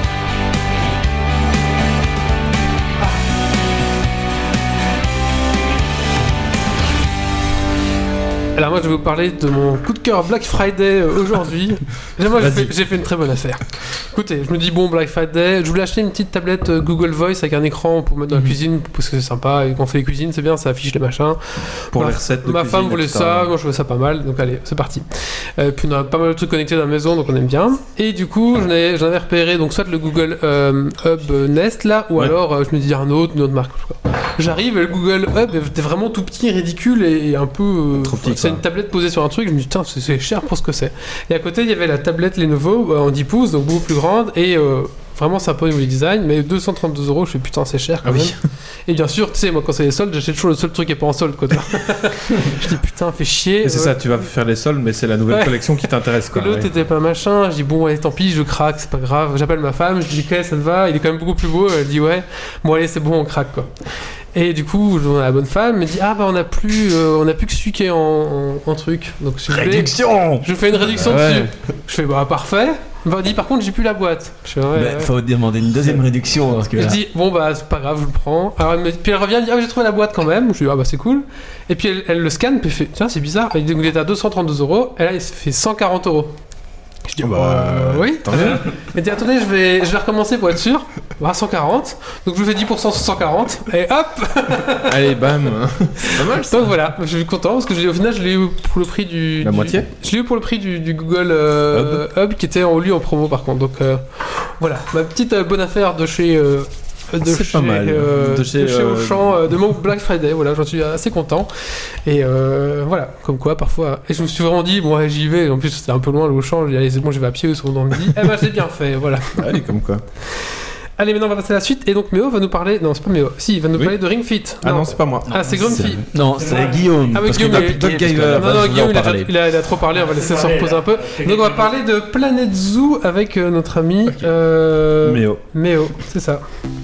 Alors moi je vais vous parler de mon coup de cœur Black Friday euh, aujourd'hui. Déjà, moi j'ai Vas-y. fait, j'ai fait une très bonne affaire. Écoutez, je me dis bon Black Friday, je voulais acheter une petite tablette euh, Google Voice avec un écran pour mettre dans la Mhm. cuisine parce que c'est sympa et quand on fait les cuisines c'est bien, ça affiche les machins. Pour ma, les recettes de Ma cuisine, femme voulait et cetera. ça, moi je trouvais ça pas mal, donc allez c'est parti. Euh, puis on a pas mal de trucs connectés dans la maison donc on aime bien. Et du coup j'en ai, j'en avais repéré donc soit le Google euh, Hub Nest là ou Ouais. alors euh, je me dis un autre, une autre marque. je sais pas. J'arrive et le Google Hub était vraiment tout petit, ridicule et, et un peu. euh, Trop petit, c'est quoi. une tablette posée sur un truc, je me dis putain c'est, c'est cher pour ce que c'est. Et à côté il y avait la tablette Lenovo euh, en dix pouces, donc beaucoup plus grande et euh, vraiment sympa au niveau du design, mais deux cent trente-deux euros, je fais putain c'est cher quand Ah même. oui. Et bien sûr, tu sais, moi quand c'est les soldes, j'achète toujours le seul truc qui est pas en solde quoi. tu vois. Je dis putain, fait chier. Et c'est Ouais. ça, tu vas faire les soldes, mais c'est la nouvelle Ouais. collection qui t'intéresse Que quoi. l'autre ouais. était pas machin, je dis bon allez tant pis, je craque, c'est pas grave. J'appelle ma femme, je dis ok ça te va, il est quand même beaucoup plus beau, elle dit ouais, bon allez c'est bon on craque quoi. Et du coup, je- la bonne femme me dit ah bah on a plus, euh, on a plus que celui qui est en, en, en truc, donc si vous voulez, Réduction. je fais une réduction Ah ouais. dessus. Je fais bah parfait. Elle me dit par contre j'ai plus la boîte. Je fais ouais. Mais ouais. faut demander une deuxième réduction parce que Je là- dis bon bah c'est pas grave je le prends. Alors elle me... puis elle revient elle me dit ah j'ai trouvé la boîte quand même. Je dis ah bah c'est cool. Et puis elle, elle le scanne puis elle fait tiens c'est bizarre. Elle dit donc il était à deux cent trente-deux euros et là il se fait cent quarante euros. Je dis Bah, euh, oui. tant mieux. Elle dit attendez je vais je vais recommencer pour être sûr. Bah cent quarante. Donc je lui fais dix pour cent sur cent quarante et hop. Allez, bam. C'est pas mal ça. Donc voilà je suis content parce que je l'ai- au final je l'ai eu pour le prix du La du- moitié. Je l'ai eu pour le prix du, du Google euh, Hub. qui était en lui en promo par contre. Donc euh, voilà ma petite euh, bonne affaire de chez euh, de C'est chez, pas mal. euh, De de chez, chez euh, Auchan, euh, de mon Black Friday, voilà, j'en suis assez content. Et euh, voilà, comme quoi parfois. Et je me suis vraiment dit, bon, ouais, j'y vais. En plus, c'était un peu loin le Auchan. J'ai dit, allez, c'est bon, j'y vais à pied, ils sont dans le midi. Eh ben, j'ai bien fait, voilà. Allez, comme quoi. Allez, maintenant, on va passer à la suite. Et donc, Méo va nous parler. Non, c'est pas Méo. Si, il va nous Oui. parler de Ring Fit. Ah non, c'est pas moi. Ah, c'est Grumpy. Non, c'est Guillaume. Ah oui, parce que Guillaume, Doc- il- Doc il- Gaver il- va Non, non, vous en Guillaume, il a, parler. il, a, il a trop parlé, on va laisser se reposer un peu. Donc, on va parler de Planet Zoo avec euh, notre ami euh, Méo. Méo, c'est ça.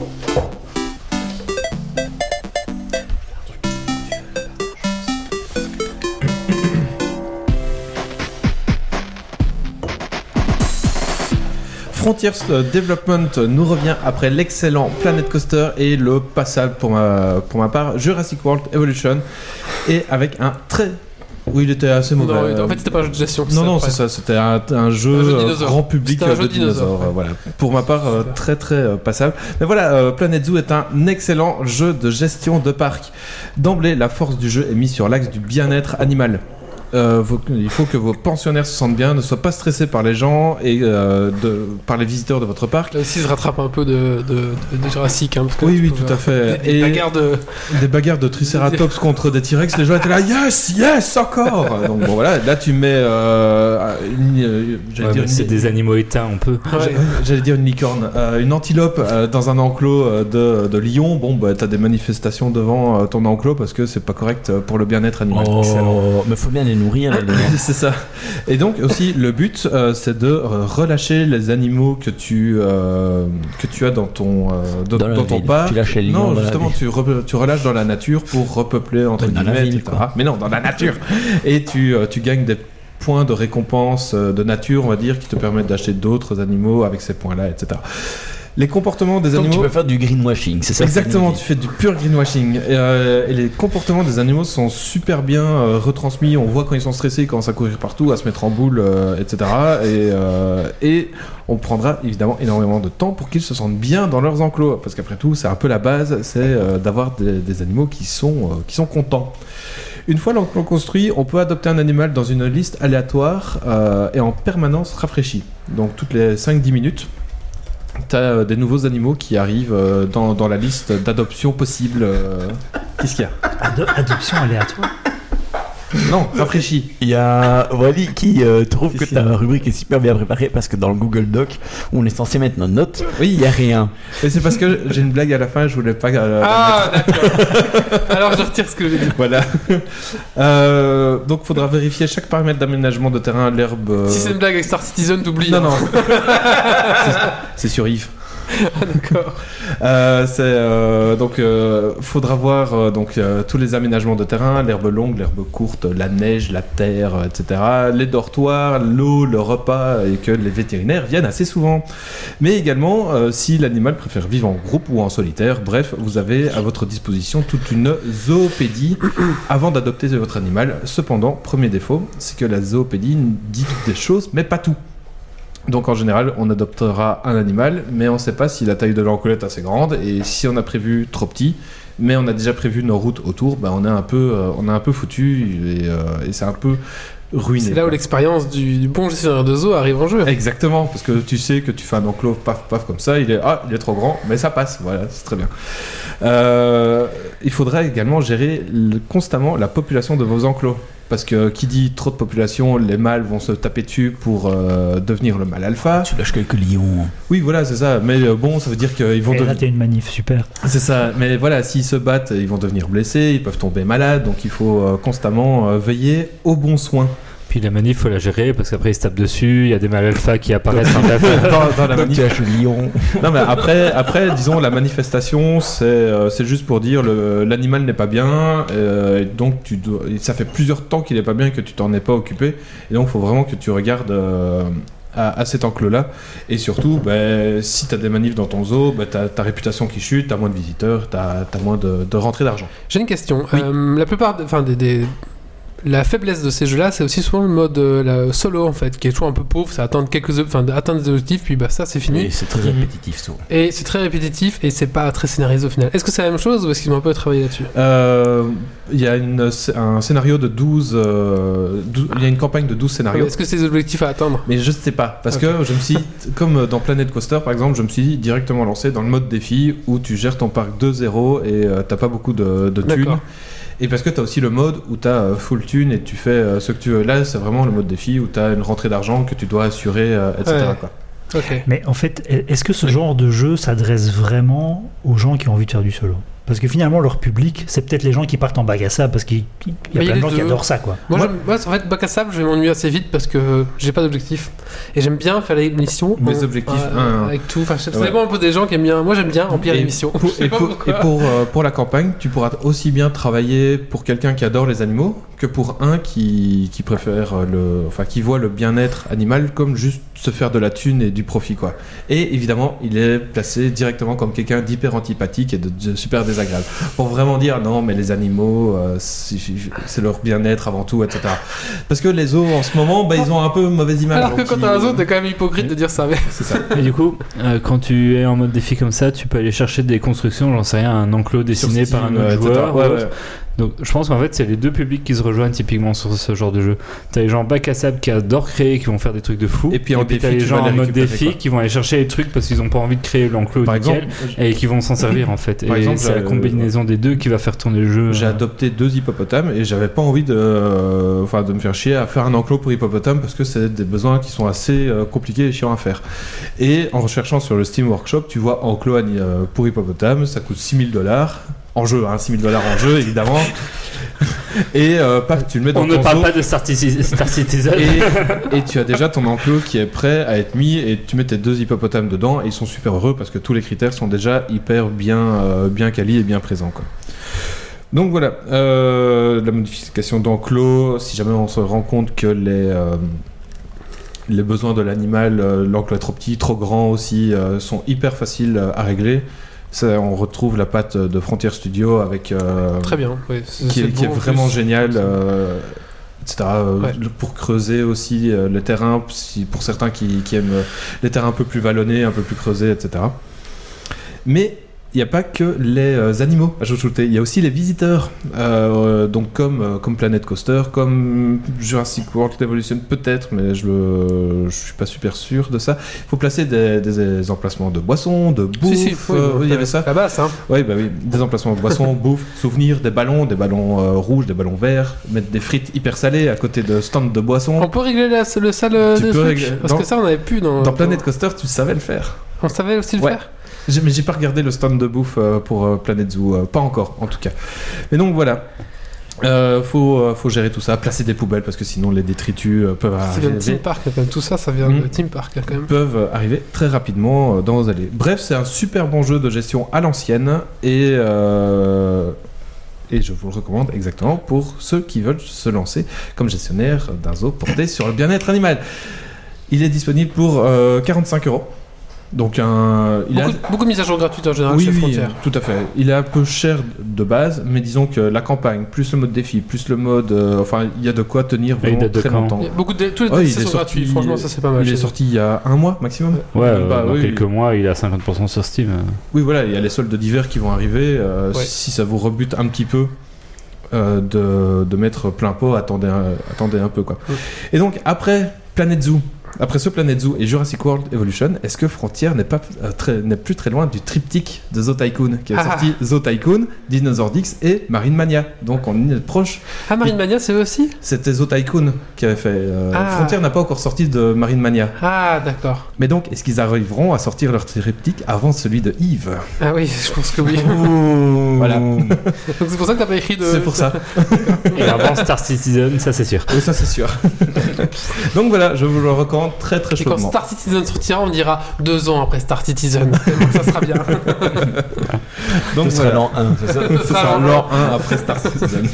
Frontiers Development nous revient après l'excellent Planet Coaster et le passable pour ma, pour ma part Jurassic World Evolution et avec un très... Oui, il était assez mauvais. Non, en fait, c'était pas un jeu de gestion. Non, non, après. c'est ça, c'était un, un jeu, Un jeu de euh, dinosaure. grand public C'était un euh, jeu de de dinosaure, dinosaures. ouais. euh, Voilà. Pour ma part, euh, très très euh, passable. Mais voilà, euh, Planet Zoo est un excellent jeu de gestion de parc. D'emblée, la force du jeu est mise sur l'axe du bien-être animal. Euh, vos- il faut que vos pensionnaires se sentent bien, ne soient pas stressés par les gens et euh, de, par les visiteurs de votre parc. Là aussi, il se rattrape un peu de, de, de, de Jurassic. Hein, parce que Oui, tu oui, pouvais tout à fait. avoir Des, des Et- bagarres de. Des bagarres de Triceratops contre des T-Rex, les gens étaient là, yes, yes, encore. Donc bon voilà, là tu mets, euh, une, euh, j'allais Ouais, dire mais une- c'est des animaux éteints, on peut. Ouais. J'ai- J'allais dire une licorne, euh, une antilope euh, dans un enclos euh, de, de Lyon. Bon, bah t'as des manifestations devant euh, ton enclos parce que c'est pas correct euh, pour le bien-être animal. Oh, mais faut bien les nourrir. les gens. C'est ça. Et donc aussi le but euh, c'est de euh, relâcher les animaux que tu euh, que tu as dans ton euh, dans, Dans la dans ton ville. parc. Tu lâches les lions Non, dans la justement ville. tu, re- tu relâches dans la nature pour repeupler entre Dans la guillemets, ville, et cetera. quoi. Mais non, dans la nature. Et tu euh, tu gagnes des points de récompense euh, de nature, on va dire, qui te permettent d'acheter d'autres animaux avec ces points-là, et cetera. Les comportements des Donc tu animaux. peux faire du greenwashing, c'est ça que Exactement, tu tu fais du pur greenwashing. Et, euh, et les comportements des animaux sont super bien euh, retransmis. On voit quand ils sont stressés, ils commencent à courir partout, à se mettre en boule, euh, et cetera. Et, euh, et on prendra évidemment énormément de temps pour qu'ils se sentent bien dans leurs enclos. Parce qu'après tout, c'est un peu la base, c'est euh, d'avoir des, des animaux qui sont, euh, qui sont contents. Une fois l'enclos construit, on peut adopter un animal dans une liste aléatoire euh, et en permanence rafraîchie. Donc toutes les cinq dix minutes. T'as euh, des nouveaux animaux qui arrivent euh, dans, dans la liste d'adoption possible. euh. Qu'est-ce qu'il y a Ado- adoption aléatoire. Non, rafraîchi. Il y a Wally qui euh, trouve que Ici. ta rubrique est super bien préparée parce que dans le Google Doc où on est censé mettre nos notes, Oui. il n'y a rien. Et c'est parce que j'ai une blague à la fin, je voulais pas. euh, la Ah, d'accord. Alors, je retire ce que j'ai dit. Voilà. Euh, donc, il faudra vérifier chaque paramètre d'aménagement de terrain, l'herbe. euh, Si c'est une blague avec Star Citizen, t'oublies. Non, hein. non. C'est- c'est sur Yves. D'accord. Euh, c'est euh, donc euh, faudra voir euh, donc euh, tous les aménagements de terrain, l'herbe longue, l'herbe courte, la neige, la terre, euh, et cetera. Les dortoirs, l'eau, le repas et que les vétérinaires viennent assez souvent. Mais également euh, si l'animal préfère vivre en groupe ou en solitaire. Bref, vous avez à votre disposition toute une zoopédie avant d'adopter votre animal. Cependant, premier défaut, c'est que la zoopédie dit des choses, mais pas tout. Donc en général, on adoptera un animal, mais on ne sait pas si la taille de l'enclos est assez grande, et si on a prévu trop petit, mais on a déjà prévu nos routes autour, bah on est un peu, euh, on est un peu foutu, et, euh, et c'est un peu ruiné. C'est là où quoi. l'expérience du, du bon gestionnaire de zoo arrive en jeu. Exactement, parce que tu sais que tu fais un enclos paf paf comme ça, il est ah il est trop grand, mais ça passe, voilà, c'est très bien. Euh, il faudra également gérer le- constamment la population de vos enclos, parce que qui dit trop de population, les mâles vont se taper dessus pour euh, devenir le mâle alpha. Tu lâches quelques lions. Oui, voilà, c'est ça. Mais euh, bon, ça veut dire qu'ils vont Et là, devenir. t'as une manif, super. C'est ça. Mais voilà, s'ils se battent, ils vont devenir blessés, ils peuvent tomber malades, donc il faut euh, constamment euh, veiller aux bons soins. Puis la manif, faut la gérer parce qu'après ils se tapent dessus, il y a des mâles alpha qui apparaissent dans la dans, dans la Donc manif. tu lâches le lion. Non, mais après, après, disons, la manifestation, c'est euh, c'est juste pour dire le- l'animal n'est pas bien, euh, et donc tu dois, et ça fait plusieurs temps qu'il n'est pas bien et que tu t'en es pas occupé, et donc il faut vraiment que tu regardes euh, à, à cet enclos-là. Et surtout, ben, si tu as des manifs dans ton zoo, ben, tu as ta réputation qui chute, tu as moins de visiteurs, tu as moins de, de rentrées d'argent. J'ai une question. Oui. Euh, la plupart, de- enfin des, des- la faiblesse de ces jeux-là, c'est aussi souvent le mode euh, la solo en fait, qui est toujours un peu pauvre. C'est atteindre quelques, ob- enfin atteindre des objectifs, puis bah ça c'est fini. Et c'est très répétitif souvent. Et c'est très répétitif et c'est pas très scénarisé au final. Est-ce que c'est la même chose ou est-ce qu'ils ont un peu travaillé là-dessus? Euh, Il y a une, un scénario de douze, euh, douze il y a une campagne de douze scénarios. Est-ce que c'est des objectifs à atteindre? Mais je sais pas, parce Ok. que je me suis, comme dans Planet Coaster par exemple, je me suis directement lancé dans le mode défi où tu gères ton parc de zéro et euh, t'as pas beaucoup de, de thunes. D'accord. Et parce que t'as aussi le mode où t'as euh, full thune et tu fais euh, ce que tu veux. Là, c'est vraiment le mode défi où t'as une rentrée d'argent que tu dois assurer, euh, et cetera. Ouais. Quoi. Ok. Mais en fait, est-ce que ce genre de jeu s'adresse vraiment aux gens qui ont envie de faire du solo? Parce que finalement, leur public, c'est peut-être les gens qui partent en bac à sable, parce qu'il y a Mais il y plein a de les gens qui deux. adorent ça, quoi. Moi, Moi, j'aime- moi, en fait, bac à sable, je vais m'ennuyer assez vite parce que j'ai pas d'objectif. Et j'aime bien faire les missions. Mes en- objectifs, euh, un, un. avec tout. Enfin, ça Ouais. dépend un peu des gens qui aiment bien. Moi, j'aime bien remplir Et les missions. Pour- Je sais et pas pour, pourquoi. et pour, euh, pour la campagne, tu pourras aussi bien travailler pour quelqu'un qui adore les animaux que pour un qui, qui préfère le, enfin qui voit le bien-être animal comme juste se faire de la thune et du profit quoi. Et évidemment, il est placé directement comme quelqu'un d'hyper antipathique et de, de super désagréable pour vraiment dire non mais les animaux euh, c'est c'est leur bien-être avant tout, et cetera. Parce que les zoos en ce moment, bah, ils ont un peu mauvaise image. Alors que donc quand ils- t'as un zoo, t'es quand même hypocrite de dire ça. Mais... c'est ça. Et du coup, euh, quand tu es en mode défi comme ça, tu peux aller chercher des constructions, j'en sais rien, un enclos dessiné Sur par un Steam, autre euh, et cetera. joueur. Ouais, ou ouais. autre. Donc je pense qu'en fait, c'est les deux publics qui se rejoignent typiquement sur ce genre de jeu. T'as les gens bac à sable qui adorent créer, qui vont faire des trucs de fou. Et puis en t'as défi, les tu gens vas les en mode récupérer, défi quoi. qui vont aller chercher les trucs parce qu'ils ont pas envie de créer l'enclos Par nickel exemple, et qui vont s'en servir en fait. Par et exemple, c'est la euh, combinaison des deux qui va faire tourner le jeu. j'ai adopté deux hippopotames et j'avais pas envie de, euh, enfin, de me faire chier à faire un enclos pour hippopotames parce que c'est des besoins qui sont assez euh, compliqués et chiants à faire. Et en recherchant sur le Steam Workshop, tu vois enclos ani- euh, pour hippopotames, ça coûte six mille dollars en jeu, hein, six mille dollars en jeu évidemment. Et euh, paf, tu le mets dans On ton ne parle zoo. pas de Star, Citi- Star Citizen. Et, et tu as déjà ton enclos qui est prêt à être mis et tu mets tes deux hippopotames dedans et ils sont super heureux parce que tous les critères sont déjà hyper bien, euh, bien quali et bien présents quoi. Donc voilà, euh, la modification d'enclos, si jamais on se rend compte que les, euh, les besoins de l'animal, euh, l'enclos est trop petit, trop grand aussi, euh, sont hyper faciles euh, à régler. Ça, on retrouve la patte de Frontier Studio avec euh, Très bien. Ouais, c'est- qui, c'est est, qui est bon, en vraiment plus. génial, euh, et cetera. euh, Ouais. le- Pour creuser aussi euh, le terrain, si, pour certains qui, qui aiment euh, les terrains un peu plus vallonnés, un peu plus creusés, et cetera. Mais il n'y a pas que les euh, animaux à chouchouter, il y a aussi les visiteurs, euh, donc comme, euh, comme Planet Coaster, comme Jurassic World Evolution peut-être, mais je ne suis pas super sûr de ça. Il faut placer des, des emplacements de boissons, de bouffe, Si, si, oui, euh, bon, il y avait ça. La base, hein. Oui, bah oui, des emplacements de boissons, bouffe, souvenirs, des ballons, des ballons euh, rouges, des ballons verts, mettre des frites hyper salées à côté de stands de boissons. On peut régler la, le salle Tu des peux trucs régler- parce dans- que ça on avait pu dans, Dans Planet Coaster, tu savais le faire. On savait aussi le Ouais. faire. J'ai- Mais j'ai pas regardé le stand de bouffe euh, pour euh, Planet Zoo, euh, pas encore en tout cas. Mais donc voilà, euh, faut, euh, faut gérer tout ça, placer des poubelles parce que sinon les détritus euh, peuvent Ça vient de arriver, Team Park, quand même. Tout ça, ça vient Mm. de Team Park quand même. peuvent arriver très rapidement euh, dans vos allées. Bref, c'est un super bon jeu de gestion à l'ancienne et euh, et je vous le recommande exactement pour ceux qui veulent se lancer comme gestionnaire d'un zoo porté sur le bien-être animal. Il est disponible pour euh, quarante-cinq euros. Donc un, il a- Beaucoup, beaucoup de mises à jour gratuites en général oui, chez oui, Frontier. tout à fait. Il est un peu cher de base, mais disons que la campagne, plus le mode défi, plus le mode... euh, enfin, il y a de quoi tenir Et il vraiment date de très quand longtemps. Il y a beaucoup de tous les Ouais, D L il C est sont sorti- gratuits. Franchement, ça c'est pas mal. Il est chez sorti il y a un mois maximum. Ouais, Même euh, pas, dans oui. quelques mois, il est à cinquante pour cent sur Steam. Oui, voilà, il y a les soldes d'hiver qui vont arriver. euh, Ouais. Si ça vous rebute un petit peu euh, de, de mettre plein pot, attendez un, attendez un peu, quoi. Ouais. Et donc, après Planet Zoo, après ce Planet Zoo et Jurassic World Evolution, est-ce que Frontier n'est pas euh, très- n'est plus très loin du triptyque de Zoo Tycoon qui a Ah. sorti Zoo Tycoon, Dinosaur Dix et Marine Mania. Donc on est proche. Ah, Marine Mania, c'est eux aussi C'était Zoo Tycoon qui avait fait. euh, Ah. Frontier n'a pas encore sorti de Marine Mania. Ah, d'accord. Mais donc, est-ce qu'ils arriveront à sortir leur triptyque avant celui de Yves? Ah oui, je pense que oui. Voilà. Donc c'est pour ça que t'as pas écrit de. C'est pour ça. Et avant Star Citizen, ça c'est sûr. Oui, ça c'est sûr. Donc voilà, je vous le recommande très très Et quand chaudement. Star Citizen sortira, on dira deux ans après Star Citizen. Tellement que ça sera bien. Donc Ce sera voilà. l'an un, c'est ça? Ce sera l'an un après Star Citizen.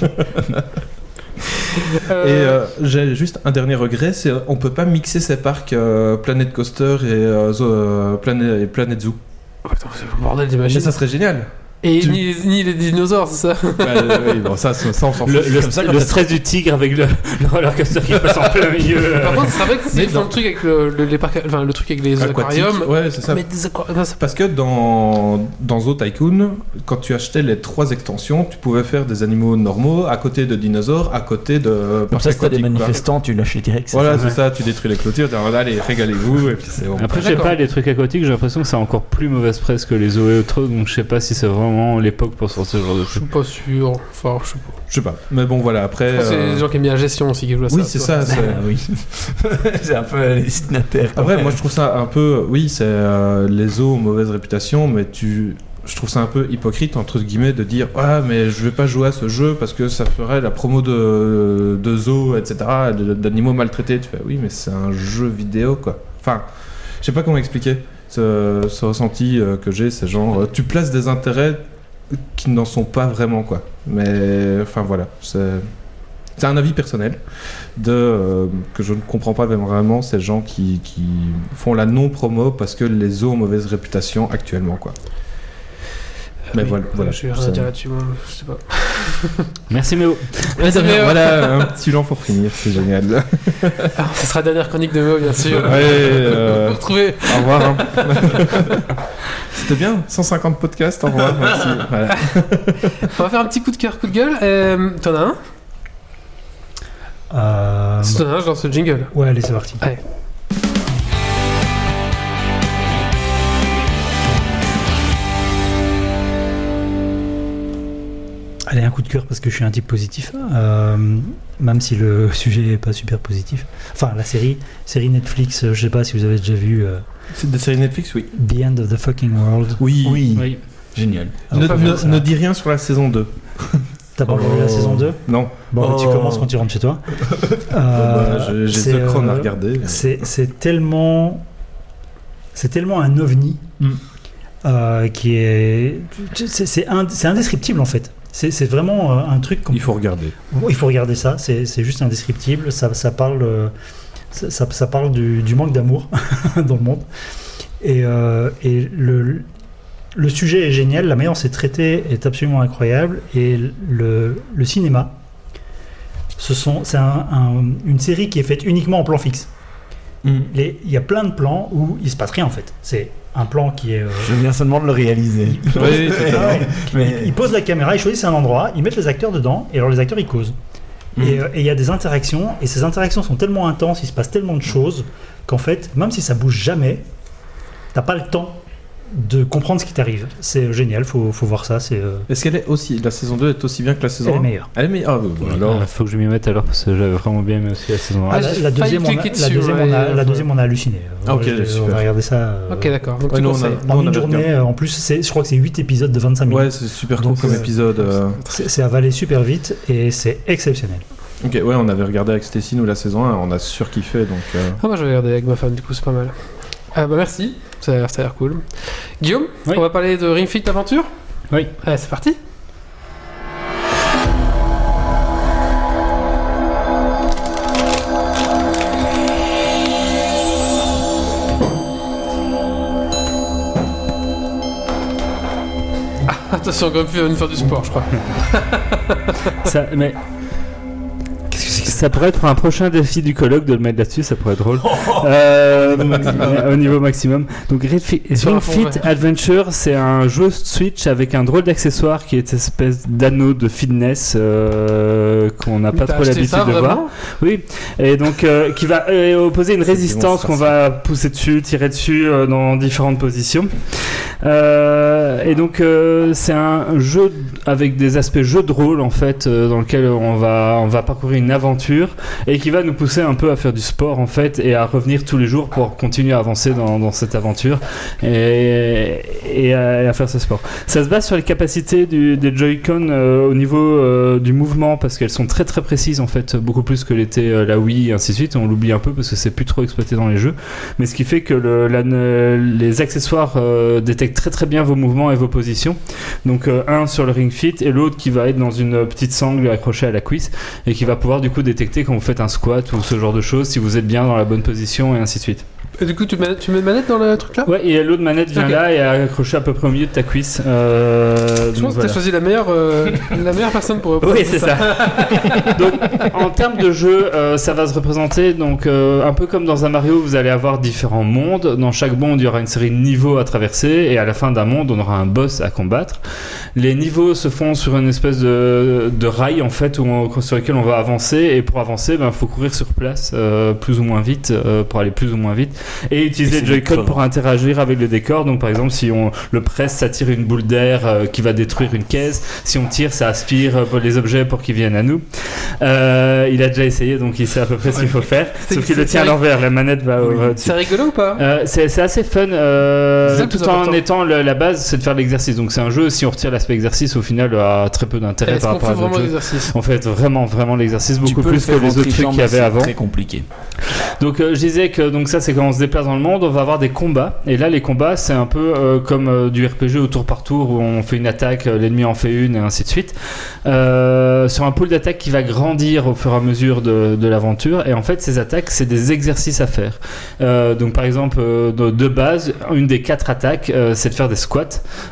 Euh, Et euh, j'ai juste un dernier regret, c'est on peut pas mixer ces parcs euh, Planet Coaster et, euh, Zo- euh, Planet, et Planet Zoo. Attends, c'est le bordel, Mais j'imagine. ça serait génial. Et tu- ni, ni les dinosaures, c'est ça. Bah, euh, oui, bon, ça, ça, ça, on s'en fout. Le, le- Comme ça, quand le t'as- stress du tigre avec le, le roller coaster qui passe en plein milieu. Par contre, ce serait vrai que Mais s'ils font dans- le truc avec le, le- les parcs, enfin, le truc avec les aquatique. aquariums. Ouais, c'est ça. Mais des aquariums, ça, Parce que dans, dans Zoo Tycoon, quand tu achetais les trois extensions, tu pouvais faire des animaux normaux à côté de dinosaures, à côté de Comme parcs ça, si t'as des aquatiques, quoi. manifestants, tu lâches les directs. Voilà, ça. c'est ça, tu détruis les clôtures, tu dis allez, régalez-vous, et puis c'est bon. Après, je sais D'accord. pas, les trucs aquatiques, j'ai l'impression que c'est encore plus mauvaise presse que les zoos et autres, donc je sais pas si c'est vraiment l'époque pour sortir ce genre de je suis truc. pas sûr. Enfin, je sais pas. Je sais pas, mais bon, voilà, après. Je pense que C'est euh, des gens qui aiment bien la gestion aussi qui jouent à ça. Oui, c'est tu vois. ça. c'est- Ah oui. C'est un peu les destinataires. quand Après, même. moi je trouve ça un peu. Oui, c'est euh, les zoos ont mauvaise réputation, mais tu. Je trouve ça un peu hypocrite, entre guillemets, de dire ah, mais je vais pas jouer à ce jeu parce que ça ferait la promo de, de zoos, et cetera, de- d'animaux maltraités. Tu fais oui, mais c'est un jeu vidéo, quoi. Enfin, je sais pas comment expliquer ce, ce ressenti euh, que j'ai. C'est genre, euh, tu places des intérêts qui n'en sont pas vraiment, quoi. Mais, enfin, voilà. C'est. C'est un avis personnel de, euh, que je ne comprends pas vraiment ces gens qui, qui font la non-promo parce que les zoos ont mauvaise réputation actuellement, quoi. Mais Oui, voilà, voilà. Je vais rien Ça- dire là-dessus, moi. Je sais pas. Merci Méo. Merci, Méo. Voilà, un petit lent pour finir, c'est génial. Ah, ce sera la dernière chronique de Méo, bien sûr. Ouais, euh, Vous retrouvez. au revoir. hein. C'était bien, cent cinquante podcasts, au revoir, merci. Voilà. On va faire un petit coup de cœur, coup de gueule. Euh, T'en as un Euh, Si t'en as un, je lance le jingle. Ouais, allez, c'est parti. Allez. Allez, un coup de cœur parce que je suis un type positif, euh, même si le sujet est pas super positif. Enfin, la série, série Netflix, euh, je sais pas si vous avez déjà vu euh, C'est des séries Netflix, oui. The End of the Fucking World. Oui. Oui, Oui. génial. Ne, Alors, ne- ça- ne dis rien sur la saison deux. T'as pas regardé la Oh. saison deux? Non. Bon, bah, tu Oh. commences quand tu rentres chez toi. Bah, Euh, j'ai j'ai c'est, The Crown à euh, regarder. C'est c'est tellement, c'est tellement un ovni Mm. euh, qui est, c'est c'est ind- c'est indescriptible en fait. C'est c'est vraiment euh, un truc. qu'on- Il faut regarder. Bon, il faut regarder ça. C'est c'est juste indescriptible. Ça, ça parle, euh, ça, ça- ça parle du, du manque d'amour dans le monde. Et, euh, et le le sujet est génial. La manière dont c'est traité est absolument incroyable. Et le le cinéma, ce sont, c'est un- un- une série qui est faite uniquement en plan fixe. Mm. Les- Il y a plein de plans où il se passe rien en fait. C'est un plan qui est. euh, Je viens seulement de le réaliser. Oui, totalement. ouais. Mais Ils posent la caméra, ils choisissent un endroit, ils mettent les acteurs dedans, et alors les acteurs ils causent. Mm. Et euh, et il y a des interactions, et ces interactions sont tellement intenses, il se passe tellement de choses, qu'en fait, même si ça bouge jamais, t'as pas le temps de comprendre ce qui t'arrive. C'est génial, faut, faut voir ça, c'est euh, Est-ce qu'elle est aussi, la saison deux est aussi bien que la saison elle est un? meilleure. Elle est meilleure. Ah, bon, bon, alors. Il faut que je m'y mette alors parce que j'avais vraiment bien aimé aussi la saison un. Ah, la, j'ai la deuxième, on failli a, cliquer la, dessus, deuxième, ouais, on a, euh, la deuxième, on a halluciné. Ah, ok, On va- super. on va regarder ça. euh, Ok, d'accord. Donc Ouais, tu nous, on a- conseilles. nous, En on une avait journée, regardé. euh, en plus, c'est, je crois que c'est huit épisodes de vingt-cinq minutes. Ouais, c'est super cool Donc, comme euh, épisode. euh. C'est, c'est avalé super vite et c'est exceptionnel. Ok, ouais, on avait regardé avec Stacy, nous, la saison un, on a surkiffé, donc. euh, Ah, moi je vais regarder avec ma femme, du coup c'est pas mal. Ah bah merci, ça a l'air, ça a l'air cool. Guillaume, Oui. on va parler de Ring Fit Aventure. Oui. Allez, c'est parti. Ah, attention, Grumpy va nous faire du sport, je crois. Ça, mais ça pourrait être pour un prochain défi du colloque de le mettre là-dessus, ça pourrait être drôle. Euh, au niveau maximum. Donc Ring Fit, Sur un Ring fond Fit vert. Adventure, c'est un jeu Switch avec un drôle d'accessoire qui est une espèce d'anneau de fitness euh, qu'on n'a pas T'as trop acheté l'habitude ça, de voir. vraiment? Oui, et donc euh, qui va euh, opposer une C'est résistance qu'on va pousser dessus, tirer dessus euh, dans différentes positions. Euh, et donc euh, c'est un jeu avec des aspects jeu de rôle en fait, euh, dans lequel on va on va parcourir une aventure et qui va nous pousser un peu à faire du sport en fait et à revenir tous les jours pour continuer à avancer dans, dans cette aventure et, et, à, et à faire ce sport. Ça se base sur les capacités du, des Joy-Con euh, au niveau euh, du mouvement parce qu'elles sont très très précises en fait, beaucoup plus que l'était euh, la Wii et ainsi de suite. On l'oublie un peu parce que c'est plus trop exploité dans les jeux, mais ce qui fait que le, la, les accessoires euh, détectent très très bien vos mouvements et vos positions. Donc euh, un sur le Ring Fit et l'autre qui va être dans une petite sangle accrochée à la cuisse et qui va pouvoir du coup détecter quand vous faites un squat ou ce genre de choses, si vous êtes bien dans la bonne position et ainsi de suite. Et du coup, tu mets, tu mets une manette dans le truc là? Ouais, et l'autre manette vient Ok. là et est accrochée à peu près au milieu de ta cuisse. Euh, Je donc pense que voilà. t'as choisi la meilleure, euh, la meilleure personne pour Oui, c'est ça. Donc, en termes de jeu, euh, ça va se représenter donc euh, un peu comme dans un Mario, vous allez avoir différents mondes. Dans chaque monde, il y aura une série de niveaux à traverser, et à la fin d'un monde, on aura un boss à combattre. Les niveaux se font sur une espèce de, de rail en fait, où on- sur lequel on va avancer, et pour avancer, il ben, faut courir sur place euh, plus ou moins vite euh, pour aller plus ou moins vite, et utiliser Et le c'est Joy-Con des pour interagir avec le décor. Donc, par exemple, si on le presse, ça tire une boule d'air euh, qui va détruire une caisse. Si on tire, ça aspire euh, les objets pour qu'ils viennent à nous. Euh, il a déjà essayé, donc il sait à peu près ce qu'il faut faire. C'est- Sauf qu'il c'est- le tient à c'est- l'envers, la manette va au- au-dessus. C'est rigolo ou pas? Euh, c'est c'est assez fun, euh, C'est ça le tout plus en important. étant le- la base, c'est de faire de l'exercice. Donc c'est un jeu, si on retire l'aspect exercice, au final, a très peu d'intérêt Est-ce par qu'on rapport fait à d'autres vraiment jeux. l'exercice? On fait vraiment, vraiment l'exercice, tu beaucoup peux plus le que faire les en autres trucs trichant, qu'il y mais avait c'est avant. très compliqué. Donc euh, je disais que donc ça c'est quand on se déplace dans le monde, on va avoir des combats, et là les combats c'est un peu euh, comme euh, du R P G au tour par tour où on fait une attaque, euh, l'ennemi en fait une et ainsi de suite, euh, sur un pool d'attaques qui va grandir au fur et à mesure de, de l'aventure. Et en fait ces attaques c'est des exercices à faire. Euh, donc par exemple euh, de, de base, une des quatre attaques euh, c'est de faire des squats,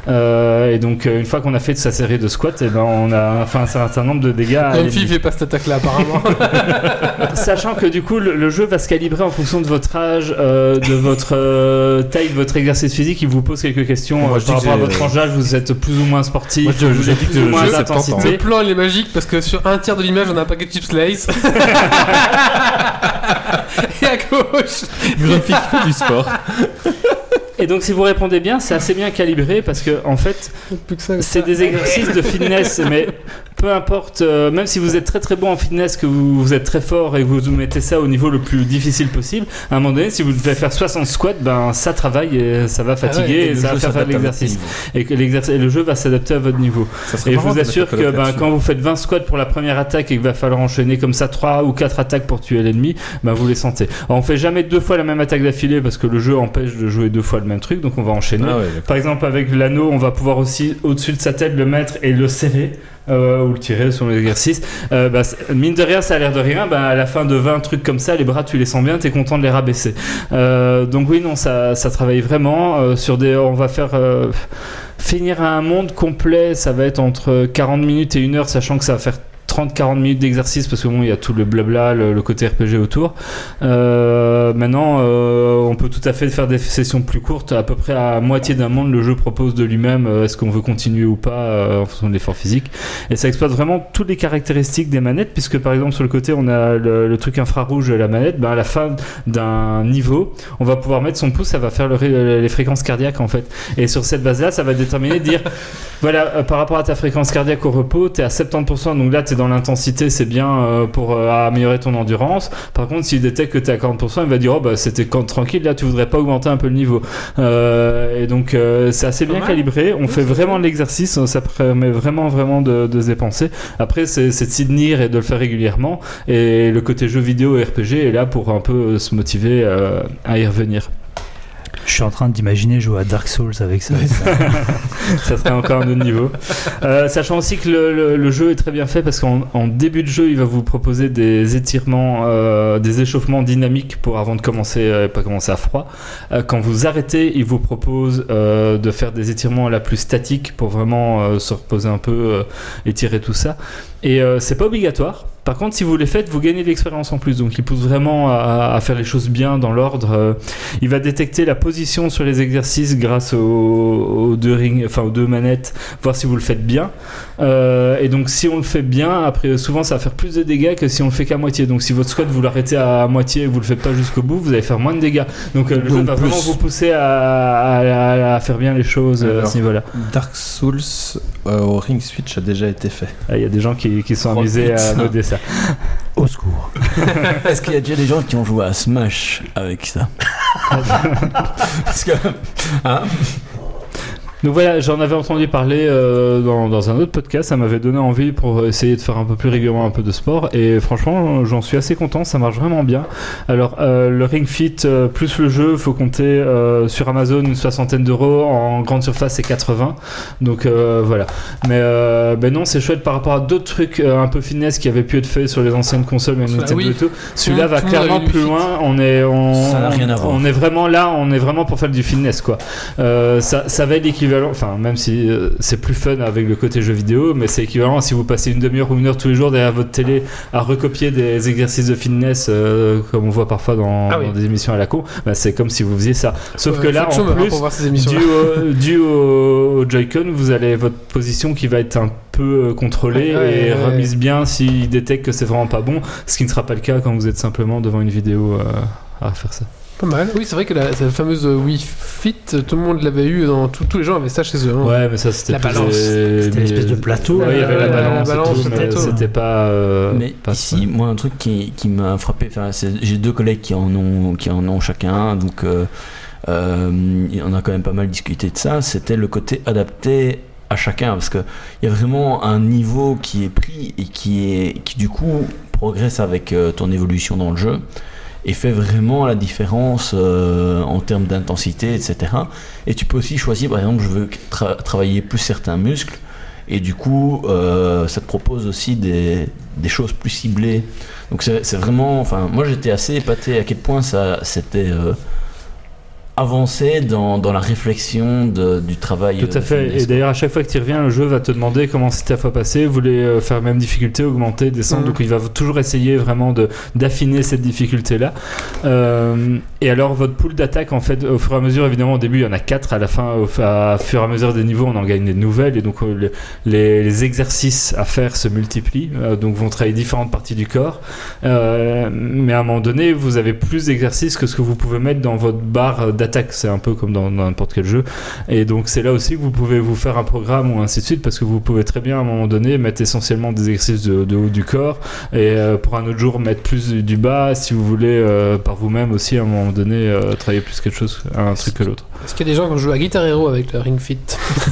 euh, et donc euh, une fois qu'on a fait sa série de squats, et ben on a enfin un certain nombre de dégâts à Grumpy l'ennemi. fait pas cette attaque là apparemment. Sachant que du coup le, le jeu va se calibrer en fonction de votre âge, euh, de votre euh, taille, de votre exercice physique. Il vous pose quelques questions Moi, euh, je dis par que rapport à j'ai- votre tranche d'âge. Vous êtes plus ou moins sportif, Moi, je- vous je êtes dis que plus ou le moins jeu, c'est d'intensité. Le plan il est magique parce que sur un tiers de l'image on a un paquet de chips Lays. Et à gauche. Grumpy qui fait du sport. Et donc si vous répondez bien, c'est assez bien calibré parce que en fait Plus que ça. c'est des exercices de fitness, mais peu importe, euh, même si vous êtes très très bon en fitness, que vous, vous êtes très fort et que vous mettez ça au niveau le plus difficile possible, à un moment donné, si vous devez faire soixante squats, ben ça travaille et ça va fatiguer ouais, et, le ça va jeu faire faire de s'adapte à votre l'exercice. niveau. Et que l'exercice, et le jeu va s'adapter à votre niveau. Ça serait Et je marrant vous de mettre assure le que colloque ben, là-dessus. quand vous faites vingt squats pour la première attaque et qu'il va falloir enchaîner comme ça trois ou quatre attaques pour tuer l'ennemi, ben vous les sentez. Alors, on fait jamais deux fois la même attaque d'affilée parce que le jeu empêche de jouer deux fois le même truc, donc on va enchaîner. Ah ouais, d'accord. Par exemple, avec l'anneau, on va pouvoir aussi au-dessus de sa tête le mettre et le serrer. Euh, ou le tirer sur l'exercice. Euh, bah, c'est- mine de rien, ça a l'air de rien. Bah, à la fin de vingt trucs comme ça, les bras, tu les sens bien, t'es content de les rabaisser. Euh, donc oui, non, ça, ça travaille vraiment euh, sur des. On va faire euh, finir un monde complet. Ça va être entre quarante minutes et une heure, sachant que ça va faire trente à quarante minutes d'exercice parce que bon, il y a tout le blabla, le, le côté R P G autour. Euh, maintenant, euh, on peut tout à fait faire des sessions plus courtes, à peu près à moitié d'un monde. Le jeu propose de lui-même, euh, est-ce qu'on veut continuer ou pas euh, en fonction de l'effort physique. Et ça exploite vraiment toutes les caractéristiques des manettes, puisque par exemple sur le côté on a le, le truc infrarouge de la manette. Ben, à la fin d'un niveau, on va pouvoir mettre son pouce, ça va faire le, les fréquences cardiaques en fait. Et sur cette base-là, ça va déterminer, dire voilà, euh, par rapport à ta fréquence cardiaque au repos, t'es à soixante-dix pour cent, donc là t'es dans l'intensité, c'est bien euh, pour euh, améliorer ton endurance. Par contre, s'il détecte que t'es à quarante pour cent, il va dire oh bah c'était quand tranquille, là tu voudrais pas augmenter un peu le niveau. Euh, et donc euh, c'est assez bien calibré. On oui, fait vraiment de l'exercice, ça permet vraiment vraiment de, de se dépenser. Après c'est, c'est de s'y tenir et de le faire régulièrement. Et le côté jeu vidéo et R P G est là pour un peu se motiver euh, à y revenir. Je suis en train d'imaginer jouer à Dark Souls avec ça. Ça serait encore un autre niveau. Euh, sachant aussi que le, le, le jeu est très bien fait parce qu'en en début de jeu, il va vous proposer des étirements, euh, des échauffements dynamiques pour avant de commencer, euh, pas commencer à froid. Euh, quand vous arrêtez, il vous propose euh, de faire des étirements à la plus statique pour vraiment euh, se reposer un peu, euh, étirer tout ça. Et euh, c'est pas obligatoire. Par contre, si vous les faites, vous gagnez de l'expérience en plus. Donc, il pousse vraiment à, à faire les choses bien dans l'ordre. Euh, il va détecter la position sur les exercices grâce aux, aux deux rings, enfin aux deux manettes, voir si vous le faites bien. Euh, et donc, si on le fait bien, après, souvent, ça va faire plus de dégâts que si on le fait qu'à moitié. Donc, si votre squat vous l'arrêtez à moitié et vous le faites pas jusqu'au bout, vous allez faire moins de dégâts. Donc, euh, le jeu va plus. Vraiment vous pousser à, à, à, à faire bien les choses euh, à ce niveau-là. Dark Souls euh, au Ring Switch a déjà été fait. Il y a des gens qui, qui sont oh, amusés putain. à noter ça. Au secours. Est-ce qu'il y a déjà des gens qui ont joué à Smash avec ça? Parce que, hein? Donc voilà, j'en avais entendu parler euh, dans, dans un autre podcast, ça m'avait donné envie pour essayer de faire un peu plus régulièrement un peu de sport et franchement j'en suis assez content, ça marche vraiment bien. Alors euh, le Ring Fit euh, plus le jeu, faut compter euh, sur Amazon une soixantaine d'euros, en grande surface c'est quatre-vingts, donc euh, voilà. Mais euh, ben non, c'est chouette par rapport à d'autres trucs euh, un peu fitness qui avaient pu être faits sur les anciennes consoles, même Nintendo oui. et tout. Celui-là tout, va tout clairement plus loin, on est, on, ça n'a rien à voir. On est vraiment là, on est vraiment pour faire du fitness quoi. Euh, ça, ça va être l'équivalent. Enfin, même si euh, c'est plus fun avec le côté jeu vidéo, mais c'est équivalent si vous passez une demi-heure ou une heure tous les jours derrière votre télé à recopier des exercices de fitness euh, comme on voit parfois dans, ah oui. dans des émissions à la con, bah, c'est comme si vous faisiez ça. Sauf euh, que là, en plus, dû, au, dû au, au Joy-Con, vous allez votre position qui va être un peu contrôlée ouais, ouais, et ouais, remise ouais. bien s'il détecte que c'est vraiment pas bon, ce qui ne sera pas le cas quand vous êtes simplement devant une vidéo euh, à faire ça. Pas mal. Oui, c'est vrai que la, la fameuse Wii Fit, tout le monde l'avait eu, dans, tout, tous les gens avaient ça chez eux. Hein. Ouais, mais ça c'était la balance. Des... C'était l'espèce de plateau. Ouais, il y avait la, la balance, la balance tout, mais c'était pas. Euh, mais pas ici, ça. Moi, un truc qui, qui m'a frappé, enfin, c'est, j'ai deux collègues qui en ont, qui en ont chacun, donc euh, euh, on a quand même pas mal discuté de ça. C'était le côté adapté à chacun, parce que il y a vraiment un niveau qui est pris et qui est, qui du coup progresse avec euh, ton évolution dans le jeu. Et fait vraiment la différence euh, en termes d'intensité, et cetera. Et tu peux aussi choisir, par exemple, je veux tra- travailler plus certains muscles, et du coup, euh, ça te propose aussi des, des choses plus ciblées. Donc c'est, c'est vraiment, enfin, moi j'étais assez épaté à quel point ça, c'était euh, avancé dans, dans la réflexion de, du travail. Tout à fait. Fitness, et d'ailleurs, à chaque fois que tu reviens, le jeu va te demander comment c'était la fois passée. Vous voulez faire la même difficulté, augmenter, descendre. Mmh. Donc, il va toujours essayer vraiment de, d'affiner cette difficulté-là. Euh, et alors, votre pool d'attaque, en fait, au fur et à mesure, évidemment, au début, il y en a quatre. À la fin, au à fur et à mesure des niveaux, on en gagne des nouvelles. Et donc, les, les, les exercices à faire se multiplient. Euh, donc, vont travailler différentes parties du corps. Euh, mais à un moment donné, vous avez plus d'exercices que ce que vous pouvez mettre dans votre barre d'attaque. C'est un peu comme dans, dans n'importe quel jeu, et donc c'est là aussi que vous pouvez vous faire un programme ou ainsi de suite, parce que vous pouvez très bien à un moment donné mettre essentiellement des exercices de, de haut du corps, et euh, pour un autre jour mettre plus du, du bas si vous voulez euh, par vous-même aussi à un moment donné euh, travailler plus quelque chose, un truc que l'autre. Est-ce qu'il y a des gens qui jouent à Guitar Hero avec le Ring Fit?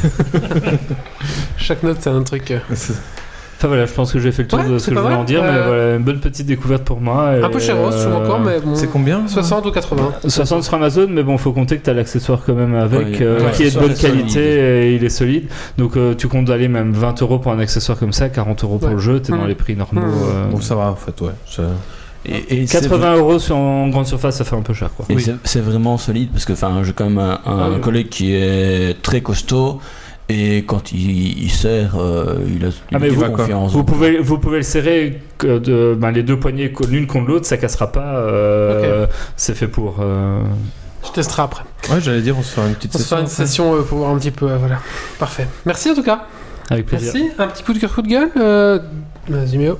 Chaque note c'est un truc. Enfin voilà, je pense que j'ai fait le tour ouais, de ce que je voulais en dire, euh... mais voilà, une bonne petite découverte pour moi. Et un peu cher, euh... je trouve encore, mais bon. C'est combien? soixante ou quatre-vingts? soixante sur Amazon, mais bon, faut compter que t'as l'accessoire quand même avec, ouais, euh, ouais, qui est de bonne qualité solide. Et il est solide. Donc euh, tu comptes aller même vingt euros pour un accessoire comme ça, quarante euros pour ouais. le jeu, t'es mmh. dans les prix normaux. Mmh. Euh... Donc ça va en fait, ouais. Ça... Et, et quatre-vingts euros sur en grande surface, ça fait un peu cher, quoi. Et oui. c'est, c'est vraiment solide parce que, enfin, j'ai quand même un, un ah, oui. collègue qui est très costaud. Et quand il, il serre, euh, il a, il Ah, mais a vous, confiance. Vous pouvez, vous pouvez le serrer que de, ben, les deux poignées co- l'une contre l'autre, ça cassera pas. Euh, C'est fait pour. Euh... Je testerai après. Ouais, j'allais dire, on se fera une petite On se session. fera une après. session euh, pour voir un petit peu. euh, voilà. Parfait. Merci en tout cas. Avec plaisir. Merci. Un petit coup de cœur, coup de gueule. Euh... Vas-y, Méo.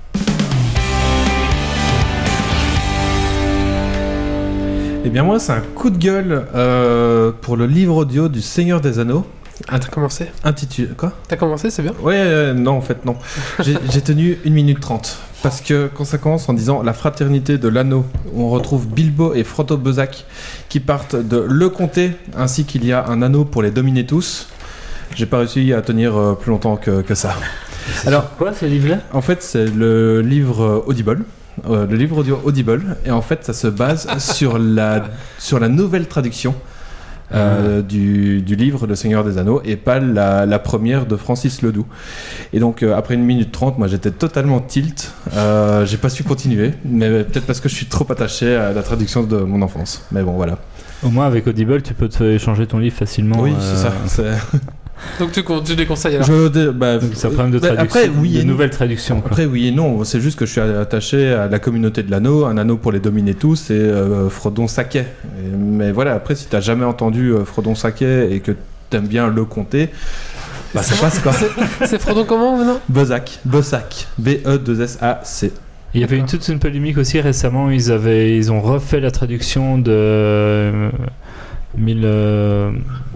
Eh bien, moi, c'est un coup de gueule euh, pour le livre audio du Seigneur des Anneaux. Ah, t'as commencé Intitulé. Quoi? T'as commencé, c'est bien. Ouais, euh, non, en fait, non. J'ai j'ai tenu une minute trente. Parce que quand ça commence en disant la fraternité de l'anneau, où on retrouve Bilbo et Frodo Bezac qui partent de Le Comté, ainsi qu'il y a un anneau pour les dominer tous, j'ai pas réussi à tenir euh, plus longtemps que, que ça. Alors, Quoi, ce livre-là? en fait, c'est le livre euh, Audible. Euh, le livre audio Audible. Et en fait, ça se base sur la, sur la nouvelle traduction. Euh, du, du livre Le Seigneur des Anneaux et pas la, la première de Francis Ledoux. Et donc euh, après une minute trente, moi j'étais totalement tilt, euh, j'ai pas su continuer, mais peut-être parce que je suis trop attaché à la traduction de mon enfance. Mais bon, voilà. Au moins, avec Audible, tu peux te échanger ton livre facilement. Oui, euh, c'est ça. c'est- Donc tu, con- tu les conseilles alors. Je, dé- bah, Donc, c'est un problème de bah, traduction. Après, oui de et non. nouvelle traduction. Quoi. Après, oui et non. C'est juste que je suis attaché à la communauté de l'anneau, un anneau pour les dominer tous et euh, Frodon Saquet. Et- mais voilà, après, si t'as jamais entendu euh, Frodon Saquet et que t'aimes bien le compter, bah ça passe quoi. C'est Frodon comment maintenant Bezac, Besac, B E deux S A C. Il y avait une, toute une polémique aussi récemment. Ils, avaient, ils ont refait la traduction de. Euh, mille, euh,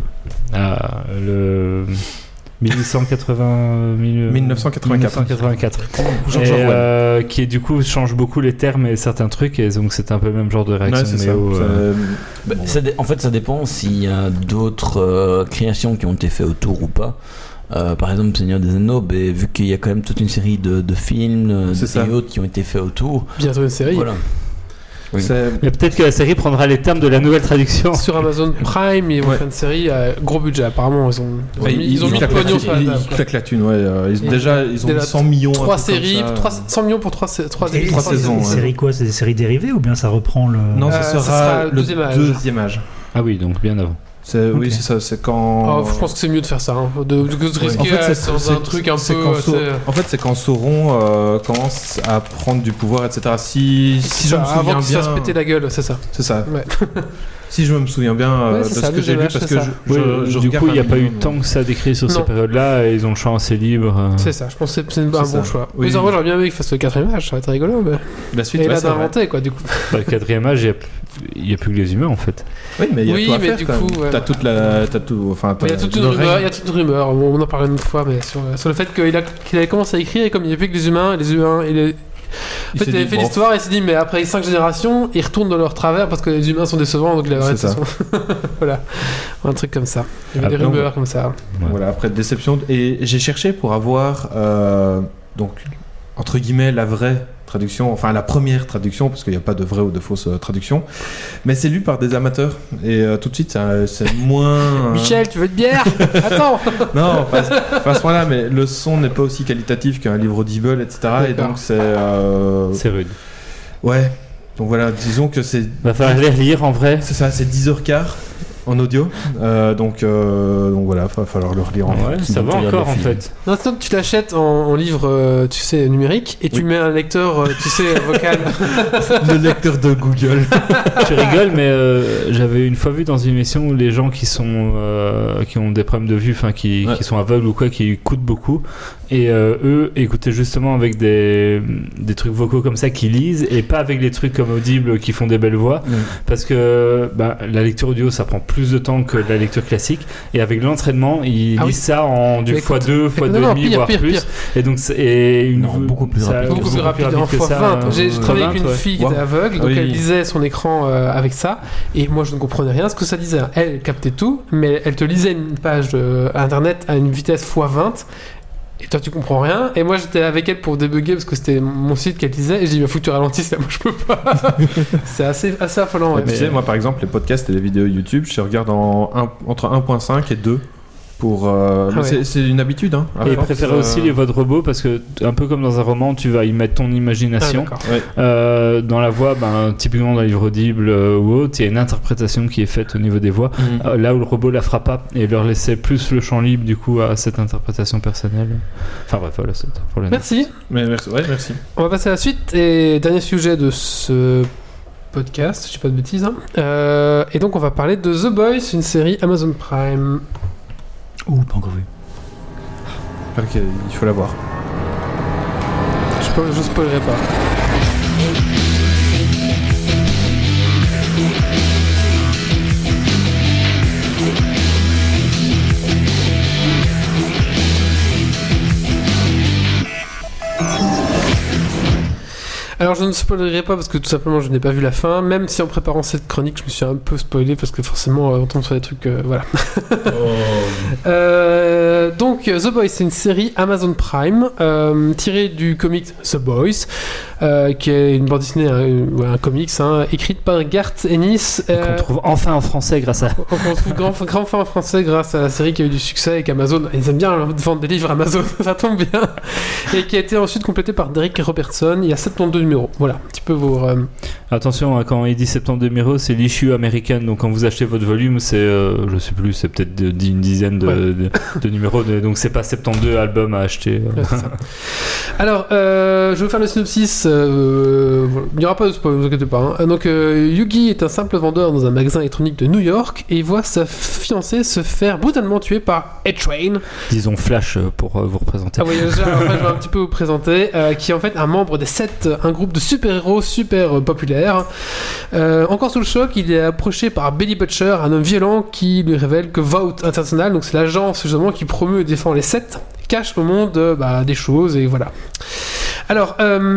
ah, le. mille huit cent quatre-vingts, mille- mille neuf cent quatre-vingt-quatre. mille neuf cent quatre-vingt-quatre. George Et, Orwell. euh, qui du coup change beaucoup les termes et certains trucs et donc c'est un peu le même genre de réaction. Ouais, c'est mais ça. au, Ça- euh, Bah, ça dé- en fait, ça dépend s'il y a d'autres euh, créations qui ont été faites autour ou pas. Euh, par exemple, Seigneur des Anneaux, bah, vu qu'il y a quand même toute une série de, de films euh, C'est ça. et autres qui ont été faits autour. Bientôt une série. Voilà. Oui. c'est- Mais peut-être que la série prendra les termes de la nouvelle traduction. Sur Amazon Prime, ils vont Ouais. faire une série à gros budget. Apparemment, ils ont, ils ont Ouais, mis, ils ont mis le claquent la pognon thune- sur la ils- table. ils claquent la thune, ouais. euh, ils- Et déjà, ils ont déjà mis cent millions. un Trois truc comme séries, ça. trois- cent millions pour trois, sa- trois, Et trois trois c'est- saisons, C'est ouais. des séries quoi? C'est des séries dérivées ou bien ça reprend le. Non, Euh, ça ça sera, sera le deuxième âge. deuxième âge. Ah oui, donc bien avant. C'est- Oui, Ok. c'est ça. C'est quand. Oh, je pense que c'est mieux de faire ça, hein, de, de, de se risquer En fait, à- c'est- dans c'est- un truc un c'est peu. quand euh, Sau- c'est- En fait, c'est quand Sauron euh, commence à prendre du pouvoir, et cetera. Si, si c'est je ça, me avant souviens qu'il se fasse bien, péter la gueule, c'est ça. c'est ça. Ouais. Si je me souviens bien euh, Ouais, de c'est ce ça, que le j'ai lu, deuxième parce âge, que c'est je, Oui, je, je du regarde coup, il n'y a un pas eu minimum. tant que ça d'écrit sur Non. ces périodes-là et ils ont le champ assez libre. euh. C'est ça, je pense que c'est c'est un C'est bon ça. choix. Oui. Mais en vrai, j'aurais bien aimé qu'il fasse le quatrième âge, ça va être rigolo. Mais... La suite, Et ouais, là, c'est vrai. d'inventer, quoi, du coup. Bah, le quatrième âge, il n'y a, a plus que les humains en fait. Oui, mais il y a Oui, tout à mais faire, du quand coup, même. ouais. T'as toute la, t'as tout, enfin, Mais il y a t'as toute une le rumeur, il y règne. a toute une rumeur, on en parlera une autre fois, mais sur, sur le fait qu'il a, qu'il avait commencé à écrire et comme il n'y avait plus que les humains, et les humains, il est... En Il fait, s'est il avait dit, fait bon, l'histoire et il s'est dit, mais après cinq générations, ils retournent dans leur travers parce que les humains sont décevants, donc il a C'est arrêté ça. son... Voilà, un truc comme ça. Il y avait Ah, des non, rumeurs comme ça. Ouais. Voilà, après déception. Et j'ai cherché pour avoir, euh, donc, entre guillemets, la vraie traduction, enfin la première traduction, parce qu'il n'y a pas de vraie ou de fausse euh, traduction. Mais c'est lu par des amateurs. Et euh, tout de suite, c'est c'est moins. Michel, tu veux de bière Attends Non, pas, pas à ce point-là, mais le son n'est pas aussi qualitatif qu'un livre audible, et cetera. Et D'accord. donc c'est. euh, C'est rude. Ouais. Donc voilà, disons que c'est. Va falloir les relire en vrai. C'est ça, c'est dix heures quinze en audio. Euh, donc, euh, donc voilà, il va falloir le relire en vrai. Ouais, ça donc va tu regardes encore le en film. fait. Non, sinon, tu l'achètes en, en livre, euh, tu sais, numérique, et tu Oui. mets un lecteur, euh, tu sais, vocal. Le lecteur de Google. Tu rigoles, mais euh, j'avais une fois vu dans une émission où les gens qui sont euh, qui ont des problèmes de vue, enfin qui, Ouais. qui sont aveugles ou quoi, qui écoutent beaucoup, et euh, eux écoutaient justement avec des des trucs vocaux comme ça qui lisent et pas avec les trucs comme Audible qui font des belles voix, parce que bah, la lecture audio ça prend plus de temps que la lecture classique, et avec l'entraînement ils Ah oui. lisent ça en du Mais fois écoute, deux, fois non, deux non, et demi, pire, voire pire, plus, pire. et donc c'est- et une Non, beaucoup plus ça- rapide. Beaucoup plus rapide, plus en que fois ça, vingt. euh, J'ai j'ai travaillé avec une ouais. fille qui Wow. était aveugle, donc Oui. elle lisait son écran euh, avec ça, et moi je ne comprenais rien ce que ça disait. Elle captait tout, mais elle te lisait une page de internet à une vitesse fois vingt, et toi tu comprends rien, et moi j'étais avec elle pour débugger parce que c'était mon site qu'elle lisait, et je dis mais faut que tu ralentisses là, moi je peux pas. C'est assez, assez affolant. Ouais, Tu sais, moi par exemple, les podcasts et les vidéos YouTube, je regarde en un- entre un virgule cinq et deux. Pour, euh, Ah ouais. c'est, c'est une habitude. Hein, à Et il force, préférait euh, aussi les voix de robots parce que, un peu comme dans un roman, tu vas y mettre ton Ah, imagination. d'accord. Ouais. Euh, dans la voix, ben, typiquement dans les livres audibles euh, ou autre, il y a une interprétation qui est faite au niveau des voix. Mhm. Euh, là où le robot la fera pas et leur laisser plus le champ libre du coup à cette interprétation personnelle. Enfin bref, voilà, c'est pour le Merci. Mais merci. Ouais, merci. On va passer à la suite et dernier sujet de ce podcast, je dis pas de bêtises. Hein. Euh, et donc on va parler de The Boys, une série Amazon Prime. Ouh, pas encore vu. Ok, il faut la voir. Je, peux- je spoilerai pas. Alors je ne spoilerai pas parce que tout simplement je n'ai pas vu la fin, même si en préparant cette chronique je me suis un peu spoilé parce que forcément euh, on tombe sur des trucs, euh, voilà. Euh, donc euh, The Boys c'est une série Amazon Prime euh, tirée du comic The Boys, euh, qui est une bande dessinée, un, ouais, un comics hein, écrite par Garth Ennis. Qu'on Euh, trouve enfin en français grâce à. qu'on trouve grand, grand fin en français grâce à la série qui a eu du succès avec Amazon. Ils aiment bien vendre des livres Amazon, ça tombe bien. Et qui a été ensuite complété par Derek Robertson. Il y a soixante-douze numéros. Voilà, un petit peu vos. Euh... Attention, hein, quand il dit soixante-douze numéros, c'est l'issue américaine. Donc quand vous achetez votre volume, c'est, euh, je sais plus, c'est peut-être de- de- une dizaine de, Ouais. de, de numéros. De- donc c'est pas soixante-douze albums à acheter. euh. Ouais, c'est ça. Alors, euh, je vais vous faire le synopsis. Euh, voilà. Il n'y aura pas de spoil, ne vous inquiétez pas. Hein. Donc, euh, Yugi est un simple vendeur dans un magasin électronique de New York et voit sa fiancée se faire brutalement tuer par A-Train. Disons Flash euh, pour euh, vous représenter. Ah oui, déjà, après, je vais un petit peu vous présenter, euh, qui est en fait un membre des sept, un groupe de super-héros super euh, populaires. Euh, encore sous le choc, il est approché par Billy Butcher, un homme violent qui lui révèle que Vault International, donc c'est l'agence justement qui promeut et défend les sept, cache au monde euh, bah, des choses et voilà. Alors,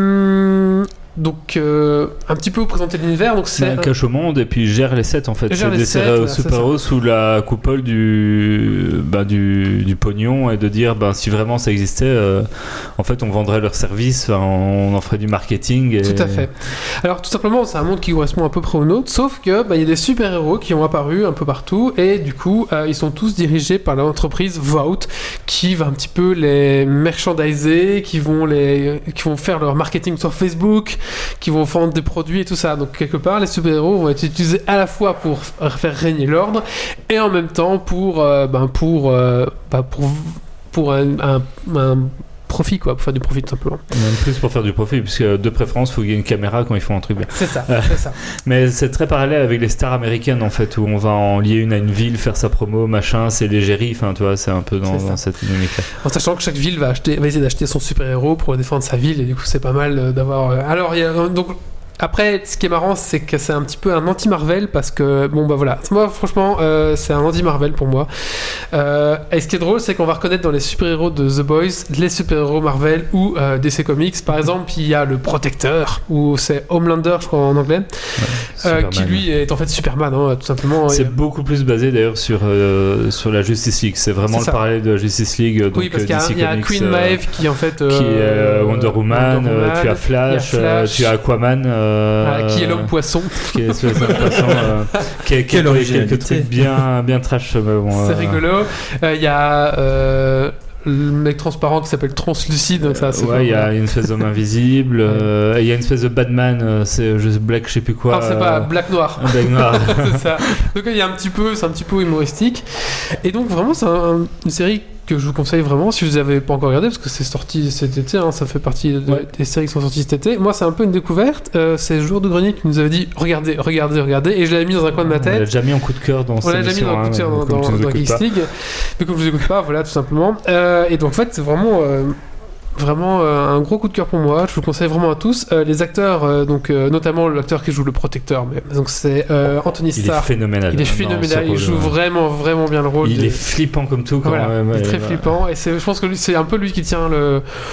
euh, donc euh, un petit peu vous présenter l'univers. Donc C'est c'est un cache au monde et puis gère les sept en fait. Gère C'est les des sept, séries voilà, c'est super-héros sous la coupole du, bah, du, du pognon et de dire ben, si vraiment ça existait, euh, en fait on vendrait leurs services, on en ferait du marketing. Et... Tout à fait. Alors tout simplement, c'est un monde qui correspond à peu près au nôtre, sauf que bah, il y a des super-héros qui ont apparu un peu partout et du coup euh, ils sont tous dirigés par l'entreprise Vault qui va un petit peu les merchandiser, qui vont les, qui vont faire leur marketing sur Facebook, qui vont vendre des produits et tout ça. Donc quelque part, les super-héros vont être utilisés à la fois pour f- faire régner l'ordre et en même temps pour euh, ben, pour euh, bah, pour pour un, un, un profit quoi, pour faire du profit tout simplement. Même plus pour faire du profit, puisque de préférence, il faut qu'il y ait une caméra quand ils font un truc bien. C'est ça, c'est ça. Mais c'est très parallèle avec les stars américaines en fait, où on va en lier une à une ville, faire sa promo, machin, c'est l'égérie, enfin tu vois, c'est un peu dans, C'est ça. dans cette dynamique-là. En sachant que chaque ville va, acheter, va essayer d'acheter son super-héros pour défendre sa ville, et du coup c'est pas mal euh, d'avoir... euh, Alors, il y a, donc, après, ce qui est marrant, c'est que c'est un petit peu un anti-Marvel, parce que, bon bah voilà, moi franchement, euh, c'est un anti-Marvel pour moi. Euh, et ce qui est drôle, c'est qu'on va reconnaître dans les super-héros de The Boys, les super-héros Marvel ou euh, D C Comics. Par exemple, il y a le Protecteur, ou c'est Homelander, je crois en anglais, euh, Superman. qui lui est en fait Superman, hein, tout simplement. C'est Et- beaucoup plus basé d'ailleurs sur, euh, sur la Justice League. C'est vraiment C'est le ça. parallèle de la Justice League. Donc, oui, parce euh, qu'il y a, D C il y a Comics, Queen euh, Maeve qui en fait... qui est euh, Wonder Woman, Wonder euh, Woman, tu as Flash, il y a euh, Flash. tu as Aquaman. euh, voilà, qui est l'homme poisson. Qui est espèce d'impression, euh, qui a- qui a Quelle quelques originalité. trucs bien, bien trash. mais bon, C'est euh, rigolo. Euh, Il y a euh, le mec transparent qui s'appelle Translucide. Donc ça, c'est Ouais, il y a vraiment- une espèce d'homme invisible. euh, et Il y a une espèce de Batman, euh, c'est je sais, Black, je sais plus quoi. Alors, c'est pas euh, Black Noir. un Black Noir. C'est ça. Donc il y a un petit peu, c'est un petit peu humoristique. Et donc vraiment, c'est un- une série que je vous conseille vraiment si vous n'avez pas encore regardé parce que c'est sorti cet été, hein, ça fait partie de- Ouais. des séries qui sont sorties cet été. Moi, c'est un peu une découverte. Euh, c'est Jour de Grenier qui nous avait dit regardez, regardez, regardez, et je l'avais mis dans un coin de ma On l'a tête. déjà mis en coup de cœur dans On cette l'a déjà mis dans, émission, le coup de cœur hein, dans, comme dans, tu nous dans écoutes Geeks pas. League, mais comme je vous écoute pas, voilà, tout simplement. Euh, et donc en fait, c'est vraiment, euh, vraiment euh, un gros coup de cœur pour moi. Je vous le conseille vraiment à tous. Euh, les acteurs, euh, donc euh, notamment l'acteur qui joue le protecteur, mais donc c'est euh, Anthony Il est Starr. phénoménal. Il est dans ce phénoménal. Il rôle, joue ouais. vraiment, vraiment bien le rôle. Il de- est flippant comme tout. Quand Voilà, même, il est ouais, très ouais. flippant et c'est, je pense que lui, c'est un peu lui qui tient le,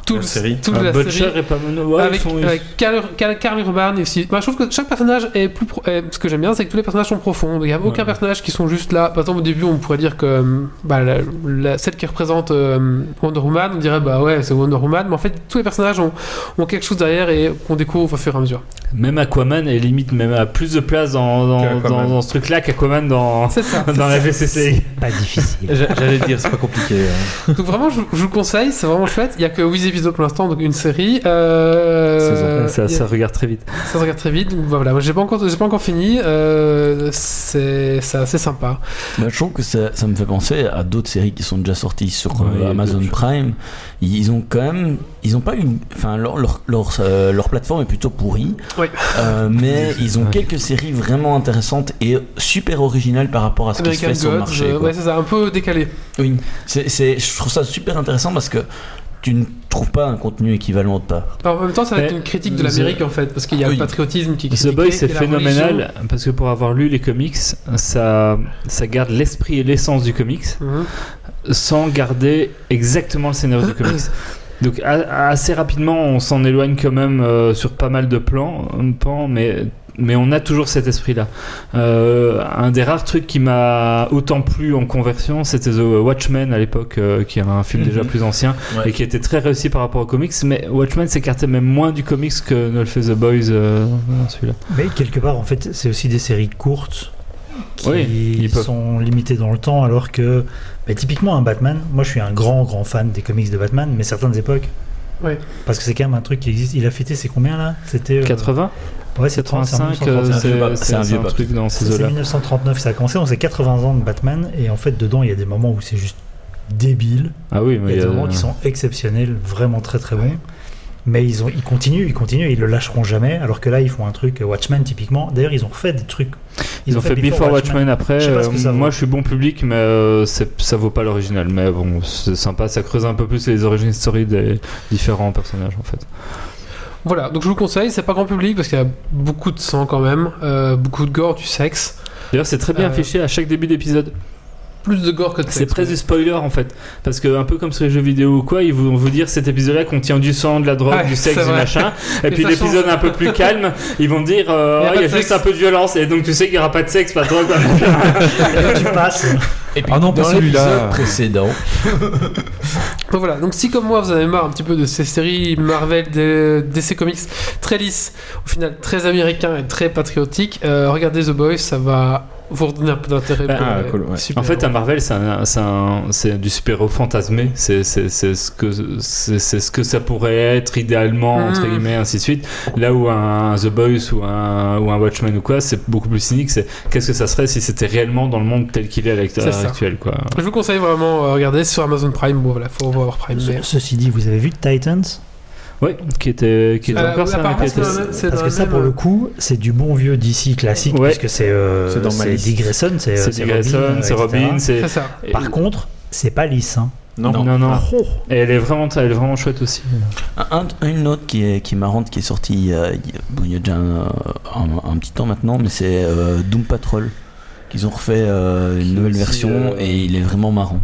Tout La le- série. toute Ah, la Butcher série. et pas Mono. Ouais, avec ils sont- avec Karl, Karl- Karl Urban aussi. Bah, je trouve que chaque personnage est plus. Pro- est- ce que j'aime bien, c'est que tous les personnages sont profonds. Il n'y a aucun Ouais. personnage qui sont juste là. Par exemple, au début, on pourrait dire que euh, bah, la, la- celle qui représente euh, Wonder Woman, on dirait bah ouais, c'est Wonder Woman. Mais en fait, tous les personnages ont, ont quelque chose derrière et qu'on découvre au fur et à mesure. Même Aquaman est limite même à plus de place dans, dans, Qu'Aquaman. dans, dans ce truc-là qu'Aquaman dans, C'est ça. dans la V C C. Pas difficile. J'a- J'allais dire, c'est pas compliqué. hein. Donc vraiment, je, je vous le conseille, c'est vraiment chouette. Il y a que huit épisodes pour l'instant, donc une série. Euh, ça, il y a- ça regarde très vite. ça se regarde très vite. Donc, bah, voilà, moi j'ai pas encore, j'ai pas encore fini. Euh, c'est, c'est assez sympa. Bah, je trouve que ça, ça me fait penser à d'autres séries qui sont déjà sorties sur euh, Ouais, Amazon bien sûr. Prime. Ils ont quand même, ils ont pas une, enfin leur leur leur, euh, leur plateforme est plutôt pourrie. Oui. Euh, mais ils ont Ouais. quelques séries vraiment intéressantes et super originales par rapport à ce qui se American fait sur le Gods, marché. euh, quoi. ouais, c'est ça, un peu décalé. Oui, c'est, c'est, je trouve ça super intéressant parce que tu ne trouves pas un contenu équivalent autre part. Alors, en même temps, ça va être Mais une critique de The- l'Amérique en fait, parce qu'il y a Oui. le patriotisme qui est The critiqué. Boys c'est et la phénoménal religion. parce que pour avoir lu les comics, ça, ça garde l'esprit et l'essence du comics Mhm. sans garder exactement le scénario du comics. Donc a- assez rapidement, on s'en éloigne quand même euh, sur pas mal de plans, euh, pans, mais mais on a toujours cet esprit-là. Euh, un des rares trucs qui m'a autant plu en conversion, c'était The Watchmen à l'époque, euh, qui est un film déjà Mhm. plus ancien Ouais. et qui était très réussi par rapport aux comics. Mais Watchmen s'écartait même moins du comics que ne le fait The Boys euh, dans celui-là. Mais quelque part, en fait, c'est aussi des séries courtes qui Oui, ils peuvent. sont limitées dans le temps, alors que bah, typiquement un Batman, moi je suis un grand grand fan des comics de Batman, mais certaines époques. Ouais. Parce que c'est quand même un truc qui existe. Il a fêté, c'est combien là C'était euh, quatre-vingts Ouais, c'est trente, c'est en quatre-vingt-cinq, euh, mille neuf cent trente-neuf. c'est vieux c'est- c'est un c'est vieux un Bat. truc dans ces C'est eaux-là. mille neuf cent trente-neuf que ça a commencé, donc c'est quatre-vingts ans de Batman, et en fait dedans il y a des moments où c'est juste débile, Ah oui, il mais y a des euh, moments qui sont exceptionnels, vraiment très très bons. Mais ils, ont, ils continuent, ils continuent, ils le lâcheront jamais. Alors que là, ils font un truc, euh, Watchmen typiquement. D'ailleurs, ils ont refait des trucs. Ils, ont fait Before Watchmen, après. Je sais pas ce que ça euh, vaut. moi, je suis bon public, mais euh, c'est- ça vaut pas l'original. Mais bon, c'est sympa, ça creuse un peu plus les origines story des différents personnages en fait. Voilà, donc je vous conseille, c'est pas grand public parce qu'il y a beaucoup de sang quand même, euh, beaucoup de gore, du sexe. D'ailleurs, c'est très bien Euh, affiché à chaque début d'épisode. Plus de gore que de sexe. C'est presque du spoiler en fait. Parce que, un peu comme sur les jeux vidéo ou quoi, ils vont vous dire cet épisode-là contient du sang, de la drogue, Ouais, du sexe, c'est du vrai. machin. Et Mais puis ça l'épisode change. un peu plus calme, ils vont dire euh, Il y a Ah, pas il y a de juste sexe. un peu de violence. Et donc tu sais qu'il n'y aura pas de sexe, pas de drogue. pas de- Et là, tu passes. Et puis Ah non, pas dans celui-là. l'épisode précédent, Donc voilà, donc si comme moi vous avez marre un petit peu de ces séries Marvel, des- D C Comics très lisses, au final très américains et très patriotiques, euh, regardez The Boys, ça va vous redonner un peu d'intérêt Ah, pour les cool, ouais. super En fait, un héros. Marvel, c'est un- c'est un- c'est du super-héros fantasmé. C'est c'est- c'est ce, que- c'est- c'est ce que ça pourrait être idéalement, entre Mhm. guillemets, ainsi de suite. Là où un The Boys ou un, ou un Watchmen ou quoi, c'est beaucoup plus cynique. C'est qu'est-ce que ça serait si c'était réellement dans le monde tel qu'il est à l'heure C'est ça. actuelle, quoi. Je vous conseille vraiment euh, regarder sur Amazon Prime. Bon voilà, faut avoir Prime. Mais... Ce- Ceci dit, vous avez vu Titans? Ouais, qui était, qui était Euh, encore oui, ça. apparemment, qui c'est était- dans la- c'est Parce dans que la ça, même, pour euh, le coup, c'est du bon vieux D C classique, Ouais. puisque c'est euh, C'est dans ma c'est liste. Dick Grayson, c'est C'est c'est Dick Grayson, Robin, c'est euh, et cetera. Robin, c'est. C'est ça. Par contre, c'est pas lisse. Hein. Non. Non, non. non. Ah, oh. Et elle est vraiment, elle est vraiment chouette aussi. un, un- une autre qui est, qui est marrante, qui est sortie il y a, il y a- bon, il y a déjà un, un- un petit temps maintenant, mais c'est euh, Doom Patrol. Qu'ils ont refait euh, une nouvelle aussi, version euh, et il est vraiment marrant.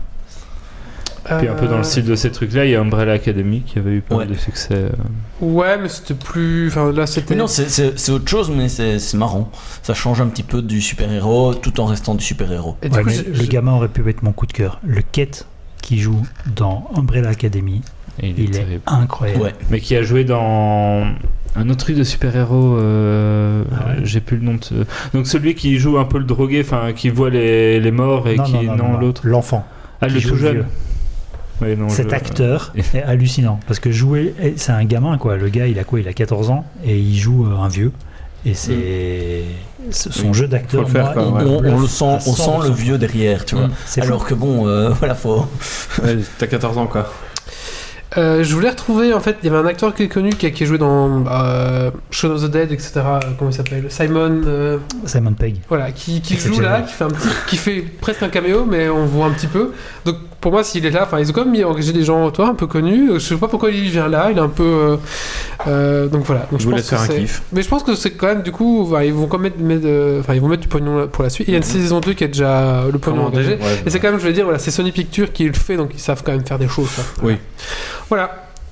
Puis un peu dans le style de ces trucs-là, il y a Umbrella Academy qui avait eu pas mal Ouais. de succès. euh. Ouais, mais c'était plus. Enfin là, c'était. Mais non, c'est- c'est c'est autre chose, mais c'est c'est marrant. Ça change un petit peu du super-héros tout en restant du super-héros. Et du Ouais, coup, mais j'ai- le j'ai- gamin aurait pu être mon coup de cœur. Le Kate qui joue dans Umbrella Academy, Et il, est il est terrible. incroyable. Ouais. Mais qui a joué dans un autre truc de super-héros. euh, Ah ouais. J'ai plus le nom de. ce- Donc celui qui joue un peu le drogué, enfin qui voit les, les morts et Non, qui. non, non, non, non. l'autre. L'enfant. Ah, qui le joue tout le jeune. vieux. Ouais, non, Cet je- acteur est hallucinant parce que jouer, eh, c'est un gamin quoi. Le gars, il a quoi? Il a quatorze ans et il joue euh, un vieux. Et c'est ce- son Oui, jeu d'acteur. faut le faire, moi, quoi, il ouais. me On, on bluffe le à sent, on cent sent pour le cent. vieux derrière, tu vois. Mm, c'est fou. Alors que bon, euh, voilà, faut. Ouais, t'as quatorze ans quoi. Euh, je voulais retrouver, en fait, il y avait un acteur qui est connu qui a, qui a joué dans euh, Shaun of the Dead, et cetera. Comment il s'appelle? Simon. euh, Simon Pegg. Voilà, qui, qui joue Exceptionnel. là, qui fait, un petit, qui fait presque un caméo, mais on voit un petit peu. Donc pour moi, s'il est là, enfin, ils ont quand même mis- engagé des gens, toi, un peu connus. Je sais pas pourquoi il vient là, il est un peu. euh, euh, donc voilà. Donc, Je vous pense laisse faire que un c'est- kiff. Mais je pense que c'est quand même, du coup, voilà, ils vont quand même mettre, mettre, euh, enfin, ils vont mettre du pognon pour la suite. Il y a une saison deux qui est déjà le pognon Commandé, engagé. ouais, Et c'est quand même, je veux dire, voilà, c'est Sony Pictures qui le fait, donc ils savent quand même faire des choses. ça. Oui. Voilà.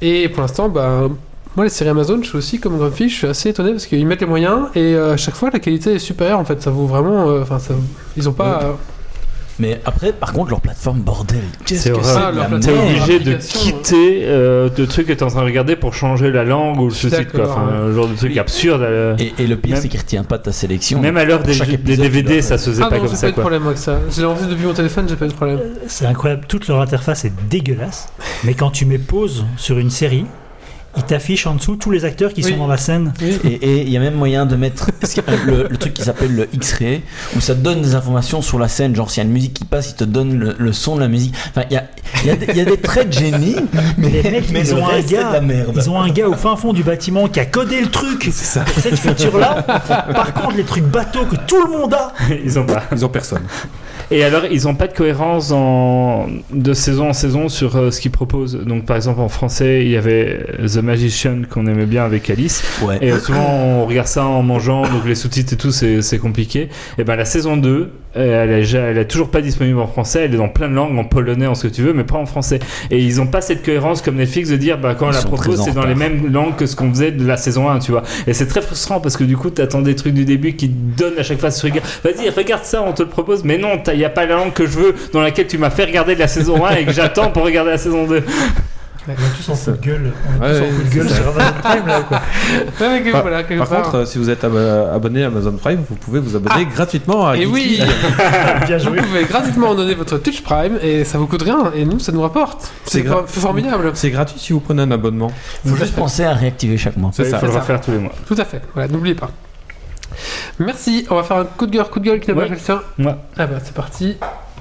Et pour l'instant, bah, moi, les séries Amazon, je suis aussi comme Grumpy, je suis assez étonné parce qu'ils mettent les moyens et euh, à chaque fois, la qualité est supérieure. En fait, ça vaut vraiment. Enfin, euh, ils ont pas. Oui. Euh, Mais après, par contre, leur plateforme, bordel, qu'est-ce C'est que horrible. c'est Ah, de leur la T'es plateforme. merde. obligé de application, quitter euh, le truc que t'es en train de regarder pour changer la langue ou le suis sous-titre, quoi. d'accord, Enfin, ouais. un genre de truc absurde. euh. Et, et le pire, Même- c'est qu'il retient pas ta sélection. Même à l'heure des, Chaque des épisode, D V tu D, dois- ça se faisait Ah pas non, comme j'ai ça, pas eu de quoi. problème avec ça. J'ai lancé depuis mon téléphone, j'ai pas eu de problème. C'est incroyable, toute leur interface est dégueulasse, mais quand tu mets pause sur une série, ils t'affichent en dessous tous les acteurs qui Oui. sont dans la scène. Et il y a même moyen de mettre parce qu'il y a le, le truc qui s'appelle le X-Ray, où ça te donne des informations sur la scène. Genre, s'il y a une musique qui passe, il te donne le, le son de la musique. Enfin, il y a, il y a, des- il y a des traits de génie, mais, Les mecs, mais ils le ont un reste, c'est de gars, la merde. ils ont un gars au fin fond du bâtiment qui a codé le truc pour cette feature-là. Par contre, les trucs bateaux que tout le monde a, Ils ont pas. Ils ont personne. Et alors, ils n'ont pas de cohérence en... de saison en saison sur euh, ce qu'ils proposent. Donc, par exemple, en français, il y avait The Magician qu'on aimait bien avec Alice. Ouais. Et euh, souvent, on regarde ça en mangeant, donc les sous-titres et tout, c'est, c'est compliqué. Et ben, la saison deux, euh, elle est, ja- elle est toujours pas disponible en français. Elle est dans plein de langues, en polonais, en ce que tu veux, mais pas en français. Et ils n'ont pas cette cohérence comme Netflix de dire, bah, quand on Ils la sont propose, très en c'est dans les retard. mêmes langues que ce qu'on faisait de la saison un, tu vois. Et c'est très frustrant parce que du coup, t'attends des trucs du début qui te donnent à chaque fois ce regard. Vas-y, regarde ça, on te le propose, mais non, il n'y a pas la langue que je veux dans laquelle tu m'as fait regarder de la saison un et que j'attends pour regarder la saison deux. on est tous en coup de gueule, on est Ouais, tous en ouais, coup de c'est gueule ça. sur Amazon Prime là quoi. Ouais, mais que- Par- voilà, quelque Par part. contre, euh, si vous êtes ab- abonné à Amazon Prime, vous pouvez vous abonner gratuitement à Et Geeky. oui, Bien vous joué. pouvez gratuitement donner votre Twitch Prime et ça vous coûte rien et nous ça nous rapporte. C'est C'est gra- for- formidable. C'est gratuit si vous prenez un abonnement. Faut juste penser à réactiver chaque mois. C'est Il ça. faut le ça. refaire tous les mois. Tout à fait. Voilà, n'oubliez pas. Merci. On va faire un coup de gueule, coup de gueule qui n'a pas Ouais. quelqu'un. Ouais. Ah bah c'est parti.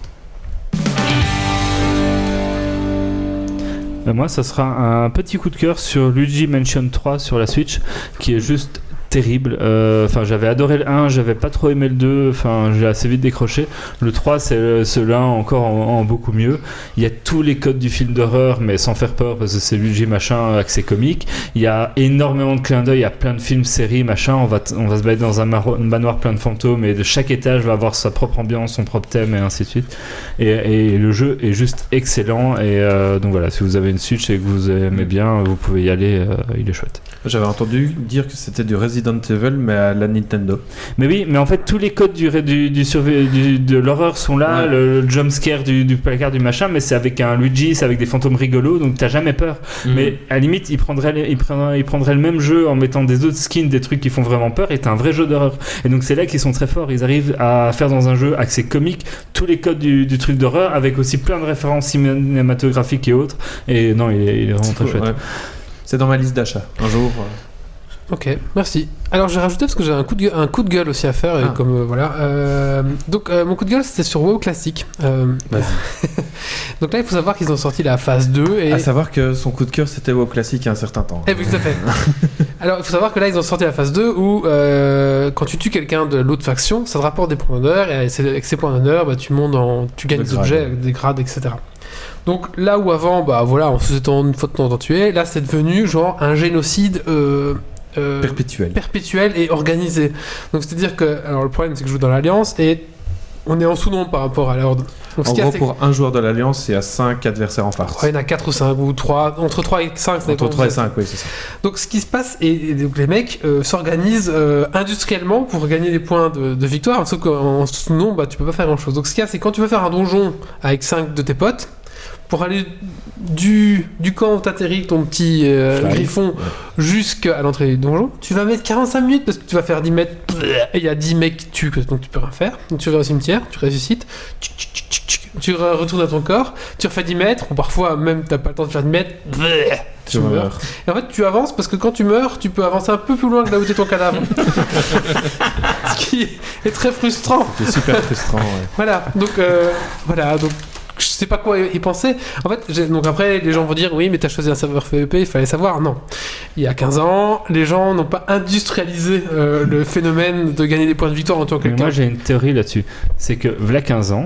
Euh, Moi, ça sera un petit coup de cœur sur Luigi Mansion trois sur la Switch, qui est juste terrible. Euh, Enfin, j'avais adoré le un, j'avais pas trop aimé le deux. Enfin, j'ai assez vite décroché. Le trois, c'est le- celui-là encore en, en beaucoup mieux. Il y a tous les codes du film d'horreur, mais sans faire peur parce que c'est Luigi machin, accès comique. Il y a énormément de clins d'œil à plein de films, séries, machin. On va, t- on va se battre dans un maro- un manoir plein de fantômes et de chaque étage va avoir sa propre ambiance, son propre thème et ainsi de suite. Et, et le jeu est juste excellent. Et euh, donc voilà, si vous avez une Switch et que vous aimez bien, vous pouvez y aller. euh, il est chouette. J'avais entendu dire que c'était du Resident Evil, mais à la Nintendo. Mais oui, mais en fait, tous les codes du, du, du, surve- du- de l'horreur sont là, Ouais. le, le jump scare du, du placard, du machin, mais c'est avec un Luigi, c'est avec des fantômes rigolos, donc t'as jamais peur. Mais à la limite, il prendrait, les- il, prendrait, il prendrait le même jeu en mettant des autres skins, des trucs qui font vraiment peur, et t'as un vrai jeu d'horreur. Et donc c'est là qu'ils sont très forts, ils arrivent à faire dans un jeu accès comique tous les codes du, du truc d'horreur, avec aussi plein de références cinématographiques et autres. Et non, il est, il est vraiment très chouette. Ouais. C'est dans ma liste d'achat. Un jour. euh, Ok, merci. Alors j'ai rajouté parce que j'ai un coup de gueule, un coup de gueule aussi à faire et Ah. comme euh, voilà. Euh, donc euh, mon coup de gueule c'était sur WoW classique. Euh, Vas-y. donc là il faut savoir qu'ils ont sorti la phase deux et À savoir que son coup de cœur c'était WoW classique il y a un certain temps. Eh oui, tout à fait. Alors, il faut savoir que là, ils ont sorti la phase deux où, euh, quand tu tues quelqu'un de l'autre faction, ça te rapporte des points d'honneur, et c'est- avec ces points d'honneur, bah, tu montes en, tu gagnes Des des grades. objets, des grades, et cetera. Donc là où avant, bah voilà, on se faisait une fois de temps en temps tuer, là, c'est devenu genre un génocide euh, euh, Perpétuel. perpétuel et organisé. Donc, c'est-à-dire que, alors le problème, c'est que je joue dans l'Alliance et on est en sous-nombre par rapport à l'ordre. Donc, ce En qu'il y a, gros, c'est pour un joueur de l'Alliance, il y a cinq adversaires en farce. Ouais, il y en a quatre ou cinq ou trois, entre trois et cinq, ça dépend Entre où trois et vous êtes. cinq, oui, c'est ça. Donc ce qui se passe, et, et donc les mecs euh, s'organisent euh, industriellement pour gagner des points de, de victoire, sauf qu'en sous-nombre, bah, tu peux pas faire grand-chose. Donc ce qu'il y a, c'est quand tu veux faire un donjon avec cinq de tes potes, pour aller du, du camp où t'atterris ton petit euh, Fly. griffon jusqu'à l'entrée du donjon, tu vas mettre quarante-cinq minutes parce que tu vas faire dix mètres, et il y a dix mecs qui tuent, donc tu peux rien faire. Donc tu vas au cimetière, tu ressuscites, tchic, tchic, tchic, tchic, tu re- retournes à ton corps, tu refais dix mètres, ou parfois même t'as pas le temps de faire dix mètres, tu Tu meurs. meurs. Et en fait, tu avances parce que quand tu meurs, tu peux avancer un peu plus loin que là où était ton cadavre. Ce qui est très frustrant. C'est super frustrant, ouais. Voilà, donc euh, voilà, donc je sais pas quoi y penser. En fait, j'ai- donc après, les gens vont dire oui, mais t'as choisi un serveur P V P, il fallait savoir. Non. Il y a quinze ans, les gens n'ont pas industrialisé euh, le phénomène de gagner des points de victoire en tant que Mais quelqu'un. moi j'ai une théorie là-dessus. C'est que, v'là quinze ans,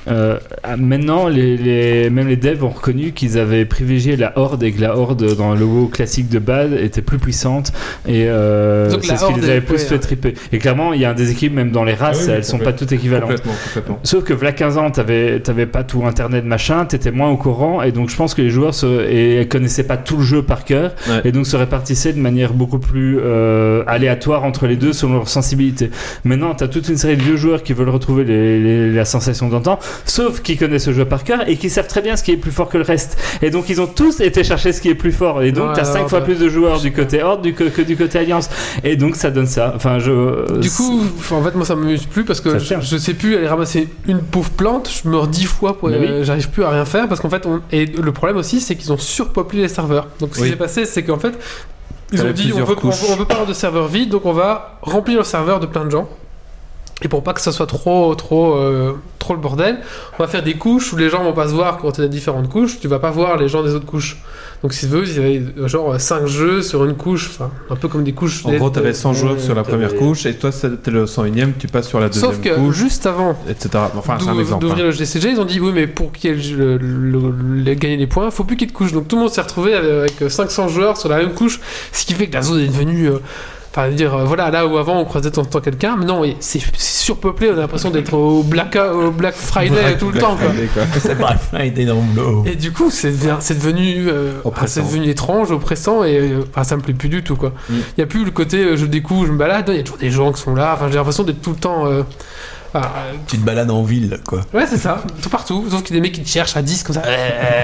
euh, maintenant, les, les, même les devs ont reconnu qu'ils avaient privilégié la horde et que la horde dans le WoW classique de base était plus puissante et euh, Donc, c'est la ce qui horde les avait est- plus ouais, fait hein. triper. Et clairement, il y a un déséquilibre même dans les races, Ah oui, elles sont pas complètement. toutes équivalentes. Complètement, complètement. Sauf que v'là quinze ans, t'avais, t'avais pas tout internet machin, t'étais moins au courant et donc je pense que les joueurs se, et connaissaient pas tout le jeu par cœur Ouais. et donc se répartissaient de manière beaucoup plus euh, aléatoire entre les deux selon leur sensibilité. Maintenant, t'as toute une série de vieux joueurs qui veulent retrouver les, les, la sensation d'antan, sauf qui connaissent ce jeu par cœur et qui savent très bien ce qui est plus fort que le reste. Et donc ils ont tous été chercher ce qui est plus fort et donc Ouais, t'as alors, cinq fois bah, plus de joueurs je du sais pas. côté Horde du, que, que du côté Alliance et donc ça donne ça. Enfin, je. Du coup, enfin, en fait, moi ça m'amuse plus parce que Ça je, sert. je sais plus aller ramasser une pauvre plante, je meurs dix fois, pour, Mais oui. euh, j'arrive plus à rien faire parce qu'en fait, on, et le problème aussi, c'est qu'ils ont surpeuplé les serveurs. Donc ce qui Oui. s'est passé, c'est qu'en fait, ils T'avais ont dit on plusieurs veut, on, couches. veut, on veut pas avoir de serveur vide, donc on va remplir le serveur de plein de gens. Et pour pas que ça soit trop, trop, euh, trop le bordel, on va faire des couches où les gens vont pas se voir quand il y a différentes couches. Tu vas pas voir les gens des autres couches. Donc si tu veux, il y avait euh, genre cinq jeux sur une couche, enfin un peu comme des couches. En des- gros, t'avais cent joueurs Ouais, sur la première t'avais- couche et toi, c'était le cent unième, tu passes sur la deuxième Sauf que couche, juste avant et cetera. Enfin, c'est un d'où- exemple. d'ouvrir hein. le G C G, ils ont dit oui, mais pour qu'il y ait le, le- le- gagner des points, faut plus qu'il y ait de couches. Donc tout le monde s'est retrouvé avec cinq cents joueurs sur la même couche, ce qui fait que la zone est devenue. euh, Enfin, dire, euh, voilà, là où avant on croisait de temps en temps quelqu'un, mais non, oui, c'est c'est surpeuplé, on a l'impression d'être au Black, au Black Friday Black- tout le Black temps, quoi. Friday, quoi. C'est Black Friday dans le lot. Et du coup, c'est devenu, c'est devenu, euh, ah, Oppressant. c'est devenu étrange, oppressant, et euh, enfin, ça me plaît plus du tout, quoi. Il Mm. y a plus le côté euh, je découvre, je me balade, il y a toujours des gens qui sont là, enfin, j'ai l'impression d'être tout le temps. euh, ah, euh, Tu te balades en ville, quoi. Ouais, c'est ça, tout partout. Sauf qu'il y a des mecs qui te cherchent à dix comme ça.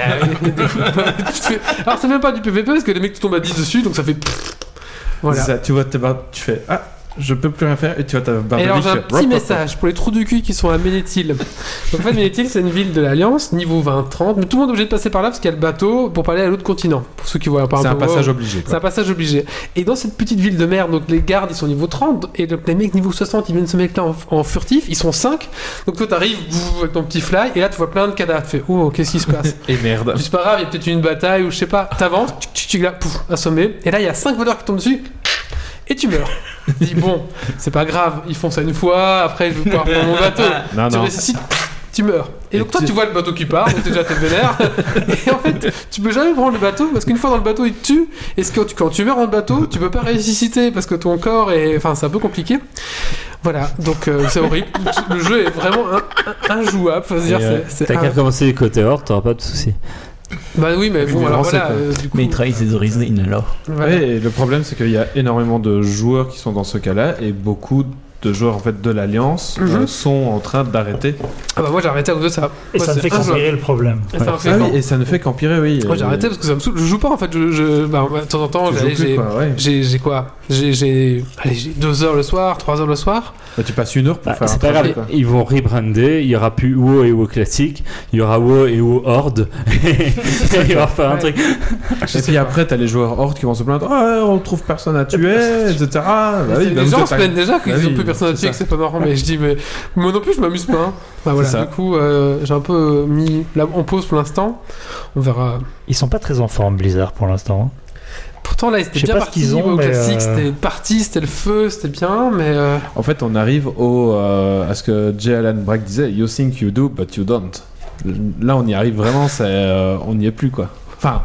Tu te fais- Alors, c'est même pas du P V P parce que les mecs te tombent à dix dessus, donc ça fait. Voilà. C'est ça, tu vois, tes barres- tu fais ah, je peux plus rien faire et tu vois ta barre Et de alors vie j'ai un qui fait, petit hop, hop, message pour les trous du cul qui sont à Ménéthil. Donc en fait Ménéthil c'est une ville de l'Alliance, niveau vingt trente, mais tout le monde est obligé de passer par là parce qu'il y a le bateau pour aller à l'autre continent. Pour ceux qui voient pas hop. C'est un un peu passage wow. obligé. C'est Quoi. un passage obligé. Et dans cette petite ville de merde, donc les gardes ils sont niveau trente, et donc les mecs niveau soixante ils viennent ce mec là en, en furtif, ils sont cinq. Donc toi t'arrives bouf, avec ton petit fly, et là tu vois plein de cadavres. Tu fais oh qu'est-ce qui se passe? Et merde. C'est pas grave, il y a peut-être une bataille ou je sais pas. T'avances, tu tu là, pouf, assommé. Et là, il y a cinq voleurs qui tombent dessus et tu meurs. Tu dis bon, c'est pas grave, ils font ça une fois, après je vais pouvoir prendre mon bateau. Non, Tu non. ressuscites, tu meurs. Et, Et donc toi, tu- tu vois le bateau qui part, donc déjà t'es vénère. Et en fait, tu peux jamais prendre le bateau parce qu'une fois dans le bateau, il te tue. Et ce que tu- quand tu meurs dans le bateau, tu peux pas ressusciter parce que ton corps est. Enfin, c'est un peu compliqué. Voilà, donc euh, c'est horrible. Le jeu est vraiment un- un- injouable. Faut se dire, Et, euh, c'est- c'est T'as un- qu'à recommencer du côté Horde, t'auras pas de soucis. Bah oui, mais bon, Mais alors vraiment, c'est voilà. quoi. euh, du coup, Mais il trahit ses origines, alors. voilà. Ouais, et le problème, c'est qu'il y a énormément de joueurs qui sont dans ce cas-là et beaucoup de joueurs en fait de l'Alliance Mhm. euh, sont en train d'arrêter. Ah bah moi j'ai arrêté à cause de ça. Et Moi, ça ne c'est fait injouable. qu'empirer le problème. Et ça en fait Ah quand- oui, et ça ne fait qu'empirer, oui. Moi j'ai Euh, arrêté parce que ça me saoule. Je joue pas en fait. Je, je... Bah, de temps en temps, tu j'ai- joues plus, j'ai quoi, ouais. j'ai j'ai quoi J'ai j'ai allez, j'ai deux heures le soir, trois heures le soir. Bah, tu passes une heure pour Bah, faire un c'est pas grave, trajet, quoi. ils vont rebrander, il y aura plus WoW et WoW classique, il y aura WoW et WoW Horde, et il va faire un Ouais. truc. Et puis après, t'as les joueurs Horde qui vont se plaindre Ah, on trouve personne à tuer, et cetera. Bah Et oui, c'est- bah, les vous gens êtes se pas- plaignent déjà qu'ils Bah ont oui, plus personne à c'est tuer, que ça. c'est pas marrant. Mais je dis, mais moi non plus, je m'amuse pas. hein. Bah voilà, C'est ça. du coup, euh, j'ai un peu mis là en pause pour l'instant. On verra. Ils sont pas très en forme, Blizzard, pour l'instant. Pourtant là, ils étaient Je sais bien pas ce partis qu'ils ont, au mais, classique. euh, C'était parti, c'était le feu, c'était bien, mais. euh, En fait, on arrive au, euh, à ce que J. Allen Brack disait You think you do, but you don't. Là, on y arrive vraiment, c'est, euh, on n'y est plus, quoi. Enfin,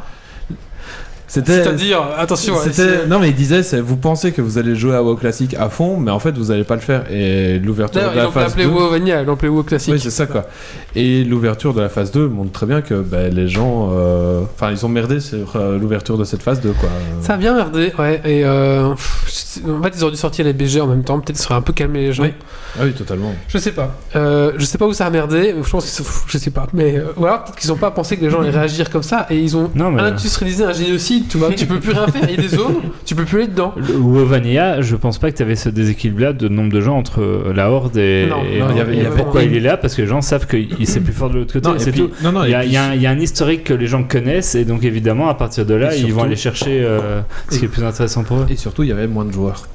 c'était. C'est-à-dire, attention, C'était- c'est- Non mais il disait c'est vous pensez que vous allez jouer à WoW classique à fond mais en fait vous allez pas le faire et l'ouverture D'ailleurs, de ils la l'ont pas phase appelé deux WoW Vanilla, ils l'ont appelé WoW classique. oui c'est ça quoi et l'ouverture de la phase deux montre très bien que bah, les gens euh, enfin ils ont merdé sur euh, l'ouverture de cette phase deux quoi. Ça a bien merdé, ouais. Et euh, pff, en fait, ils auraient dû sortir les B G en même temps. Peut-être ça aurait un peu calmé les gens. Oui. Ah oui totalement. Je sais pas. Euh, je sais pas où ça a merdé. Je pense que c'est- je sais pas. Mais euh, ou alors peut-être qu'ils ont pas pensé que les gens allaient réagir comme ça et ils ont Non, mais- industrialisé un génocide. Tu vois, tu peux plus rien faire. Il y a des zones, tu peux plus aller dedans. Le WoW Vanilla, je pense pas que tu avais ce déséquilibre-là de nombre de gens entre euh, la Horde et. Non, et- non, il y avait- et il y avait pourquoi vraiment- il est là Parce que les gens savent que il- c'est plus fort de l'autre côté. Non, et c'est puis- tout. non, non, Il y, et a, puis- il y a un- il y a un historique que les gens connaissent et donc évidemment à partir de là Et ils vont surtout- aller chercher euh, ce qui est plus intéressant pour eux. Et surtout il y avait moins de joueurs.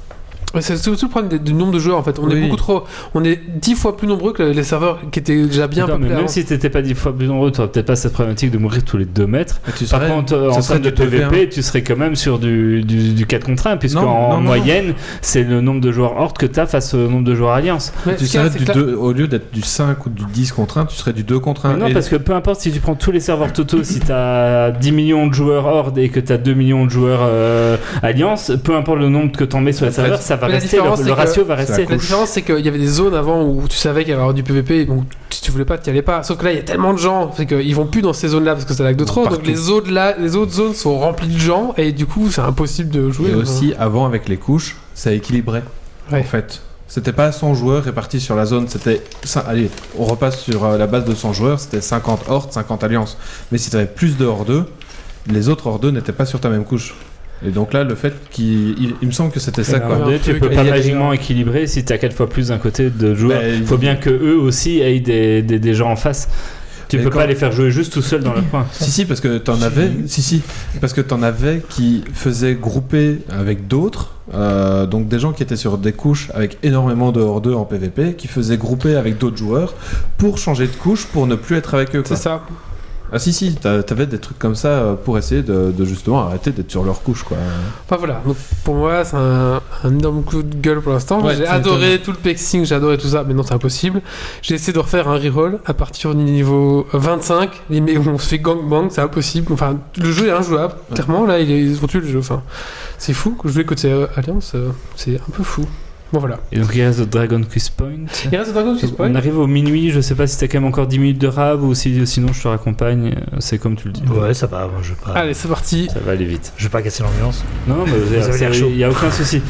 Ouais, c'est surtout le problème du nombre de joueurs en fait. On Oui. est beaucoup trop. On est dix fois plus nombreux que les serveurs qui étaient déjà bien D'accord, mais peuplés. même avant. si t'étais pas dix fois plus nombreux, tu n'aurais peut-être pas cette problématique de mourir tous les deux mètres. Et tu Par serais- contre, ça en serait termes de du deux v un. P V P, tu serais quand même sur du, du, du quatre contre un, puisque Non, en non, non, moyenne, c'est le nombre de joueurs Horde que tu as face au nombre de joueurs Alliance. Ouais, Tu ce qu'il y a, serais c'est du que là- deux, au lieu d'être du cinq ou du dix contre un, tu serais du deux contre un. Mais non, Et- parce que peu importe si tu prends tous les serveurs totaux, si tu as dix millions de joueurs Horde et que tu as deux millions de joueurs euh, Alliance, peu importe le nombre que tu en mets sur les En fait, serveurs, ça va mais la rester, le, différence, le c'est que ratio va c'est rester. la La différence, c'est qu'il y avait des zones avant où tu savais qu'il y avait avoir du P V P, donc si tu voulais pas, tu y allais pas. Sauf que là, il y a tellement de gens, c'est qu'ils vont plus dans ces zones-là parce que c'est la de trop. Donc Partout. les autres, là, les autres zones sont remplies de gens et du coup, c'est impossible de jouer. Et aussi, avant, avec les couches, ça équilibrait. Ouais. En fait. C'était pas cent joueurs répartis sur la zone, c'était. cin- Allez, on repasse sur euh, la base de cent joueurs, c'était cinquante Hordes, cinquante Alliances. Mais si tu avais plus de Horde, les autres Horde n'étaient pas sur ta même couche. Et donc là, le fait qu'il. Il, il me semble que c'était ça, Et quoi. alors, un tu truc, peux et pas il y a des- magiquement équilibrer si tu as quatre fois plus d'un côté de joueurs. Bah, Il faut bien que eux aussi aient des, des, des gens en face. Tu Mais peux quand- pas les faire jouer juste tout seul dans leur coin. Si, si, parce que t'en avais. Si, si. Parce que t'en avais qui faisaient grouper avec d'autres. euh, donc des gens qui étaient sur des couches avec énormément de Horde en P V P, qui faisaient grouper avec d'autres joueurs pour changer de couche pour ne plus être avec eux, quoi. C'est ça. Ah si si, t'a- t'avais des trucs comme ça euh, pour essayer de, de justement arrêter d'être sur leur couche, quoi. Enfin voilà, donc pour moi c'est un, un énorme coup de gueule pour l'instant. Ouais, j'ai c'est adoré tout le pexing, j'ai adoré tout ça, mais non c'est impossible. J'ai essayé de refaire un reroll à partir du niveau vingt-cinq, les mecs où on se fait gangbang, c'est impossible. Enfin le jeu est injouable, Ouais. clairement là il est, ils ont tué le jeu. Enfin c'est fou que jouer côté euh, Alliance, euh, c'est un peu fou. Bon voilà. Et donc il reste Dragon Quest Point. Il reste Dragon Quest Point. On arrive au minuit, je sais pas si t'as quand même encore dix minutes de rab ou si, sinon je te raccompagne, euh, c'est comme tu le dis. Ouais, ça va, je vais pas, Allez c'est parti. Ça va aller vite. je vais pas casser l'ambiance. Non, non, mais Vous avez l'air chaud. il y a aucun souci.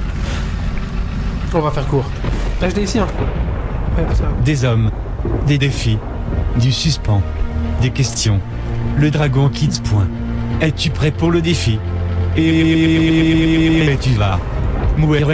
On va faire court. Là je l'ai ici hein. Ouais, ça. Des hommes, des défis, du suspens, des questions. Le Dragon Kids Point. Es-tu prêt pour le défi? Et tu vas. Mourir.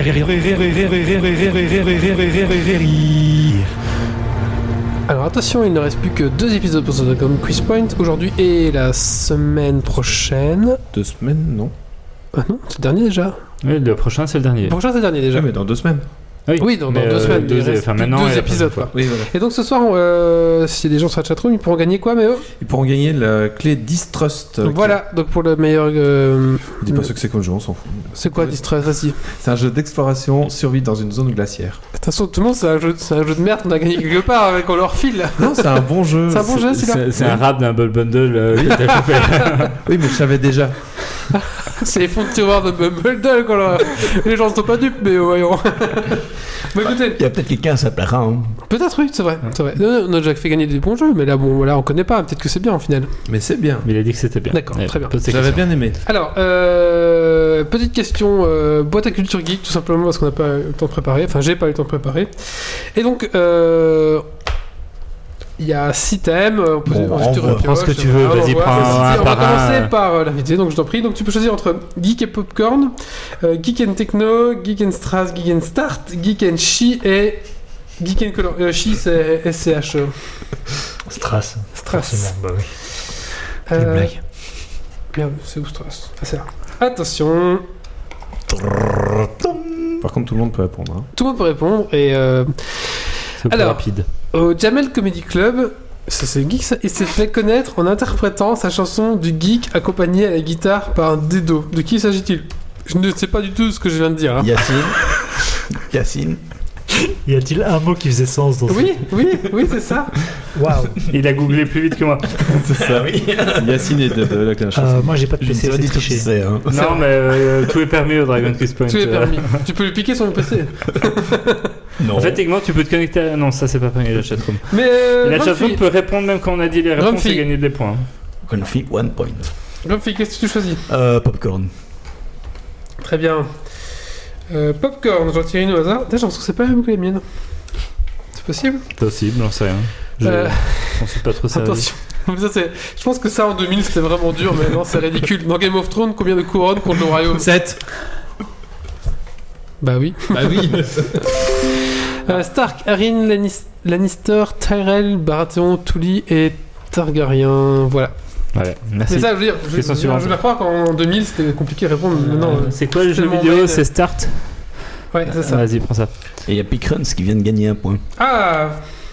Alors attention, il ne reste plus que deux épisodes pour ce Dragon Quest Point, aujourd'hui et la semaine prochaine. Deux semaines, non? Ah non, c'est le dernier déjà. Oui, le prochain c'est le dernier. Le prochain c'est le dernier déjà. Ouais, mais dans deux semaines. Oui, dans, dans mais, deux euh, semaines. deux- il reste enfin, plus maintenant, deux et la épisodes. prochaine Quoi. Oui, voilà. Et donc ce soir, euh, si les gens sur la chatroom, ils pourront gagner quoi, mais eux Ils pourront gagner la clé Distrust. euh, Donc qui- voilà, donc pour le meilleur. euh, Dis pas ce que c'est comme jeu, on s'en fout. c'est quoi Distress? Vas-y. C'est un jeu d'exploration, survie dans une zone glaciaire. De toute façon, tout le monde, c'est un, jeu- c'est un jeu de merde qu'on a gagné quelque part avec on leur file. Non, c'est un bon jeu. C'est un bon jeu celui-là. C'est c'est un rap d'un Bubble Bundle euh, que t'as coupé. Oui, mais je savais déjà. C'est les fonds de tiroir de Bumbledore qu'on leur. Les gens ne sont pas dupes, mais voyons. Bah écoutez, Il y a peut-être quelqu'un à sa place, hein. peut-être oui, c'est vrai. C'est vrai. Non, non, on a déjà fait gagner des bons jeux, mais là, bon, voilà, on connaît pas. Peut-être que c'est bien au final. Mais c'est bien. Mais il a dit que c'était bien. D'accord, Ouais, très bien. pose tes J'avais questions. bien aimé. Alors, euh, petite question, euh, boîte à culture geek, tout simplement parce qu'on n'a pas eu le temps de préparer. Enfin, j'ai pas eu le temps de préparer. Et donc, euh, il y a six thèmes. On peut, Bon, on jette envoie. la pioche, Prends ce que tu veux, voilà, vas-y, on voit. prends Vas-y, un On va par un, commencer euh. par euh, l'invité, donc je t'en prie. Donc, tu peux choisir entre Geek et Popcorn, euh, Geek and Techno, Geek and Strass, Geek and Start, Geek and Chi et Geek and Color. Euh, Chi, c'est S C H E. Strass. Strass. Forcément, bah oui. Quelle Euh, blague. Merde, c'est où Strass? Ah, c'est là. Attention. Par contre, tout le monde peut répondre. Hein. Tout le monde peut répondre et euh, C'est plus Alors. rapide. au Jamel Comedy Club, ça c'est geek ça, il s'est fait connaître en interprétant sa chanson du geek accompagnée à la guitare par un dédo. De qui s'agit-il? Je ne sais pas du tout ce que je viens de dire. hein. Yacine. Yacine. Y a-t-il un mot qui faisait sens dans ce... Oui, oui, oui, c'est ça. Waouh. Il a googlé plus vite que moi. C'est ça, oui. Yacine et de, de la chanson. Euh, moi j'ai pas de Je P sais C, pas c'est du tout qui triché. c'est, hein. Non, mais euh, tout est permis au Dragon Quest Point. Tout est euh. permis. Tu peux lui piquer son P C. Non. En fait, techniquement, tu peux te connecter à... Non, ça c'est pas permis, la chatroom. Mais euh, la Grumpy, chatroom peut répondre même quand on a dit les réponses Grumpy. et gagner des points. Config, one point. Grumpy, qu'est-ce que tu choisis? Euh, popcorn. Très bien. Euh, Popcorn, j'en tire une au hasard. D'ailleurs, j'ai l'impression que c'est pas la même que les miennes. C'est possible? Possible, j'en sais rien. Je Euh, j'en suis pas trop sérieux. Attention. Ça, c'est- je pense que ça en deux mille c'était vraiment dur, mais non, c'est ridicule. Dans Game of Thrones, combien de couronnes contre le royaume? sept. Bah oui. Bah oui. Euh, Stark, Arryn, Lannis- Lannister, Tyrell, Baratheon, Tully et Targaryen. Voilà. Ouais, merci. C'est ça, je veux dire. Je, Question je, je suivante. veux bien croire qu'en deux mille c'était compliqué à répondre. mais non, Euh, euh, c'est quoi le jeu tellement vidéo? vague. C'est Start. Ouais, c'est ça. Vas-y, prends ça. Et il y a Pickruns qui vient de gagner un point. Ah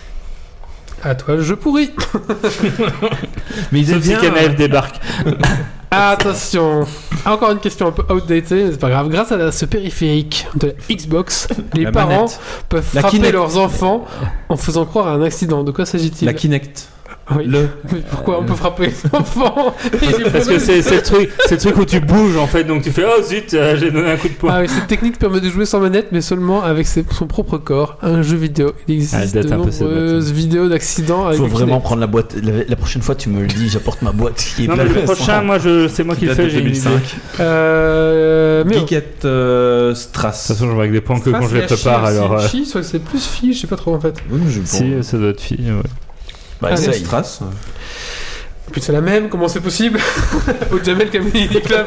à toi le jeu pourri. Mais il Sauf si devient. K N F débarque. Attention, encore une question un peu outdated, mais c'est pas grave. Grâce à ce périphérique de la Xbox, les La parents manette. peuvent La frapper Kinect. leurs enfants en faisant croire à un accident. De quoi s'agit-il? La Kinect. Oui. Le. Mais pourquoi on peut frapper les enfants? Parce que c'est c'est le truc, c'est le truc où tu bouges en fait, donc tu fais oh zut, euh, j'ai donné un coup de poing. Ah oui, cette technique permet de jouer sans manette, mais seulement avec ses- son propre corps. Un jeu vidéo. Il existe Ah, elle date de un peu, cette nombreuses vidéos d'accidents avec Faut le vraiment Kinect. prendre la boîte. La, la prochaine fois, tu me le dis, j'apporte ma boîte qui est Non mais pleine le de prochain, sang. moi je, c'est moi qui le Date fais, de j'ai une idée. deux mille De cinq. Euh, mais Geekette euh, Strass. toute façon, je vois avec des points que Ah, quand c'est je les la prépare, chi aussi. alors. euh, Chi, soit que c'est plus fille, je sais pas trop en fait. Oui, mais je Si, ça doit être fille. Ouais. Bah, Ah, essaye. Strass. En plus c'est la même, comment c'est possible? Au Jamel Community Club.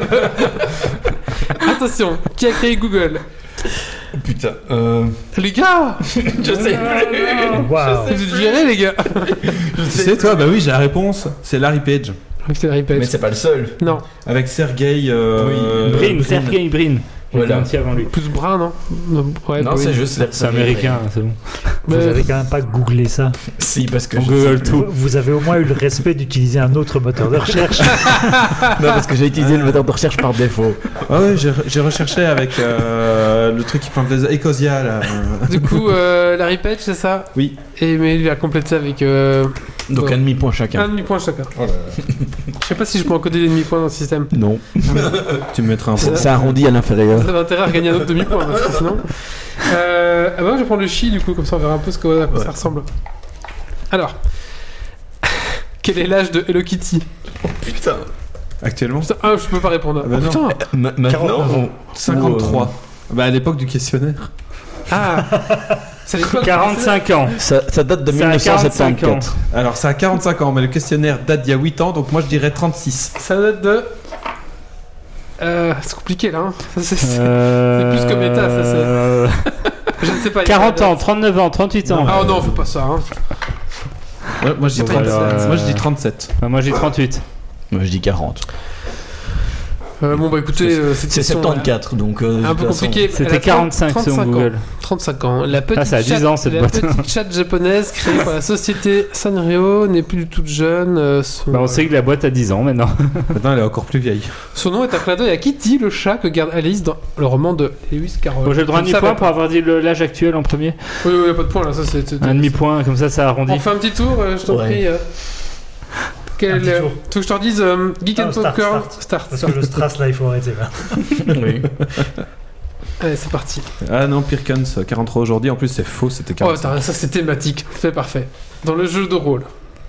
Attention, qui a créé Google? Putain. Euh... Les gars, je sais. Waouh. Vous êtes virés les gars. Tu sais, toi, bah oui, j'ai la réponse. C'est Larry Page. Je te le répète. Mais c'est pas le seul. Non, Avec Sergey. Euh... Oui, Brin, Brin. Sergey Brin. Voilà. Voilà. Entier avant lui. plus brun non? Non, ouais, Non, bah c'est oui. juste. C'est américain, c'est bon. Vous Mais- avez quand même pas googlé ça. Si, parce que. On je google sais plus. tout. Vous, vous avez au moins eu le respect d'utiliser un autre moteur de recherche. Non, parce que j'ai utilisé le moteur de recherche par défaut. Ah ouais, j'ai j'ai recherché avec euh, le truc qui plante les Ecosia là. Du coup, euh, Larry Page, c'est ça? Oui. Et mais il a complété avec euh, Donc Bon. un demi-point un chacun. demi-point chacun. Je sais pas si je peux encoder des demi-points dans le système. Non. Tu me mettras un point. C'est arrondi à l'inférieur. Ça a intérêt à regagner un autre demi-point parce que sinon. Euh, ah bah moi je vais prendre le chi du coup, comme ça on verra un peu ce que, à quoi Ouais. ça ressemble. Alors, quel est l'âge de Hello Kitty? Putain. Actuellement Putain, ah, je peux pas répondre. Ah bah Oh, non. putain. Ma- Maintenant, on- cinquante-trois. Bah à l'époque du questionnaire. Ah, ça n'est pas quarante-cinq ans. ça, ça date de Ça a mille neuf cent soixante-quatorze. Alors ça a quarante-cinq ans, mais le questionnaire date d'il y a huit ans, donc moi je dirais trente-six. Ça date de. Euh, c'est compliqué là. Hein. Ça, c'est- c'est- Euh... plus comme état, ça, c'est- euh, Je ne sais pas. quarante ans, trente-neuf ans, trente-huit ans. Ah non, fais pas ça. Hein. Ouais, moi je dis Bon, trente-sept. alors, euh, Moi je dis trente-sept. Bah, moi j'ai trente-huit. Moi je dis quarante. Euh, bon bah écoutez, euh, cette C'est question, soixante-quatorze, donc. euh, de Un toute peu façon- compliqué. Elle C'était a quarante-cinq trente- selon trente-cinq ans. Google. trente-cinq ans. La petite, Ah, ça a dix chatte, ans, cette la boîte. petite chatte japonaise créée par la société Sanrio n'est plus toute jeune. euh, son, Bah, on sait que la boîte a dix ans maintenant. Maintenant elle est encore plus vieille. son nom est un clin d'œil à Kitty, le chat que garde Alice dans le roman de Lewis Carroll. Bon, j'ai le droit à un Je ne savais demi-point pas. pour avoir dit le- l'âge actuel en premier. Oui, oui, y a pas de point là. Ça, c'est, c'est- Un demi-point, comme ça, ça arrondit. On fait un petit tour, euh, je t'en Ouais. prie. euh. Quel, Un petit euh, tour. tu veux que je te redise euh, Geek Ah, and start, Popcorn start. Start. Parce que le strass là, il faut arrêter là. Oui. Allez, c'est parti. Ah non, Pirkens, quarante-trois aujourd'hui, en plus c'est faux, c'était Oh, quarante-cinq. attends, ça c'est thématique. C'est parfait. Dans le jeu de rôle.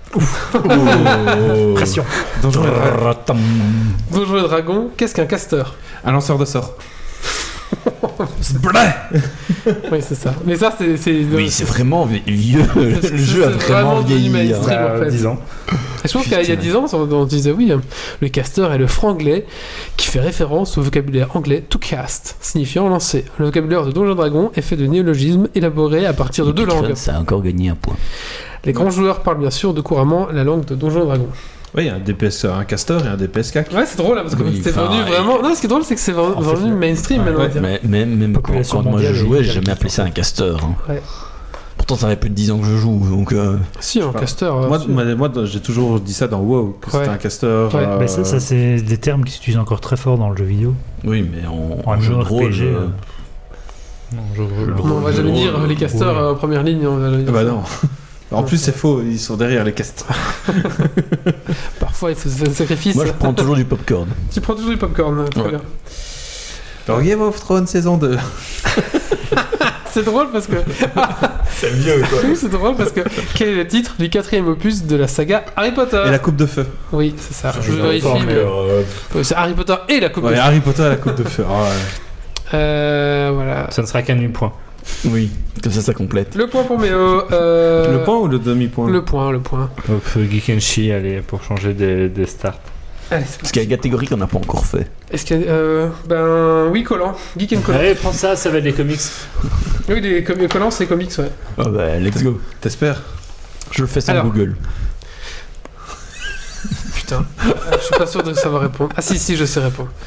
Pression. Dangereux et Dragon. Donjons et Dragons, qu'est-ce qu'un caster? Un lanceur de sorts. Oui, c'est ça. Mais ça, c'est. c'est Oui, c'est vraiment vi- vieux. Le C'est- jeu a c'est vraiment vraiment devenu vieilli. hein. mainstream. en fait. dix ans. Et je pense qu'il y a- il y a dix ans, on, on disait oui, euh, le caster est le franglais qui fait référence au vocabulaire anglais to cast, signifiant lancer. Le vocabulaire de Donjons et Dragons est fait de néologismes élaborés à partir de deux Pickruns, langues. Ça a encore gagné un point. Les grands joueurs parlent bien sûr de couramment la langue de Donjons et Dragons. Oui, il y a un D P S, un caster et un D P S cac. Ouais, c'est drôle hein, parce que Oui, c'est enfin, venu et- vraiment. Non, ce qui est drôle, c'est que c'est venu En fait, venu le- mainstream ouais, maintenant. on ouais, dirait. Mais même, même quand, Population quand moi je mondiale jouais, est j'ai jamais hyper appelé ça un caster. hein. Ouais. Pourtant, ça fait plus de dix ans que je joue, donc. euh, Si, un Enfin, caster. euh, Moi, si. moi, moi, j'ai toujours dit ça dans WoW, que Ouais. c'était un caster. Ouais. euh, Mais ça, ça c'est des termes qui s'utilisent encore très fort dans le jeu vidéo. Oui, mais en, En en jeu de R P rôle. G, euh, euh, Non, je Non, on va jeu jamais de dire rôle, les casters ouais. euh, en première ligne. On va jamais Ah dire bah ça. non. En plus, c'est faux, ils sont derrière les casters. Parfois, il faut se faire un sacrifice. Moi, je prends toujours du popcorn. Tu prends toujours du popcorn. très Ouais. bien. Alors, Game of Thrones saison deux. C'est drôle parce que. C'est vieux, quoi. Oui, c'est drôle parce que. Quel est le titre du quatrième opus de la saga Harry Potter? Et la coupe de feu. Oui, c'est ça. Je vérifie, mais. Euh, C'est Harry Potter et la coupe Ouais, de feu. Harry Potter et la coupe de feu. Ah ouais. Euh, voilà. Ça ne sera qu'un demi-point. Oui, comme ça, ça complète. Le point pour Méo. euh, Le point ou le demi-point Le point, le point. Donc euh, Geek and Chi, allez, pour changer des, des starts. Allez, c'est Parce qu'il y a une catégorie qu'on n'a pas encore fait. Est-ce qu'il y a. Euh, ben. Oui, Collant. Geek and Collant. Allez, prends ça, ça va être des comics. Oui, les com- Collant, c'est comics, ouais. Ah bah, let's go. T'espères? Je le fais sans Alors. Google. Putain. Ah, je suis pas sûr de savoir répondre. Ah, si, si, je sais répondre.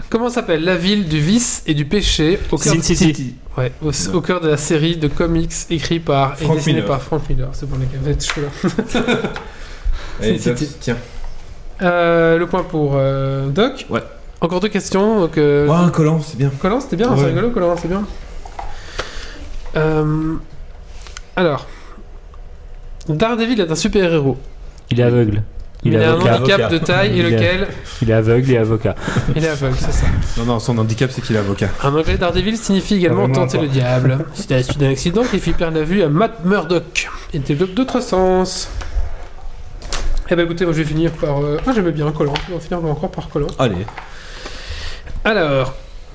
Comment s'appelle la ville du vice et du péché au cœur, Sin City. ouais, au, au cœur de la série de comics écrit par et Frank dessiné Miller. par Frank Miller. C'est bon les gars, vous êtes chauds là. Allez, Sin Doc, City. tiens. Euh, le point pour euh, Doc. Ouais. Encore deux questions. Donc, euh, Ouais, un collant, c'est bien. Collant, c'était bien, Ouais. c'est rigolo, Collant, c'est bien. Euh, alors, Daredevil est un super-héros. Il est aveugle. Il, Il est a un avocat. handicap Avocat. de taille et Il est- lequel Il est aveugle et avocat. il est aveugle, c'est ça. Non, non, son handicap, c'est qu'il est avocat. En anglais, Daredevil signifie également Vraiment tenter pas. le diable. C'est à la suite d'un accident qui fit perdre la vue à Matt Murdock. Il développe d'autres sens. Eh ben écoutez, moi je vais finir par... Euh... Moi j'aimais bien Collant, on va finir encore par Collant. Allez. Alors,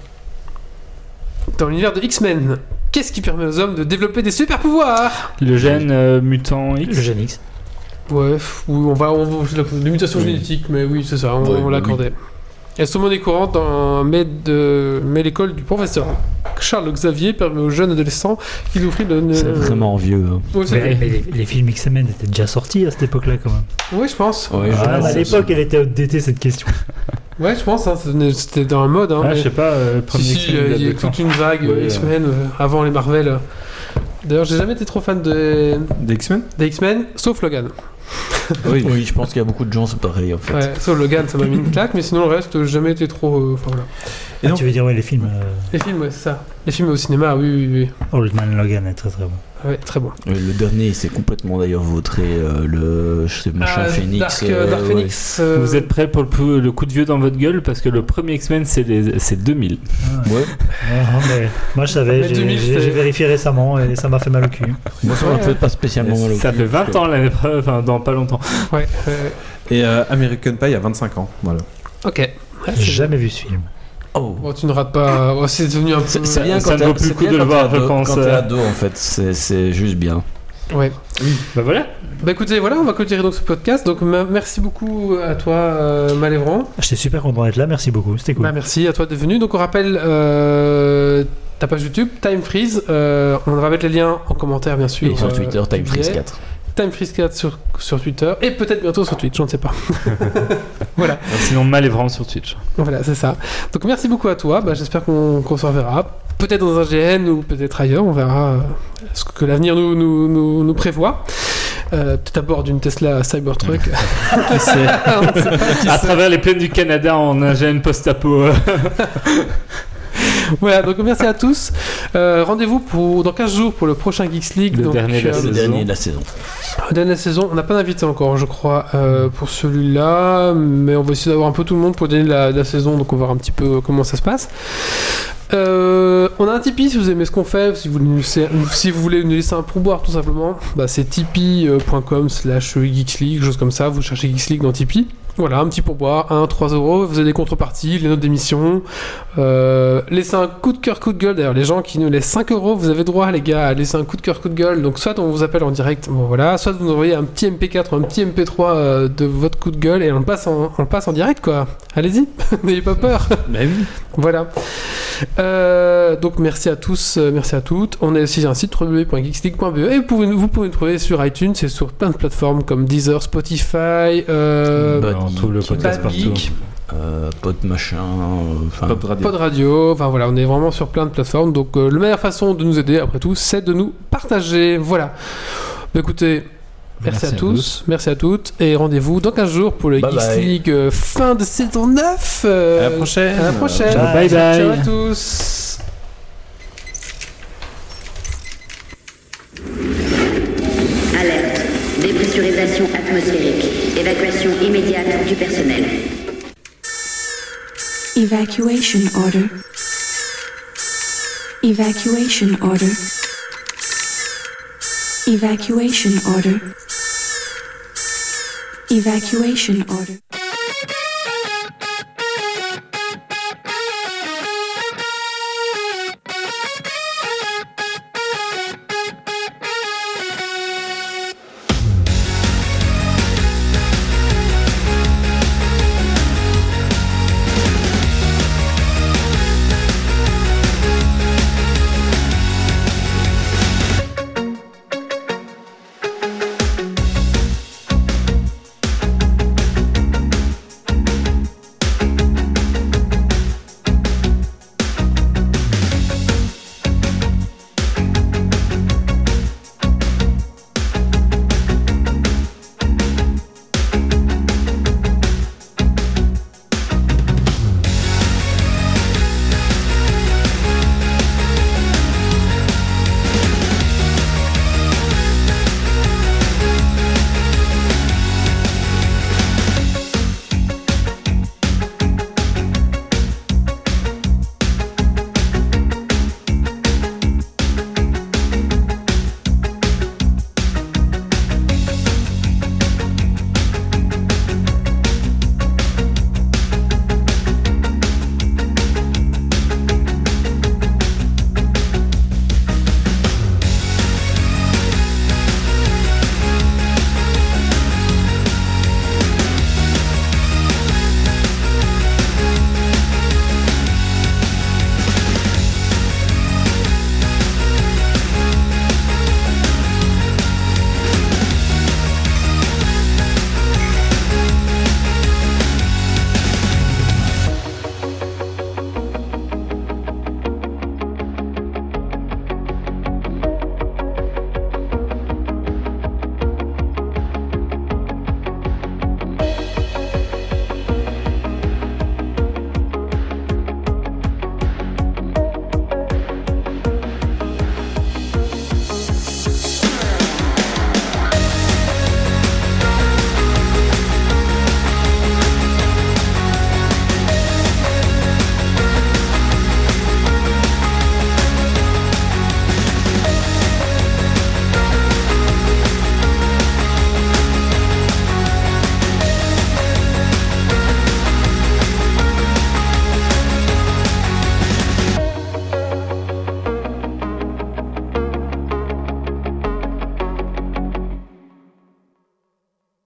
dans l'univers de X-Men, qu'est-ce qui permet aux hommes de développer des super pouvoirs? Le gène euh, mutant X. Le Gen X. Ouais, f- oui, on va, on va des mutations Oui. génétiques, mais oui, c'est ça, on, Ouais, on bah l'accordait. Elles sont monnaie courante dans mais de mais l'école du professeur Charles Xavier permet aux jeunes adolescents qu'il offrit de. C'est vraiment vieux. hein. Ouais, c'est Mais, vrai. mais les, les films X-Men étaient déjà sortis à cette époque-là, quand même. Ouais, je pense. Ouais, je- Ah, à c'est- l'époque, elle était outdatée, cette question. Ouais, je pense. Hein, c'était- c'était dans un mode. Hein, Ah, mais- je sais pas, euh, le Si, premier si, X-Men, euh, date il y a de quand toute une vague euh, Ouais, X-Men euh, avant les Marvel. euh. D'ailleurs, j'ai jamais été trop fan de, Des X-Men des X-Men, sauf Logan. Oui. Oui, je pense qu'il y a beaucoup de gens, c'est pareil en fait. Ouais, sauf Logan, ça m'a mis une claque, mais sinon le reste, j'ai jamais été trop. euh, Enfin voilà. Et Ah, donc- tu veux dire, ouais, les films. euh, Les films, ouais, c'est ça. Les films au cinéma, oui, oui, oui. Old Man Logan est très très bon. Ouais, très bon. Euh, Le dernier, c'est complètement d'ailleurs vautré. euh, le je sais, machin Ah, Phoenix. Dark, euh, euh, Dark ouais. Phoenix. euh, Vous êtes prêts pour le, pou- le coup de vieux dans votre gueule? Parce que le premier X-Men, c'est les- c'est deux mille. Ouais. Ouais, non, mais moi, je savais, Mais j'ai- deux mille, j'ai c'est- j'ai vérifié récemment et ça m'a fait mal au cul. Moi, ça Ouais, m'a fait pas spécialement mal au Ça cul, fait parce vingt que- ans l'année preuve, enfin dans pas longtemps. Ouais, euh, Et euh, American Pie a vingt-cinq ans. Voilà. ok. Ouais, J'ai c'est- jamais vu ce film. Oh. Bon, tu ne rates pas. Oh, c'est devenu un peu. C'est c'est bien ça quand ne vaut t'es plus le c'est coup bien de le quand voir, t'es je ado- pense, Quand t'es euh. ado, en fait, c'est c'est juste bien. Ouais. Bah voilà. Bah écoutez, voilà, on va clôturer donc ce podcast. Donc ma- merci beaucoup à toi, euh, Malévran. J'étais super content d'être là, merci beaucoup, c'était cool. Bah, merci à toi d'être venu. Donc on rappelle euh, ta page YouTube, Time Freeze. Euh, on va mettre les liens en commentaire, bien sûr. Et sur euh, Twitter, Time du Freeze billet. quatre. Time Freeze quatre sur, sur Twitter. Et peut-être bientôt sur Twitch, on ne sait pas. Voilà. Sinon, mal est vraiment sur Twitch. Voilà, c'est ça. Donc merci beaucoup à toi. Bah, j'espère qu'on qu'on se reverra. Peut-être dans un G N ou peut-être ailleurs. On verra euh, ce que l'avenir nous, nous, nous, nous prévoit. Euh, peut-être à bord d'une Tesla Cybertruck. Qui sait On ne sait pas. À travers les plaines du Canada en un gène post-apo. euh. Voilà, donc merci à tous. Euh, Rendez-vous pour dans quinze jours pour le prochain Geeks League. Le donc, dernier de la euh, C'est le saison. dernier de la saison. Dernière saison, on n'a pas d'invité encore, je crois, euh, pour celui-là, mais on va essayer d'avoir un peu tout le monde pour le dernier de la, de la saison, donc on va voir un petit peu comment ça se passe. Euh, on a un Tipeee si vous aimez ce qu'on fait, si vous, nous laissez- si vous voulez nous laisser un pourboire tout simplement, bah, c'est tipeee point com slash Geeks League, chose comme ça, vous cherchez Geeks League dans Tipeee. Voilà, un petit pourboire, un, trois euros, vous avez des contreparties, les notes d'émission. Euh, laissez un coup de cœur, coup de gueule. D'ailleurs, les gens qui nous laissent cinq euros, vous avez droit, les gars, à laisser un coup de cœur, coup de gueule. Donc, soit on vous appelle en direct, bon voilà, soit vous nous envoyez un petit M P quatre ou un petit M P trois euh, de votre coup de gueule et on le passe en, on le passe en direct, quoi. Allez-y, n'ayez pas peur. Bah oui. Voilà. Euh, donc merci à tous, euh, merci à toutes. On a aussi un site w w w point geeksleague point b e et vous pouvez, nous- vous pouvez nous trouver sur iTunes et sur plein de plateformes comme Deezer, Spotify, euh, Bah, On trouve le podcast Bad partout. Geek, Euh, Pod machin. euh, enfin, Pod radio. Pod Radio. Enfin voilà, on est vraiment sur plein de plateformes. Donc euh, la meilleure façon de nous aider, après tout, c'est de nous partager. Voilà. Bah, écoutez. Merci, Merci à, à tous, merci à toutes, et rendez-vous dans quinze jours pour le Bye Geeks bye. League euh, fin de saison neuf. euh, À la prochaine. À la prochaine. Ciao, bye bye. Ciao à tous. Alerte. Dépressurisation atmosphérique. Évacuation immédiate du personnel. Evacuation order. Evacuation order. Evacuation order. Evacuation order.